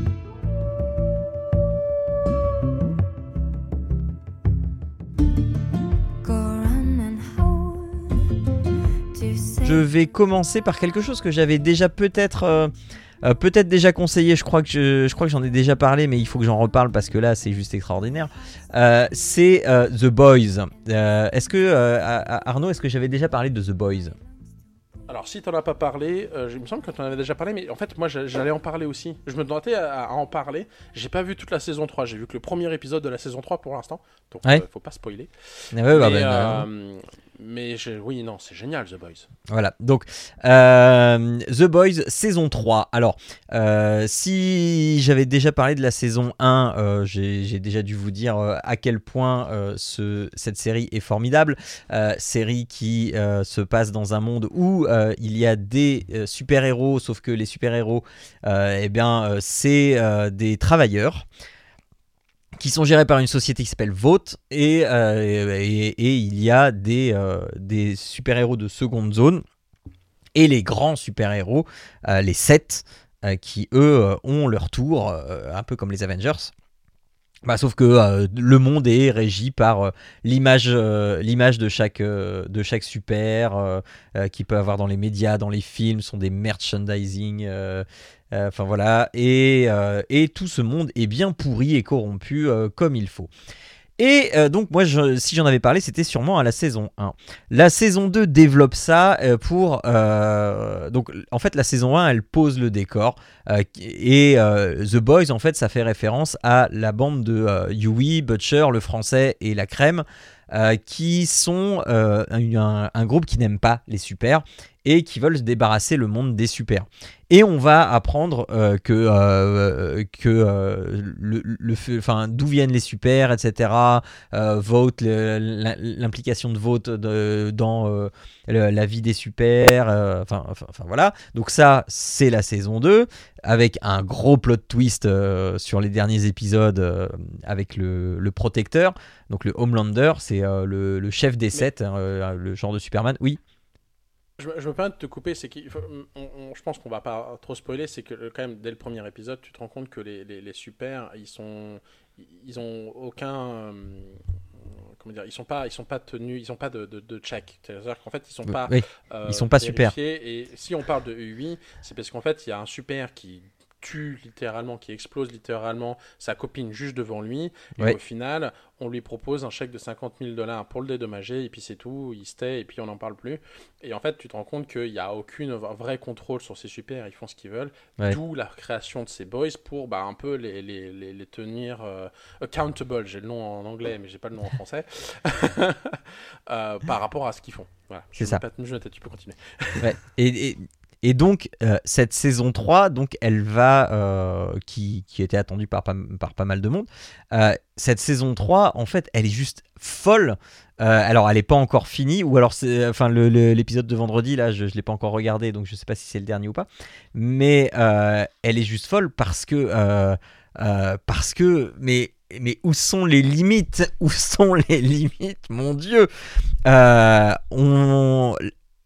Je vais commencer par quelque chose que j'avais déjà peut-être euh, euh, peut-être déjà conseillé. Je crois que je, je crois que j'en ai déjà parlé, mais il faut que j'en reparle parce que là c'est juste extraordinaire. Euh, c'est euh, The Boys. Euh, est-ce que euh, Arnaud, est-ce que j'avais déjà parlé de The Boys? Alors, si t'en as pas parlé, euh, il me semble que t'en avais déjà parlé, mais en fait, moi, j'a- j'allais en parler aussi. Je me demandais à, à en parler. J'ai pas vu toute la saison trois. J'ai vu que le premier épisode de la saison trois pour l'instant. Donc, Ouais. euh, faut pas spoiler. Ah ouais, bah, mais, bah, euh, Mais je, oui, non, c'est génial, The Boys. Voilà, donc euh, The Boys saison trois. Alors, euh, si j'avais déjà parlé de la saison un, euh, j'ai, j'ai déjà dû vous dire euh, à quel point euh, ce, cette série est formidable. Euh, série qui euh, se passe dans un monde où euh, il y a des euh, super-héros, sauf que les super-héros, euh, eh bien, euh, c'est euh, des travailleurs qui sont gérés par une société qui s'appelle Vought, et, euh, et, et il y a des, euh, des super-héros de seconde zone, et les grands super-héros, euh, les sept, euh, qui eux ont leur tour, euh, un peu comme les Avengers. Bah, sauf que euh, le monde est régi par euh, l'image, euh, l'image de chaque, euh, de chaque super, euh, euh, qu'il peut avoir dans les médias, dans les films, sont des merchandising, euh, euh, enfin voilà, et, euh, et tout ce monde est bien pourri et corrompu euh, comme il faut. Et euh, donc moi, je, si j'en avais parlé, c'était sûrement à la saison un. La saison deux développe ça euh, pour... Euh, donc en fait, la saison un, elle pose le décor. Euh, et euh, The Boys, en fait, ça fait référence à la bande de euh, Huey, Butcher, le français et la crème, euh, qui sont euh, un, un groupe qui n'aime pas les super et qui veulent se débarrasser le monde des super. Et on va apprendre euh, que, euh, que euh, le, le, enfin, d'où viennent les super, et cetera. Euh, Vought, le, l'implication de Vought de, dans euh, la vie des super, euh, enfin, enfin, enfin voilà. Donc ça, c'est la saison deux, avec un gros plot twist euh, sur les derniers épisodes euh, avec le, le protecteur. Donc le Homelander, c'est euh, le, le chef des sept, hein, euh, le genre de Superman. Oui. Je, je me permets de te couper, c'est qu'il faut, on, on, je pense qu'on va pas trop spoiler, c'est que quand même dès le premier épisode, tu te rends compte que les, les, les super, ils sont, ils ont aucun, euh, comment dire, ils sont pas, ils sont pas tenus, ils ont pas de, de, de check. C'est-à-dire qu'en fait, ils sont pas, oui, euh, ils sont pas super. Et si on parle de Huey, c'est parce qu'en fait, il y a un super qui tue littéralement, qui explose littéralement sa copine juste devant lui, et ouais. Au final on lui propose un chèque de cinquante mille dollars pour le dédommager, et puis c'est tout, il se tait et puis on n'en parle plus, et en fait tu te rends compte qu'il n'y a aucun vrai contrôle sur ces super, ils font ce qu'ils veulent, ouais. D'où la création de ces boys pour bah, un peu les, les, les, les tenir euh, accountable, j'ai le nom en anglais mais j'ai pas le nom en français, euh, par rapport à ce qu'ils font. Voilà. C'est je ça. Pas tenu, je tu peux continuer. Ouais. et, et... Et donc, euh, cette saison trois, donc, elle va, euh, qui, qui était attendue par, par pas mal de monde, euh, cette saison trois, en fait, elle est juste folle. Euh, alors, elle n'est pas encore finie, ou alors, c'est, enfin, le, le, l'épisode de vendredi, là, je ne l'ai pas encore regardé, donc je ne sais pas si c'est le dernier ou pas. Mais euh, elle est juste folle parce que... Euh, euh, parce que... Mais, mais où sont les limites ? Où sont les limites ? Mon Dieu ! euh, On...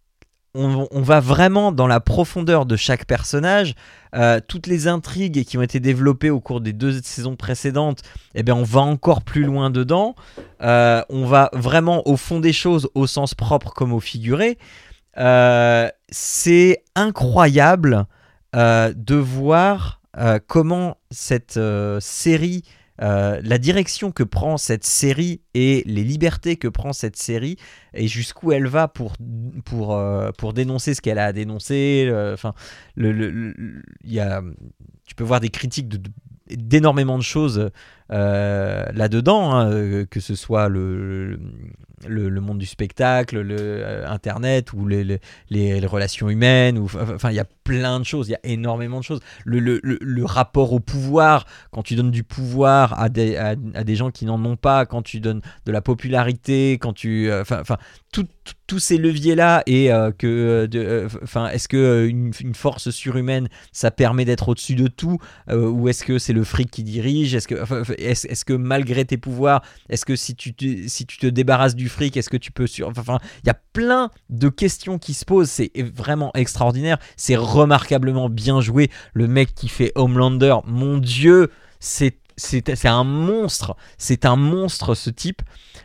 On, on va vraiment dans la profondeur de chaque personnage. Euh, toutes les intrigues qui ont été développées au cours des deux saisons précédentes, eh bien, on va encore plus loin dedans. Euh, on va vraiment au fond des choses, au sens propre comme au figuré. Euh, c'est incroyable euh, de voir euh, comment cette euh, série... Euh, la direction que prend cette série et les libertés que prend cette série et jusqu'où elle va pour, pour, euh, pour dénoncer ce qu'elle a à dénoncer. Enfin, le, le, le, y a, tu peux voir des critiques de, de, d'énormément de choses euh, là-dedans, hein, que ce soit le, le, le monde du spectacle, le, euh, Internet ou les, les, les relations humaines. Ou, enfin, il y a plein de choses, il y a énormément de choses. Le, le, le, le rapport au pouvoir, quand tu donnes du pouvoir à des, à, à des gens qui n'en ont pas, quand tu donnes de la popularité, quand tu... Enfin, euh, tous tout ces leviers-là, et euh, que... Enfin, euh, est-ce que euh, une, une force surhumaine, ça permet d'être au-dessus de tout, euh, ou est-ce que c'est le fric qui dirige ? Est-ce que, enfin, est-ce, est-ce que malgré tes pouvoirs, est-ce que si tu te, si tu te débarrasses du fric, est-ce que tu peux... Sur... Enfin, il y a plein de questions qui se posent, c'est vraiment extraordinaire, c'est remarquablement bien joué. Le mec qui fait Homelander, mon Dieu, c'est, c'est, c'est un monstre, c'est un monstre ce type.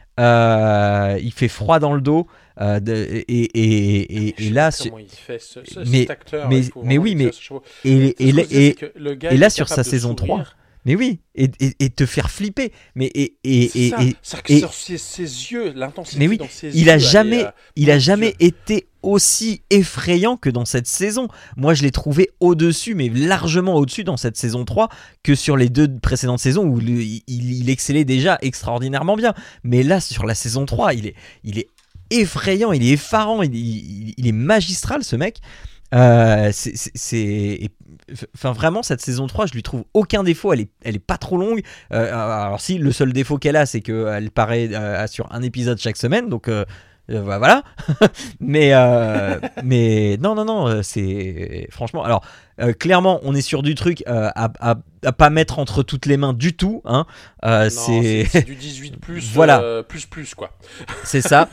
Euh, il fait froid dans le dos. Euh, de, et, et, et, et là, comment il fait ce, ce, mais, cet acteur, mais, mais oui, mais et, et, et, et, et là sur sa saison trois, mais oui, et, et, et te faire flipper, mais et et c'est et, ça, et, c'est et sur ses, ses yeux, l'intensité mais oui, dans ses il yeux, a jamais, est, euh, il a jamais Dieu. été aussi effrayant que dans cette saison. Moi, je l'ai trouvé au-dessus, mais largement au-dessus dans cette saison trois que sur les deux précédentes saisons où le, il, il excellait déjà extraordinairement bien. Mais là, sur la saison trois, il est, il est effrayant, il est effarant, il, il, il est magistral ce mec. Euh, c'est, c'est, c'est... Enfin, vraiment, cette saison trois, je lui trouve aucun défaut. Elle est, elle est pas trop longue. Euh, alors, si, le seul défaut qu'elle a, c'est qu'elle paraît euh, sur un épisode chaque semaine. Donc, euh, euh, voilà. mais, euh, mais non, non, non, c'est. Franchement, alors, euh, clairement, on est sur du truc euh, à, à, à pas mettre entre toutes les mains du tout. Hein. Euh, non, c'est... c'est... c'est du dix-huit plus, voilà. euh, plus, plus, quoi. C'est ça.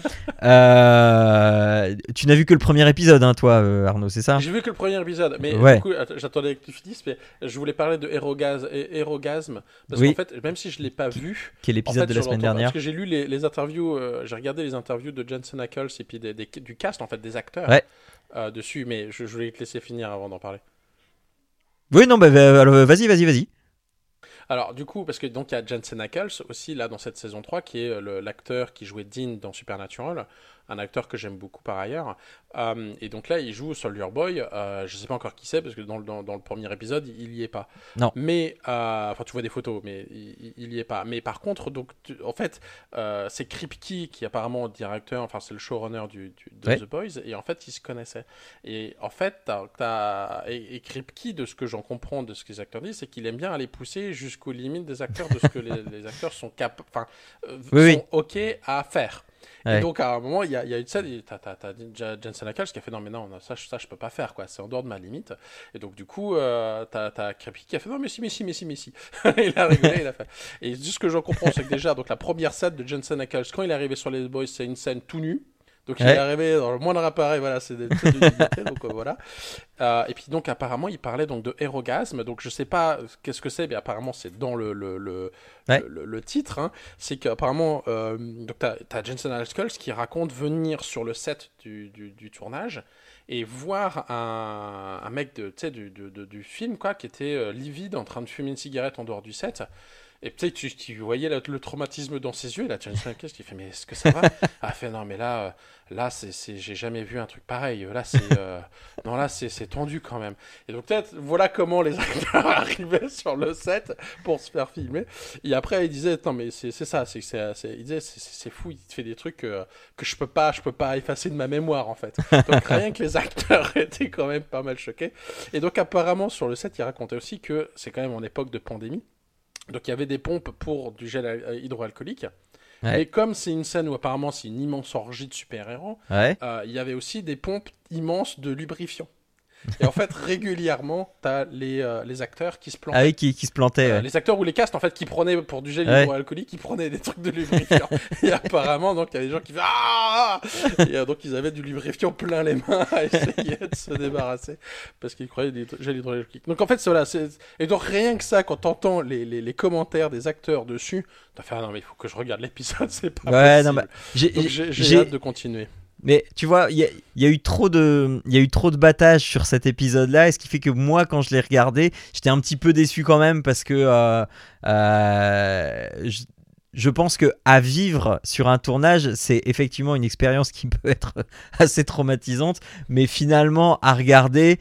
Euh... Tu n'as vu que le premier épisode, hein, toi, euh, Arnaud, c'est ça ? J'ai vu que le premier épisode, mais ouais. du coup, j'attendais que tu finisses, mais je voulais parler de Hérogasme, Hérogasme parce oui. qu'en fait, même si je ne l'ai pas vu... Quel épisode en fait, de la semaine dernière ? Parce que j'ai lu les, les interviews, euh, j'ai regardé les interviews de Jensen Ackles et puis des, des, du cast, en fait, des acteurs ouais. euh, dessus, mais je, je voulais te laisser finir avant d'en parler. Oui, non, bah, bah, vas-y, vas-y, vas-y. Alors, du coup, parce que donc il y a Jensen Ackles aussi, là, dans cette saison trois, qui est le, l'acteur qui jouait Dean dans Supernatural, un acteur que j'aime beaucoup par ailleurs. Euh, et donc là, il joue Soldier Boy. Euh, je ne sais pas encore qui c'est, parce que dans le, dans, dans le premier épisode, il n'y est pas. Non. Mais, euh, enfin, tu vois des photos, mais il n'y est pas. Mais par contre, donc, tu, en fait, euh, c'est Kripke qui est apparemment directeur, enfin, c'est le showrunner du, du, de ouais. The Boys, et en fait, ils se connaissaient. Et en fait, t'as, t'as, et, et Kripke, de ce que j'en comprends, de ce que les acteurs disent, c'est qu'il aime bien aller pousser jusqu'aux limites des acteurs, de ce que les, les acteurs sont capables, enfin, euh, oui, sont oui. OK à faire. Ouais. Et donc à un moment, il y, y a une scène, t'as, t'as, t'as Jensen Ackles qui a fait non mais non, ça, ça je peux pas faire quoi, c'est en dehors de ma limite. Et donc du coup, euh, t'as, t'as Kripke qui a fait non mais si, mais si, mais si, mais si. Il a rigolé, il a fait. Et juste ce que j'en comprends, c'est que déjà, donc la première scène de Jensen Ackles, quand il est arrivé sur les Boys, c'est une scène tout nu. Donc il ouais. est arrivé dans le moindre appareil, voilà, c'est des scènes de dignité, donc euh, voilà. Euh, et puis donc apparemment il parlait donc de Hérogasme, donc je sais pas qu'est-ce que c'est, mais apparemment c'est dans le le le, ouais. le, le titre. Hein. C'est qu'apparemment euh, donc t'as, t'as Jensen Ackles qui raconte venir sur le set du, du, du tournage et voir un, un mec de, du, de, de, du film quoi, qui était euh, livide en train de fumer une cigarette en dehors du set. Et peut-être tu, tu voyais le, le traumatisme dans ses yeux, et là Jensen Ackles qui fait mais est-ce que ça va? Ah fait non mais là là c'est, c'est j'ai jamais vu un truc pareil, là c'est euh, non là c'est, c'est tendu quand même. Et donc peut-être voilà comment les acteurs arrivaient sur le set pour se faire filmer. Et après il disait non mais c'est c'est ça, c'est c'est, c'est il disait c'est, c'est fou, il te fait des trucs euh, que je peux pas je peux pas effacer de ma mémoire en fait. Donc rien que les acteurs étaient quand même pas mal choqués. Et donc apparemment sur le set il racontait aussi que c'est quand même en époque de pandémie. Donc il y avait des pompes pour du gel hydroalcoolique. Ouais. Et comme c'est une scène où apparemment c'est une immense orgie de super-héros, ouais. euh, il y avait aussi des pompes immenses de lubrifiant. Et en fait, régulièrement, t'as les, euh, les acteurs qui se plantaient. Ah oui, qui, qui se plantaient. Euh, ouais. Les acteurs ou les castes, en fait, qui prenaient pour du gel ouais. hydroalcoolique, qui prenaient des trucs de lubrifiant. Et apparemment, donc, il y a des gens qui faisaient ah et euh, donc, ils avaient du lubrifiant plein les mains à essayer de se débarrasser parce qu'ils croyaient du gel hydroalcoolique. Donc, en fait, voilà. C'est... Et donc, rien que ça, quand t'entends les, les, les commentaires des acteurs dessus, t'as fait ah, non, mais il faut que je regarde l'épisode, c'est pas ouais, possible. Non, bah, j'ai, donc, j'ai, j'ai, j'ai hâte de continuer. Mais tu vois, il y, y a eu trop de, il y a eu trop de battage sur cet épisode-là, et ce qui fait que moi, quand je l'ai regardé, j'étais un petit peu déçu quand même parce que euh, euh, je, je pense que à vivre sur un tournage, c'est effectivement une expérience qui peut être assez traumatisante, mais finalement à regarder.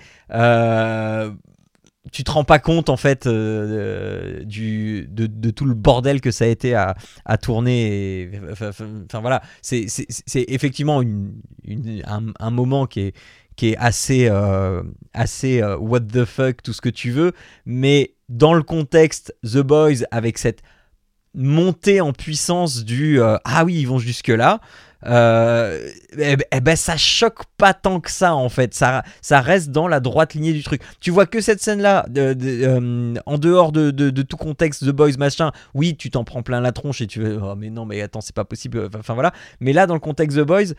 Euh, tu te rends pas compte en fait euh, du de, de tout le bordel que ça a été à, à tourner. Enfin voilà, c'est, c'est, c'est effectivement une, une, un, un moment qui est, qui est assez, euh, assez euh, what the fuck, tout ce que tu veux, mais dans le contexte The Boys avec cette montée en puissance du euh, ah oui ils vont jusque là. Euh, eh, eh ben ça choque pas tant que ça en fait, ça, ça reste dans la droite lignée du truc. Tu vois que cette scène là de, de, euh, en dehors de, de, de tout contexte The Boys machin, oui tu t'en prends plein la tronche et tu veux oh mais non mais attends c'est pas possible, enfin voilà, mais là dans le contexte The Boys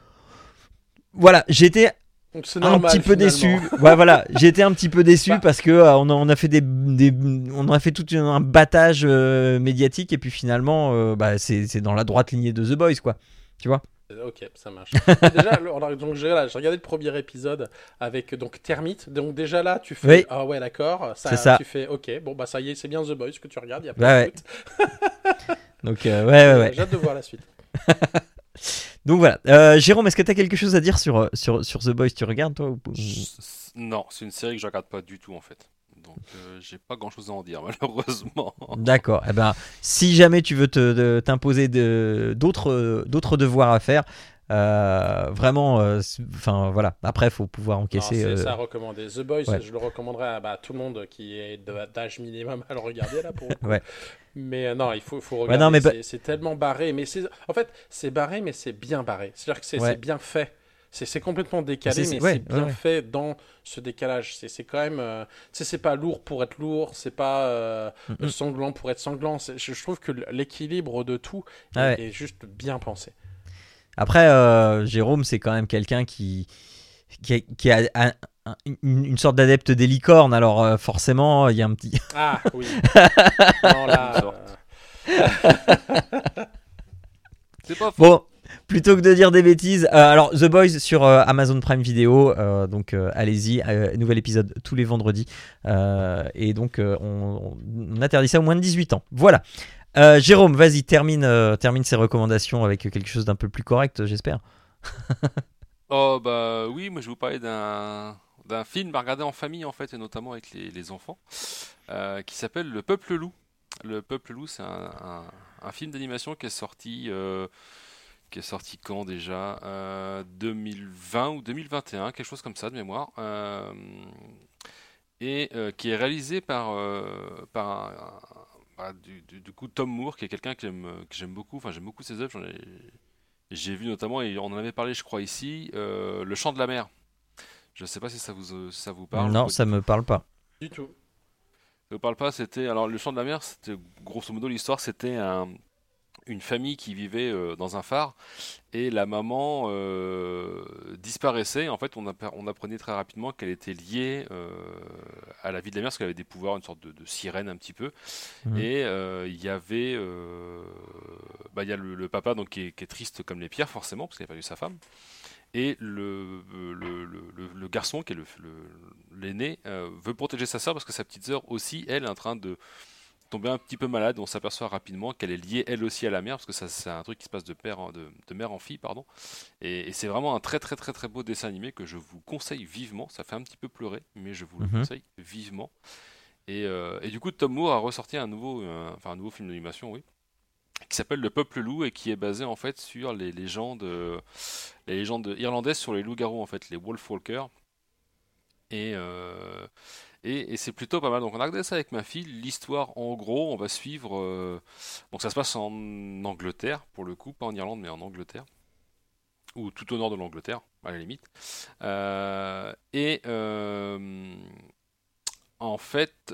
voilà j'étais normal, un petit peu finalement. déçu. Ouais, voilà, j'ai été un petit peu déçu bah. parce que euh, on, a, on a fait des, des, on a fait tout un battage euh, médiatique et puis finalement, euh, bah, c'est, c'est dans la droite lignée de The Boys, quoi. Tu vois ? Ok, ça marche. Déjà, alors, donc j'ai, là, j'ai regardé le premier épisode avec donc Termite. Donc déjà là, tu fais oui. ah ouais d'accord. Ça, c'est ça. Tu fais ok, bon bah ça y est, c'est bien The Boys que tu regardes. Il y a pas bah, de ouais. Donc euh, ouais ouais ouais. J'ai hâte de voir la suite. Donc voilà, euh, Jérôme, est-ce que tu as quelque chose à dire sur, sur, sur The Boys ? Tu regardes toi ou... Non, c'est une série que je regarde pas du tout en fait. Donc euh, j'ai pas grand chose à en dire malheureusement. D'accord, eh ben, si jamais tu veux te, de, t'imposer de, d'autres, d'autres devoirs à faire, Euh, vraiment, enfin euh, voilà. Après, faut pouvoir encaisser. Non, c'est euh... ça à recommander. The Boys, Ouais. je le recommanderais à bah, tout le monde qui est de- d'âge minimum à le regarder là pour le coup. Ouais. Mais euh, non, il faut, faut Ouais, regarder. non, mais ba- c'est, c'est tellement barré, mais c'est en fait c'est barré, mais c'est bien barré. C'est-à-dire que c'est, Ouais. c'est bien fait. C'est, c'est complètement décalé, C'est- c'est- mais ouais, c'est bien ouais, ouais. fait dans ce décalage. C'est, c'est quand même, euh, tu sais, c'est pas lourd pour être lourd, c'est pas euh, Mm-mm. sanglant pour être sanglant. C'est- je, je trouve que l'équilibre de tout Ah est, ouais. est juste bien pensé. Après, euh, Jérôme, c'est quand même quelqu'un qui, qui, a, qui a un- un- une, une sorte d'adepte des licornes. Alors, euh, forcément, il y a un petit. Ah oui. Non là. euh, C'est pas faux. Bon, plutôt que de dire des bêtises, euh, alors The Boys sur euh, Amazon Prime Video, euh, donc euh, allez-y, euh, nouvel épisode tous les vendredis, euh, et donc euh, on, on interdit ça aux moins de dix-huit ans. Voilà. Euh, Jérôme, vas-y, termine, euh, termine ces recommandations avec quelque chose d'un peu plus correct, j'espère. Oh bah oui, moi je vais vous parler d'un d'un film à regarder en famille en fait, et notamment avec les, les enfants, euh, qui s'appelle Le Peuple Loup. Le Peuple Loup, c'est un, un, un film d'animation qui est sorti, euh, qui est sorti quand déjà euh, deux mille vingt ou deux mille vingt et un, quelque chose comme ça de mémoire, euh, et euh, qui est réalisé par, euh, par un, un- bah, du, du- du coup Tom Moore, qui est quelqu'un que j'aime que j'aime beaucoup. Enfin, j'aime beaucoup ses œuvres. J'en ai, j'ai vu notamment, et on en avait parlé, je crois ici, euh, Le Chant de la Mer. Je ne sais pas si ça vous, euh, ça vous parle ou Non, pas ça du tout. me parle pas. Du tout. Ça vous parle pas? C'était alors Le Chant de la Mer. C'était grosso modo l'histoire. C'était un- une famille qui vivait euh, dans un phare, et la maman euh, disparaissait. En fait, on, appa- on apprenait très rapidement qu'elle était liée euh, à la vie de la mer, parce qu'elle avait des pouvoirs, une sorte de, de sirène un petit peu. Mhm. Et euh, il y avait, euh, bah, il y a le, le papa donc qui est, qui est triste comme les pierres forcément, parce qu'il a perdu sa femme. Et le, le, le, le- le garçon, qui est le, le- l'aîné, euh, veut protéger sa sœur, parce que sa petite sœur aussi, elle, est en train de tomber un petit peu malade. On s'aperçoit rapidement qu'elle est liée elle aussi à la mère, parce que ça, c'est un truc qui se passe de, père en- de, de mère en fille, pardon. Et, et c'est vraiment un très très très très beau dessin animé que je vous conseille vivement. Ça fait un petit peu pleurer, mais je vous le Mhm. conseille vivement. Et, euh, et du coup, Tom Moore a ressorti un nouveau, euh, enfin un nouveau film d'animation, oui, qui s'appelle Le Peuple Loup, et qui est basé en fait sur les légendes, euh, les légendes irlandaises sur les loups-garous, en fait, les Wolfwalkers. Et, euh, et, et c'est plutôt pas mal. Donc on a regardé ça avec ma fille. L'histoire, en gros, on va suivre. euh, Donc ça se passe en Angleterre, pour le coup, pas en Irlande, mais en Angleterre, ou tout au nord de l'Angleterre, à la limite. Euh, et euh, en fait,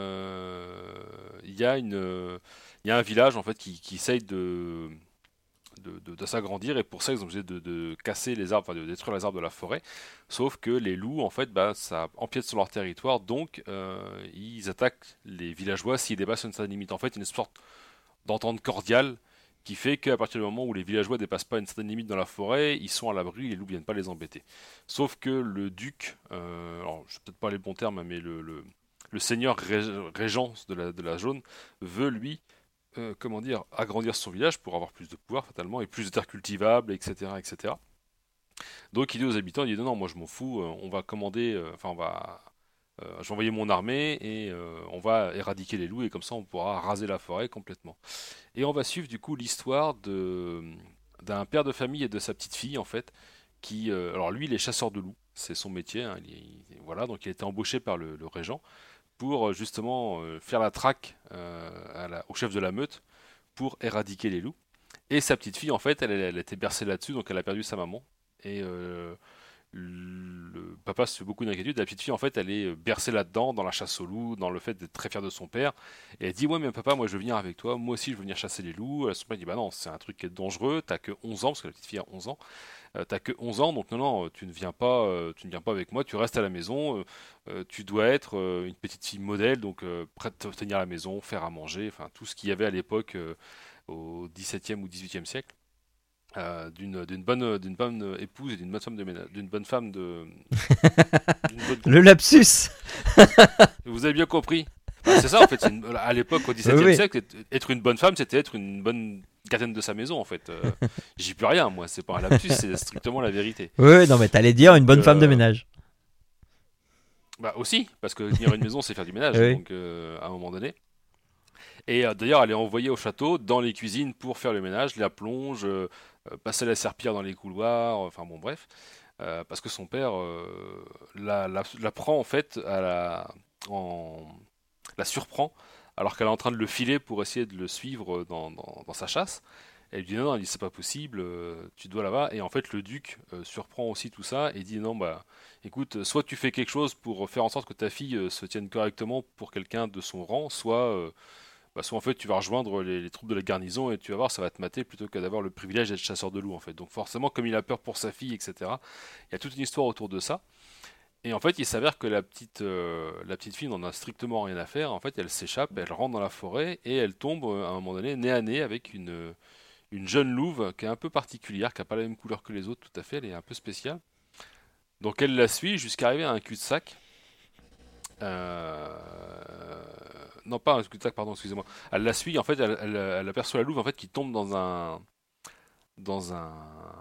euh, il y a une, il y a un village en fait qui, qui essaye de de, de- de s'agrandir, et pour ça ils ont obligé de, de casser les arbres, enfin de détruire les arbres de la forêt. Sauf que les loups, en fait, bah, ça empiète sur leur territoire, donc euh, ils attaquent les villageois s'ils dépassent une certaine limite. En fait, une sorte d'entente cordiale qui fait qu'à partir du moment où les villageois dépassent pas une certaine limite dans la forêt, ils sont à l'abri, les loups viennent pas les embêter. Sauf que le duc, euh, alors je sais peut-être pas les bons termes, mais le, le, le seigneur ré- régent de la, de la zone veut lui, euh, comment dire, agrandir son village pour avoir plus de pouvoir fatalement, et plus de terres cultivables, et cetera, et cetera. Donc il dit aux habitants, il dit non, non, moi je m'en fous, euh, on va commander, euh, enfin on va, euh, je vais envoyer mon armée, et euh, on va éradiquer les loups, et comme ça on pourra raser la forêt complètement. Et on va suivre du coup l'histoire de d'un père de famille et de sa petite fille en fait, qui, euh, alors lui il est chasseur de loups, c'est son métier, hein, il est- il- voilà, donc il a été embauché par le, le régent pour euh, justement euh, faire la traque euh, à la- au chef de la meute pour éradiquer les loups. Et sa petite fille en fait, elle, elle, elle a été bercée là-dessus, donc elle a perdu sa maman. Et euh, le papa se fait beaucoup d'inquiétude. La petite fille, en fait, elle est bercée là-dedans, dans la chasse aux loups, dans le fait d'être très fière de son père. Et elle dit, ouais, mais papa, moi je veux venir avec toi, moi aussi je veux venir chasser les loups. Et son père dit, bah non, c'est un truc qui est dangereux, t'as que onze ans, parce que la petite fille a onze ans. Euh, t'as que onze ans, donc non, non, tu ne viens pas, euh, tu ne viens pas avec moi, tu restes à la maison. euh, euh, tu dois être euh, une petite fille modèle, donc euh, prête à tenir la maison, faire à manger, enfin tout ce qu'il y avait à l'époque euh, au dix-septième ou dix-huitième siècle. Euh, d'une d'une bonne d'une bonne épouse et d'une bonne femme de ménage, d'une bonne femme de d'une bonne- Le lapsus. Vous avez bien compris. Enfin, c'est ça en fait. c'est une- À l'époque, au dix-septième Oui, oui. siècle, être- être une bonne femme, c'était être une bonne gardienne de sa maison en fait. Euh, j'y peux rien, moi. C'est pas un lapsus, c'est strictement la vérité. Oui, oui, non, mais t'allais dire une bonne Euh, femme de ménage. Bah aussi, parce que tenir une maison, c'est faire du ménage, Oui. donc euh, à un moment donné. Et euh, d'ailleurs, elle est envoyée au château, dans les cuisines, pour faire le ménage, la plonge, euh, euh, passer la serpillière dans les couloirs, enfin bon bref, euh, parce que son père euh, la, la, la prend en fait, à la, en, la surprend, alors qu'elle est en train de le filer pour essayer de le suivre dans, dans, dans sa chasse. Elle lui dit non, non, elle dit c'est pas possible, euh, tu dois là-bas. Et en fait, le duc euh, surprend aussi tout ça et dit non, bah écoute, soit tu fais quelque chose pour faire en sorte que ta fille euh, se tienne correctement pour quelqu'un de son rang, soit, euh, bah, soit en fait tu vas rejoindre les, les troupes de la garnison et tu vas voir, ça va te mater plutôt que d'avoir le privilège d'être chasseur de loups en fait. Donc forcément, comme il a peur pour sa fille, et cetera, il y a toute une histoire autour de ça. Et en fait, il s'avère que la petite, euh, la petite fille n'en a strictement rien à faire. En fait, elle s'échappe, elle rentre dans la forêt et elle tombe euh, à un moment donné, nez à nez, avec une une jeune louve qui est un peu particulière, qui n'a pas la même couleur que les autres tout à fait, elle est un peu spéciale. Donc elle la suit jusqu'à arriver à un cul-de-sac. Euh... Non, pas un cul-de-sac, pardon, excusez-moi. Elle la suit, en fait, elle, elle, elle aperçoit la louve en fait, qui tombe dans un... dans un...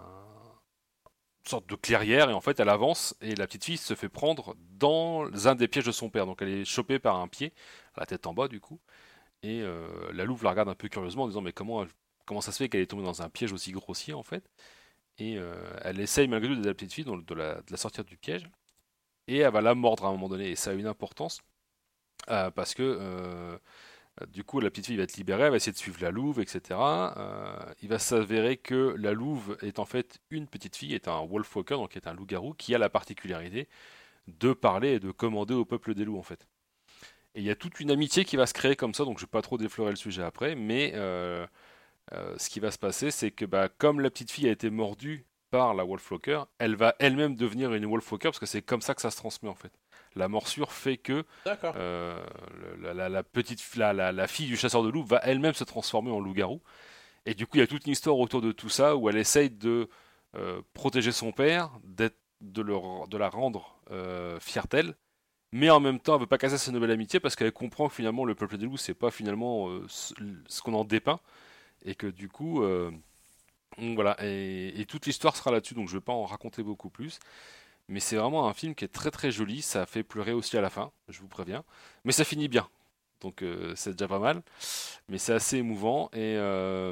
une sorte de clairière, et en fait elle avance, et la petite fille se fait prendre dans un des pièges de son père. Donc elle est chopée par un pied, la tête en bas du coup, et euh, la louve la regarde un peu curieusement en disant mais comment... Elle... comment ça se fait qu'elle est tombée dans un piège aussi grossier en fait. Et euh, elle essaye malgré tout d'aider la petite fille de la, de la sortir du piège, et elle va la mordre à un moment donné, et ça a une importance euh, parce que euh, du coup la petite fille va être libérée, elle va essayer de suivre la louve, etc. Euh, il va s'avérer que la louve est en fait une petite fille, est un wolfwalker, donc est un loup-garou qui a la particularité de parler et de commander au peuple des loups en fait. Et il y a toute une amitié qui va se créer comme ça, donc je vais pas trop déflorer le sujet après, mais euh, Euh, ce qui va se passer, c'est que bah, comme la petite fille a été mordue par la wolfwalker, elle va elle-même devenir une wolfwalker, parce que c'est comme ça que ça se transmet en fait. La morsure fait que euh, la, la, la petite la, la, la fille du chasseur de loups va elle-même se transformer en loup-garou. Et du coup, il y a toute une histoire autour de tout ça où elle essaye de euh, protéger son père, de, le, de la rendre euh, fière d'elle, mais en même temps, elle veut pas casser sa nouvelle amitié parce qu'elle comprend que finalement le peuple des loups, c'est pas finalement euh, ce, ce qu'on en dépeint. Et que du coup, euh, voilà, et, et toute l'histoire sera là-dessus, donc je ne vais pas en raconter beaucoup plus. Mais c'est vraiment un film qui est très très joli, ça fait pleurer aussi à la fin, je vous préviens. Mais ça finit bien, donc euh, c'est déjà pas mal. Mais c'est assez émouvant, et, euh,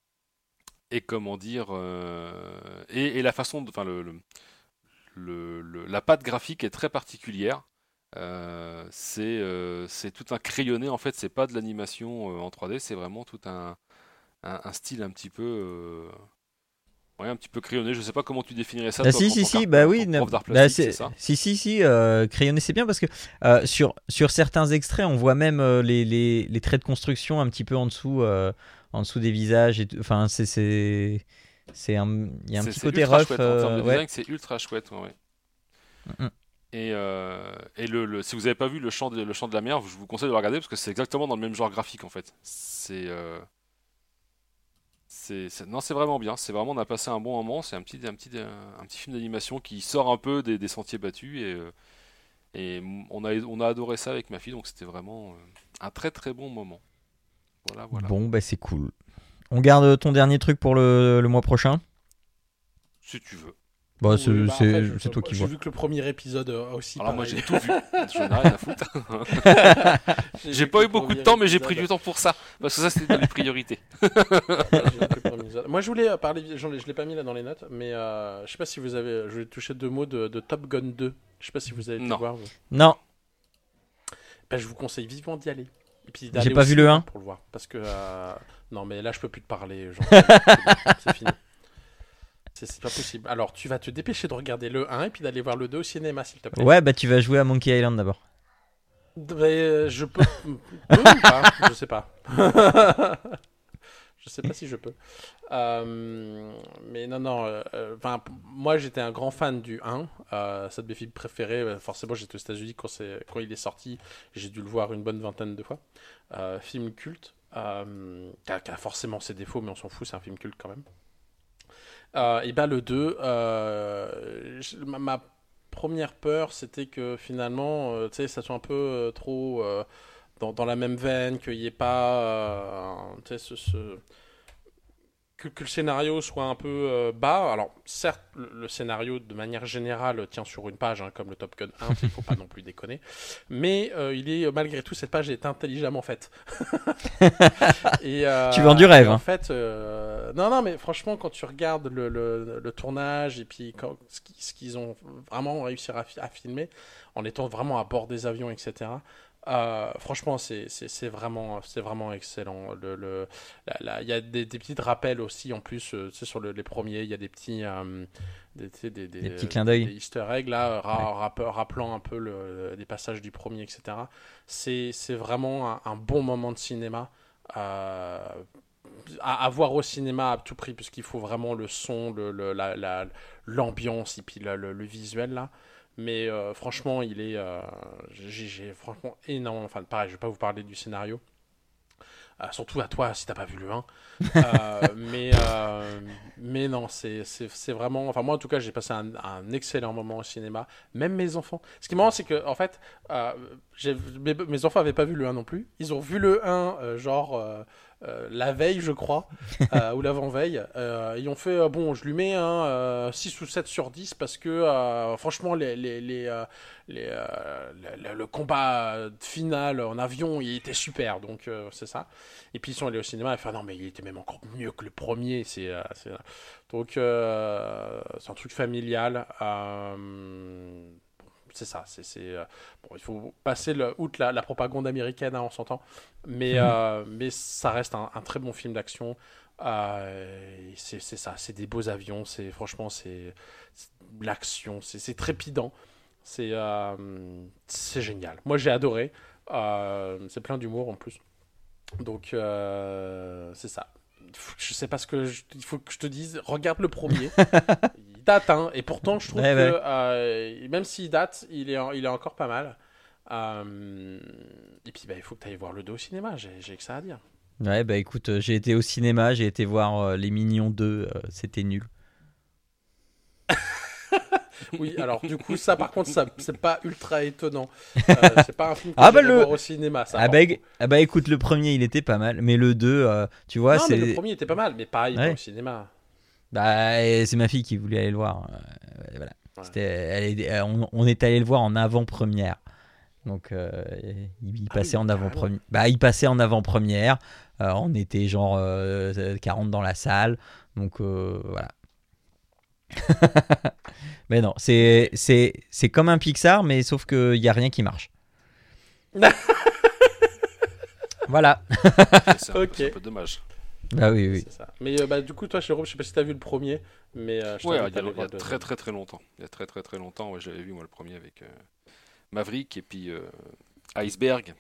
et comment dire, euh, et, et la façon, enfin le, le, le, le, la patte graphique est très particulière. Euh, c'est, euh, c'est tout un crayonné, en fait, c'est pas de l'animation euh, en trois D, c'est vraiment tout un... Un, un style un petit peu euh... ouais, un petit peu crayonné. Je sais pas comment tu définirais ça. Ah, toi, si si si bah oui prof d'art plastique, bah, c'est, c'est ça si si si euh, crayonné c'est bien parce que euh, sur sur certains extraits on voit même euh, les, les, les traits de construction un petit peu en dessous euh, en dessous des visages et enfin c'est c'est c'est un il y a un c'est, petit c'est côté rough rough euh, en termes de ouais. design, c'est ultra chouette ouais, ouais. Mm-hmm. Et, euh, et le, le, si vous n'avez pas vu le chant, de, le chant de la mer, je vous conseille de le regarder parce que c'est exactement dans le même genre graphique en fait. C'est euh... C'est, c'est, non, c'est vraiment bien. C'est vraiment, on a passé un bon moment. C'est un petit, un petit, un petit film d'animation qui sort un peu des, des sentiers battus et, et on a, on a adoré ça avec ma fille. Donc c'était vraiment un très très bon moment. Voilà, voilà. Bon, bah c'est cool. On garde ton dernier truc pour le, le mois prochain. Si tu veux. Bah, c'est, oui, bah, c'est, après, je, c'est toi qui j'ai vois. J'ai vu que le premier épisode aussi. Alors pareil. moi j'ai tout vu. Je n'ai rien à foutre. j'ai j'ai pas eu beaucoup de temps, mais j'ai pris du temps pour ça parce que ça c'était dans les priorités. Moi je voulais parler, je l'ai pas mis là dans les notes, mais euh, je sais pas si vous avez, je vais toucher deux mots de, de Top Gun deux. Je sais pas si vous avez pu non. voir. Vous. Non. Ben, je vous conseille vivement d'y aller. Et puis j'ai pas vu le un pour le voir, parce que euh, non mais là je peux plus te parler. Genre, c'est fini. C'est, c'est pas possible. Alors, tu vas te dépêcher de regarder le un et puis d'aller voir le deux au cinéma, s'il te plaît. Ouais, bah tu vas jouer à Monkey Island d'abord. Euh, je peux... peux ou pas. Je sais pas. Je sais pas si je peux. Euh, mais non, non. Euh, moi, j'étais un grand fan du un. Euh, c'est un de mes films préférés. Forcément, j'étais aux États-Unis quand, c'est... quand il est sorti. J'ai dû le voir une bonne vingtaine de fois. Euh, film culte. Euh, qui, a, qui a forcément ses défauts, mais on s'en fout, c'est un film culte quand même. Euh, et ben le deux, euh, ma, ma première peur c'était que finalement euh, tu sais, ça soit un peu euh, trop euh, dans, dans la même veine, qu'il n'y ait pas euh, tu sais, ce, ce... Que, que le scénario soit un peu euh, bas. Alors certes le, le scénario de manière générale tient sur une page hein, comme le Top Gun un, il ne faut pas non plus déconner, mais euh, il est malgré tout, cette page est intelligemment faite. Et, euh, tu vends du rêve en hein. fait euh, non, non, mais franchement, quand tu regardes le, le, le tournage et puis quand, ce, qu'ils, ce qu'ils ont vraiment réussi à, à filmer, en étant vraiment à bord des avions, et cetera. Euh, franchement, c'est, c'est, c'est, vraiment, c'est vraiment excellent. Le, le, la, la, il y a des, des petits rappels aussi, en plus, euh, tu sais, sur le, les premiers, il y a des petits, euh, des, des, des, des petits clins d'œil. Des easter eggs, là, ra, rap, rappelant un peu le, des passages du premier, et cetera. C'est, c'est vraiment un, un bon moment de cinéma. Euh, à, à voir au cinéma à tout prix, puisqu'il faut vraiment le son, le, le, la, la, l'ambiance et puis le, le, le visuel, là. Mais euh, franchement, il est. Euh, j'ai, j'ai franchement énormément. Enfin, pareil, je vais pas vous parler du scénario. Euh, surtout à toi si t'as pas vu le un. euh, mais, euh, mais non, c'est, c'est, c'est vraiment. Enfin, moi en tout cas, j'ai passé un, un excellent moment au cinéma. Même mes enfants. Ce qui est marrant, c'est que, en fait, euh, j'ai, mes, mes enfants avaient pas vu le un non plus. Ils ont vu le un, euh, genre. Euh, Euh, la veille je crois euh, ou l'avant-veille euh, ils ont fait euh, bon je lui mets un euh, six ou sept sur dix parce que euh, franchement les, les, les, euh, les, euh, le, le combat final en avion il était super donc euh, c'est ça et puis ils sont allés au cinéma et faire non mais il était même encore mieux que le premier c'est, euh, c'est... donc euh, c'est un truc familial euh... c'est ça, c'est, c'est euh, bon, il faut passer le, outre la, la propagande américaine, hein, on s'entend, mais, mmh. euh, mais ça reste un, un très bon film d'action. Euh, c'est, c'est ça, c'est des beaux avions, c'est franchement c'est, c'est l'action, c'est, c'est trépidant, c'est, euh, c'est génial. Moi j'ai adoré, euh, c'est plein d'humour en plus, donc euh, c'est ça. Je sais pas ce que je, il faut que je te dise. Regarde le premier. Il date, hein. Et pourtant, je trouve ouais, que ouais. Euh, même s'il date, il est, il est encore pas mal. Euh, et puis, bah, il faut que tu ailles voir le deux au cinéma. J'ai, j'ai que ça à dire. Ouais, bah écoute, j'ai été au cinéma, j'ai été voir euh, Les Mignons deux. Euh, c'était nul. Oui, alors du coup, ça, par contre, ça, c'est pas ultra étonnant. Euh, c'est pas un film que ah bah je vais le... voir au cinéma. Ça, ah, bah, ah bah écoute, le premier, il était pas mal, mais le deux, euh, tu vois, non, c'est... mais le premier était pas mal, mais pareil, ouais. Pas au cinéma. Bah, c'est ma fille qui voulait aller le voir. Euh, voilà. Ouais. C'était, elle est, on, on est allé le voir en avant-première. Donc, euh, il, il passait ah oui, en avant-première. Bah, il passait en avant-première. Euh, on était genre euh, quarante dans la salle. Donc, euh, voilà. Mais non, c'est, c'est, c'est comme un Pixar, mais sauf qu'il n'y a rien qui marche. Voilà. C'est, un, okay. c'est un peu dommage. Bah oui, oui. C'est ça. Mais euh, bah, du coup, toi, Jérôme, je sais pas si tu as vu le premier, mais euh, je ouais, il y a, il y a très très très longtemps. Il y a très très très longtemps, ouais, j'avais vu moi le premier avec euh, Maverick et puis euh, Iceberg.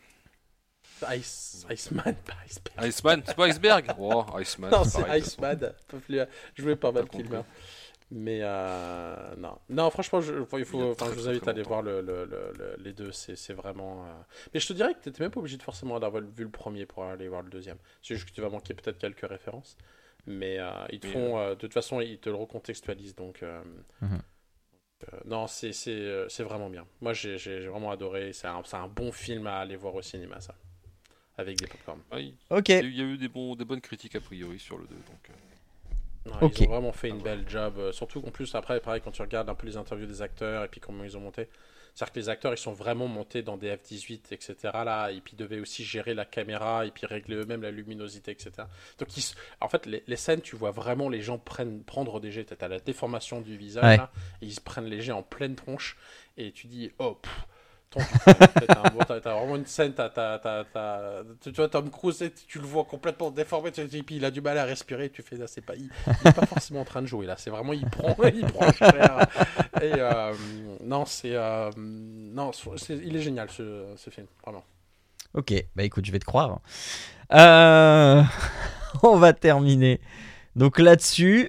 Ice, Iceman, pas Iceberg. Iceman, c'est pas Iceberg. Oh, Iceman. Non, c'est, c'est Iceman. Joué par Val Kilmer. Mais euh, non, non, franchement, je, il faut, enfin, je vous invite à aller voir le, le, le, le, les deux. C'est, c'est vraiment. Euh... Mais je te dirais que tu n'étais même pas obligé de forcément d'avoir vu le premier pour aller voir le deuxième. C'est juste que tu vas manquer peut-être quelques références. Mais euh, ils te font, euh, de toute façon, ils te le recontextualisent. Donc, euh, mm-hmm. euh, non, c'est, c'est, c'est vraiment bien. Moi, j'ai, j'ai vraiment adoré. C'est un, c'est un bon film à aller voir au cinéma, ça. Avec des popcorn. Oui. Ok. Il y a eu des, bons, des bonnes critiques a priori sur le deux. Donc. Euh... Non, okay. Ils ont vraiment fait une belle job, euh, surtout qu'en plus après pareil quand tu regardes un peu les interviews des acteurs et puis comment ils ont monté, c'est-à-dire que les acteurs ils sont vraiment montés dans des F dix-huit etc là et puis ils devaient aussi gérer la caméra et puis régler eux-mêmes la luminosité etc. Donc ils, en fait les, les scènes tu vois vraiment les gens prennent, prendre des jets, t'as la déformation du visage ouais. là, et ils se prennent les jets en pleine tronche et tu dis oh pff, T'as, bon, t'as, t'as vraiment une scène, t'as, t'as, t'as, t'as, tu vois Tom Cruise, tu le vois complètement déformé, et puis il a du mal à respirer, tu fais ça, c'est pas, il, il est pas forcément en train de jouer là, c'est vraiment il prend, il prend cher. Et euh, non, c'est, euh, non, c'est, il est génial ce, ce film, vraiment. Ok, bah écoute, je vais te croire. Euh, on va terminer. Donc là-dessus,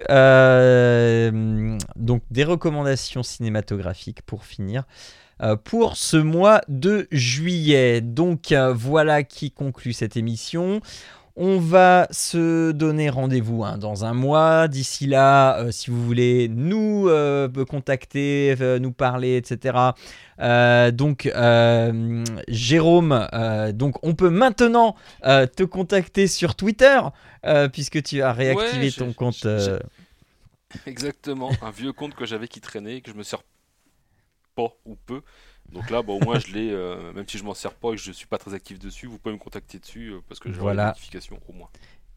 euh, donc des recommandations cinématographiques pour finir. Euh, pour ce mois de juillet. Donc euh, voilà qui conclut cette émission. On va se donner rendez-vous hein, dans un mois. D'ici là, euh, si vous voulez nous euh, contacter, euh, nous parler, et cetera. Euh, donc euh, Jérôme, euh, donc on peut maintenant euh, te contacter sur Twitter euh, puisque tu as réactivé ouais, ton j'ai, compte. J'ai, euh... j'ai... Exactement, un vieux compte que j'avais qui traînait et que je me sers pas ou peu. Donc là, bah, au moins, je l'ai, euh, même si je m'en sers pas et que je suis pas très actif dessus, vous pouvez me contacter dessus euh, parce que j'ai voilà. la notification au moins.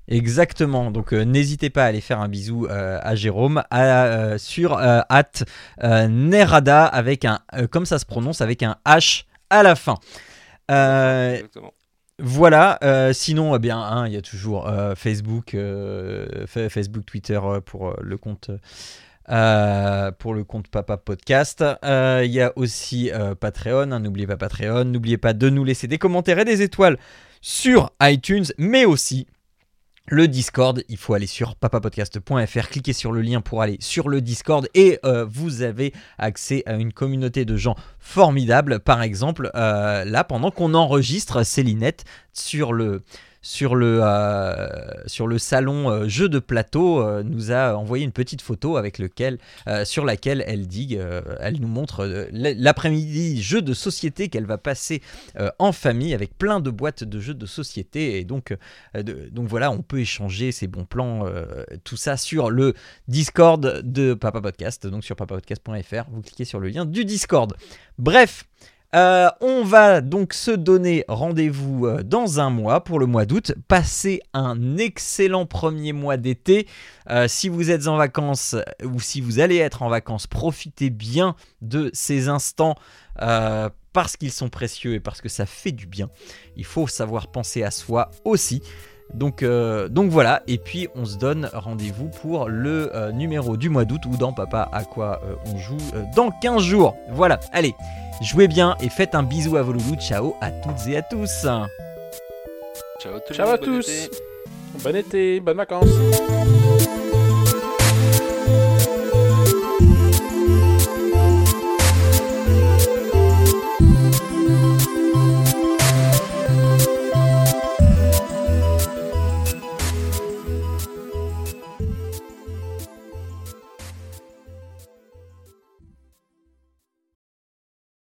Exactement, donc euh, n'hésitez pas à aller faire un bisou euh, à Jérôme à, euh, sur euh, at euh, Nerada avec un, euh, comme ça se prononce, avec un H à la fin. Euh, Exactement. Voilà, euh, sinon, eh bien, hein, il y a toujours euh, Facebook, euh, Facebook, Twitter euh, pour euh, le compte, euh, pour le compte Papa Podcast. Euh, Il y a aussi euh, Patreon. Hein, n'oubliez pas Patreon. N'oubliez pas de nous laisser des commentaires et des étoiles sur iTunes, mais aussi le Discord. Il faut aller sur papapodcast point f r, cliquez sur le lien pour aller sur le Discord et euh, vous avez accès à une communauté de gens formidables. Par exemple, euh, là, pendant qu'on enregistre, Célinette, sur le, sur le, euh, sur le salon euh, jeu de plateau, euh, nous a envoyé une petite photo avec lequel, euh, sur laquelle elle dit, euh, elle nous montre euh, l'après-midi jeu de société qu'elle va passer euh, en famille avec plein de boîtes de jeux de société. Et donc, euh, de, donc voilà, on peut échanger ses bons plans, euh, tout ça sur le Discord de Papa Podcast, donc sur papapodcast point f r. Vous cliquez sur le lien du Discord. Bref. Euh, on va donc se donner rendez-vous euh, dans un mois pour le mois d'août. Passez un excellent premier mois d'été. Euh, si vous êtes en vacances ou si vous allez être en vacances, profitez bien de ces instants euh, parce qu'ils sont précieux et parce que ça fait du bien. Il faut savoir penser à soi aussi. Donc, euh, donc voilà, et puis on se donne rendez-vous pour le euh, numéro du mois d'août ou dans Papa à quoi euh, on joue euh, dans quinze jours. Voilà, allez, jouez bien et faites un bisou à vos loulous. Ciao à toutes et à tous. Ciao, tout le Ciao monde, à bon tous. été. Bon été, bonnes vacances.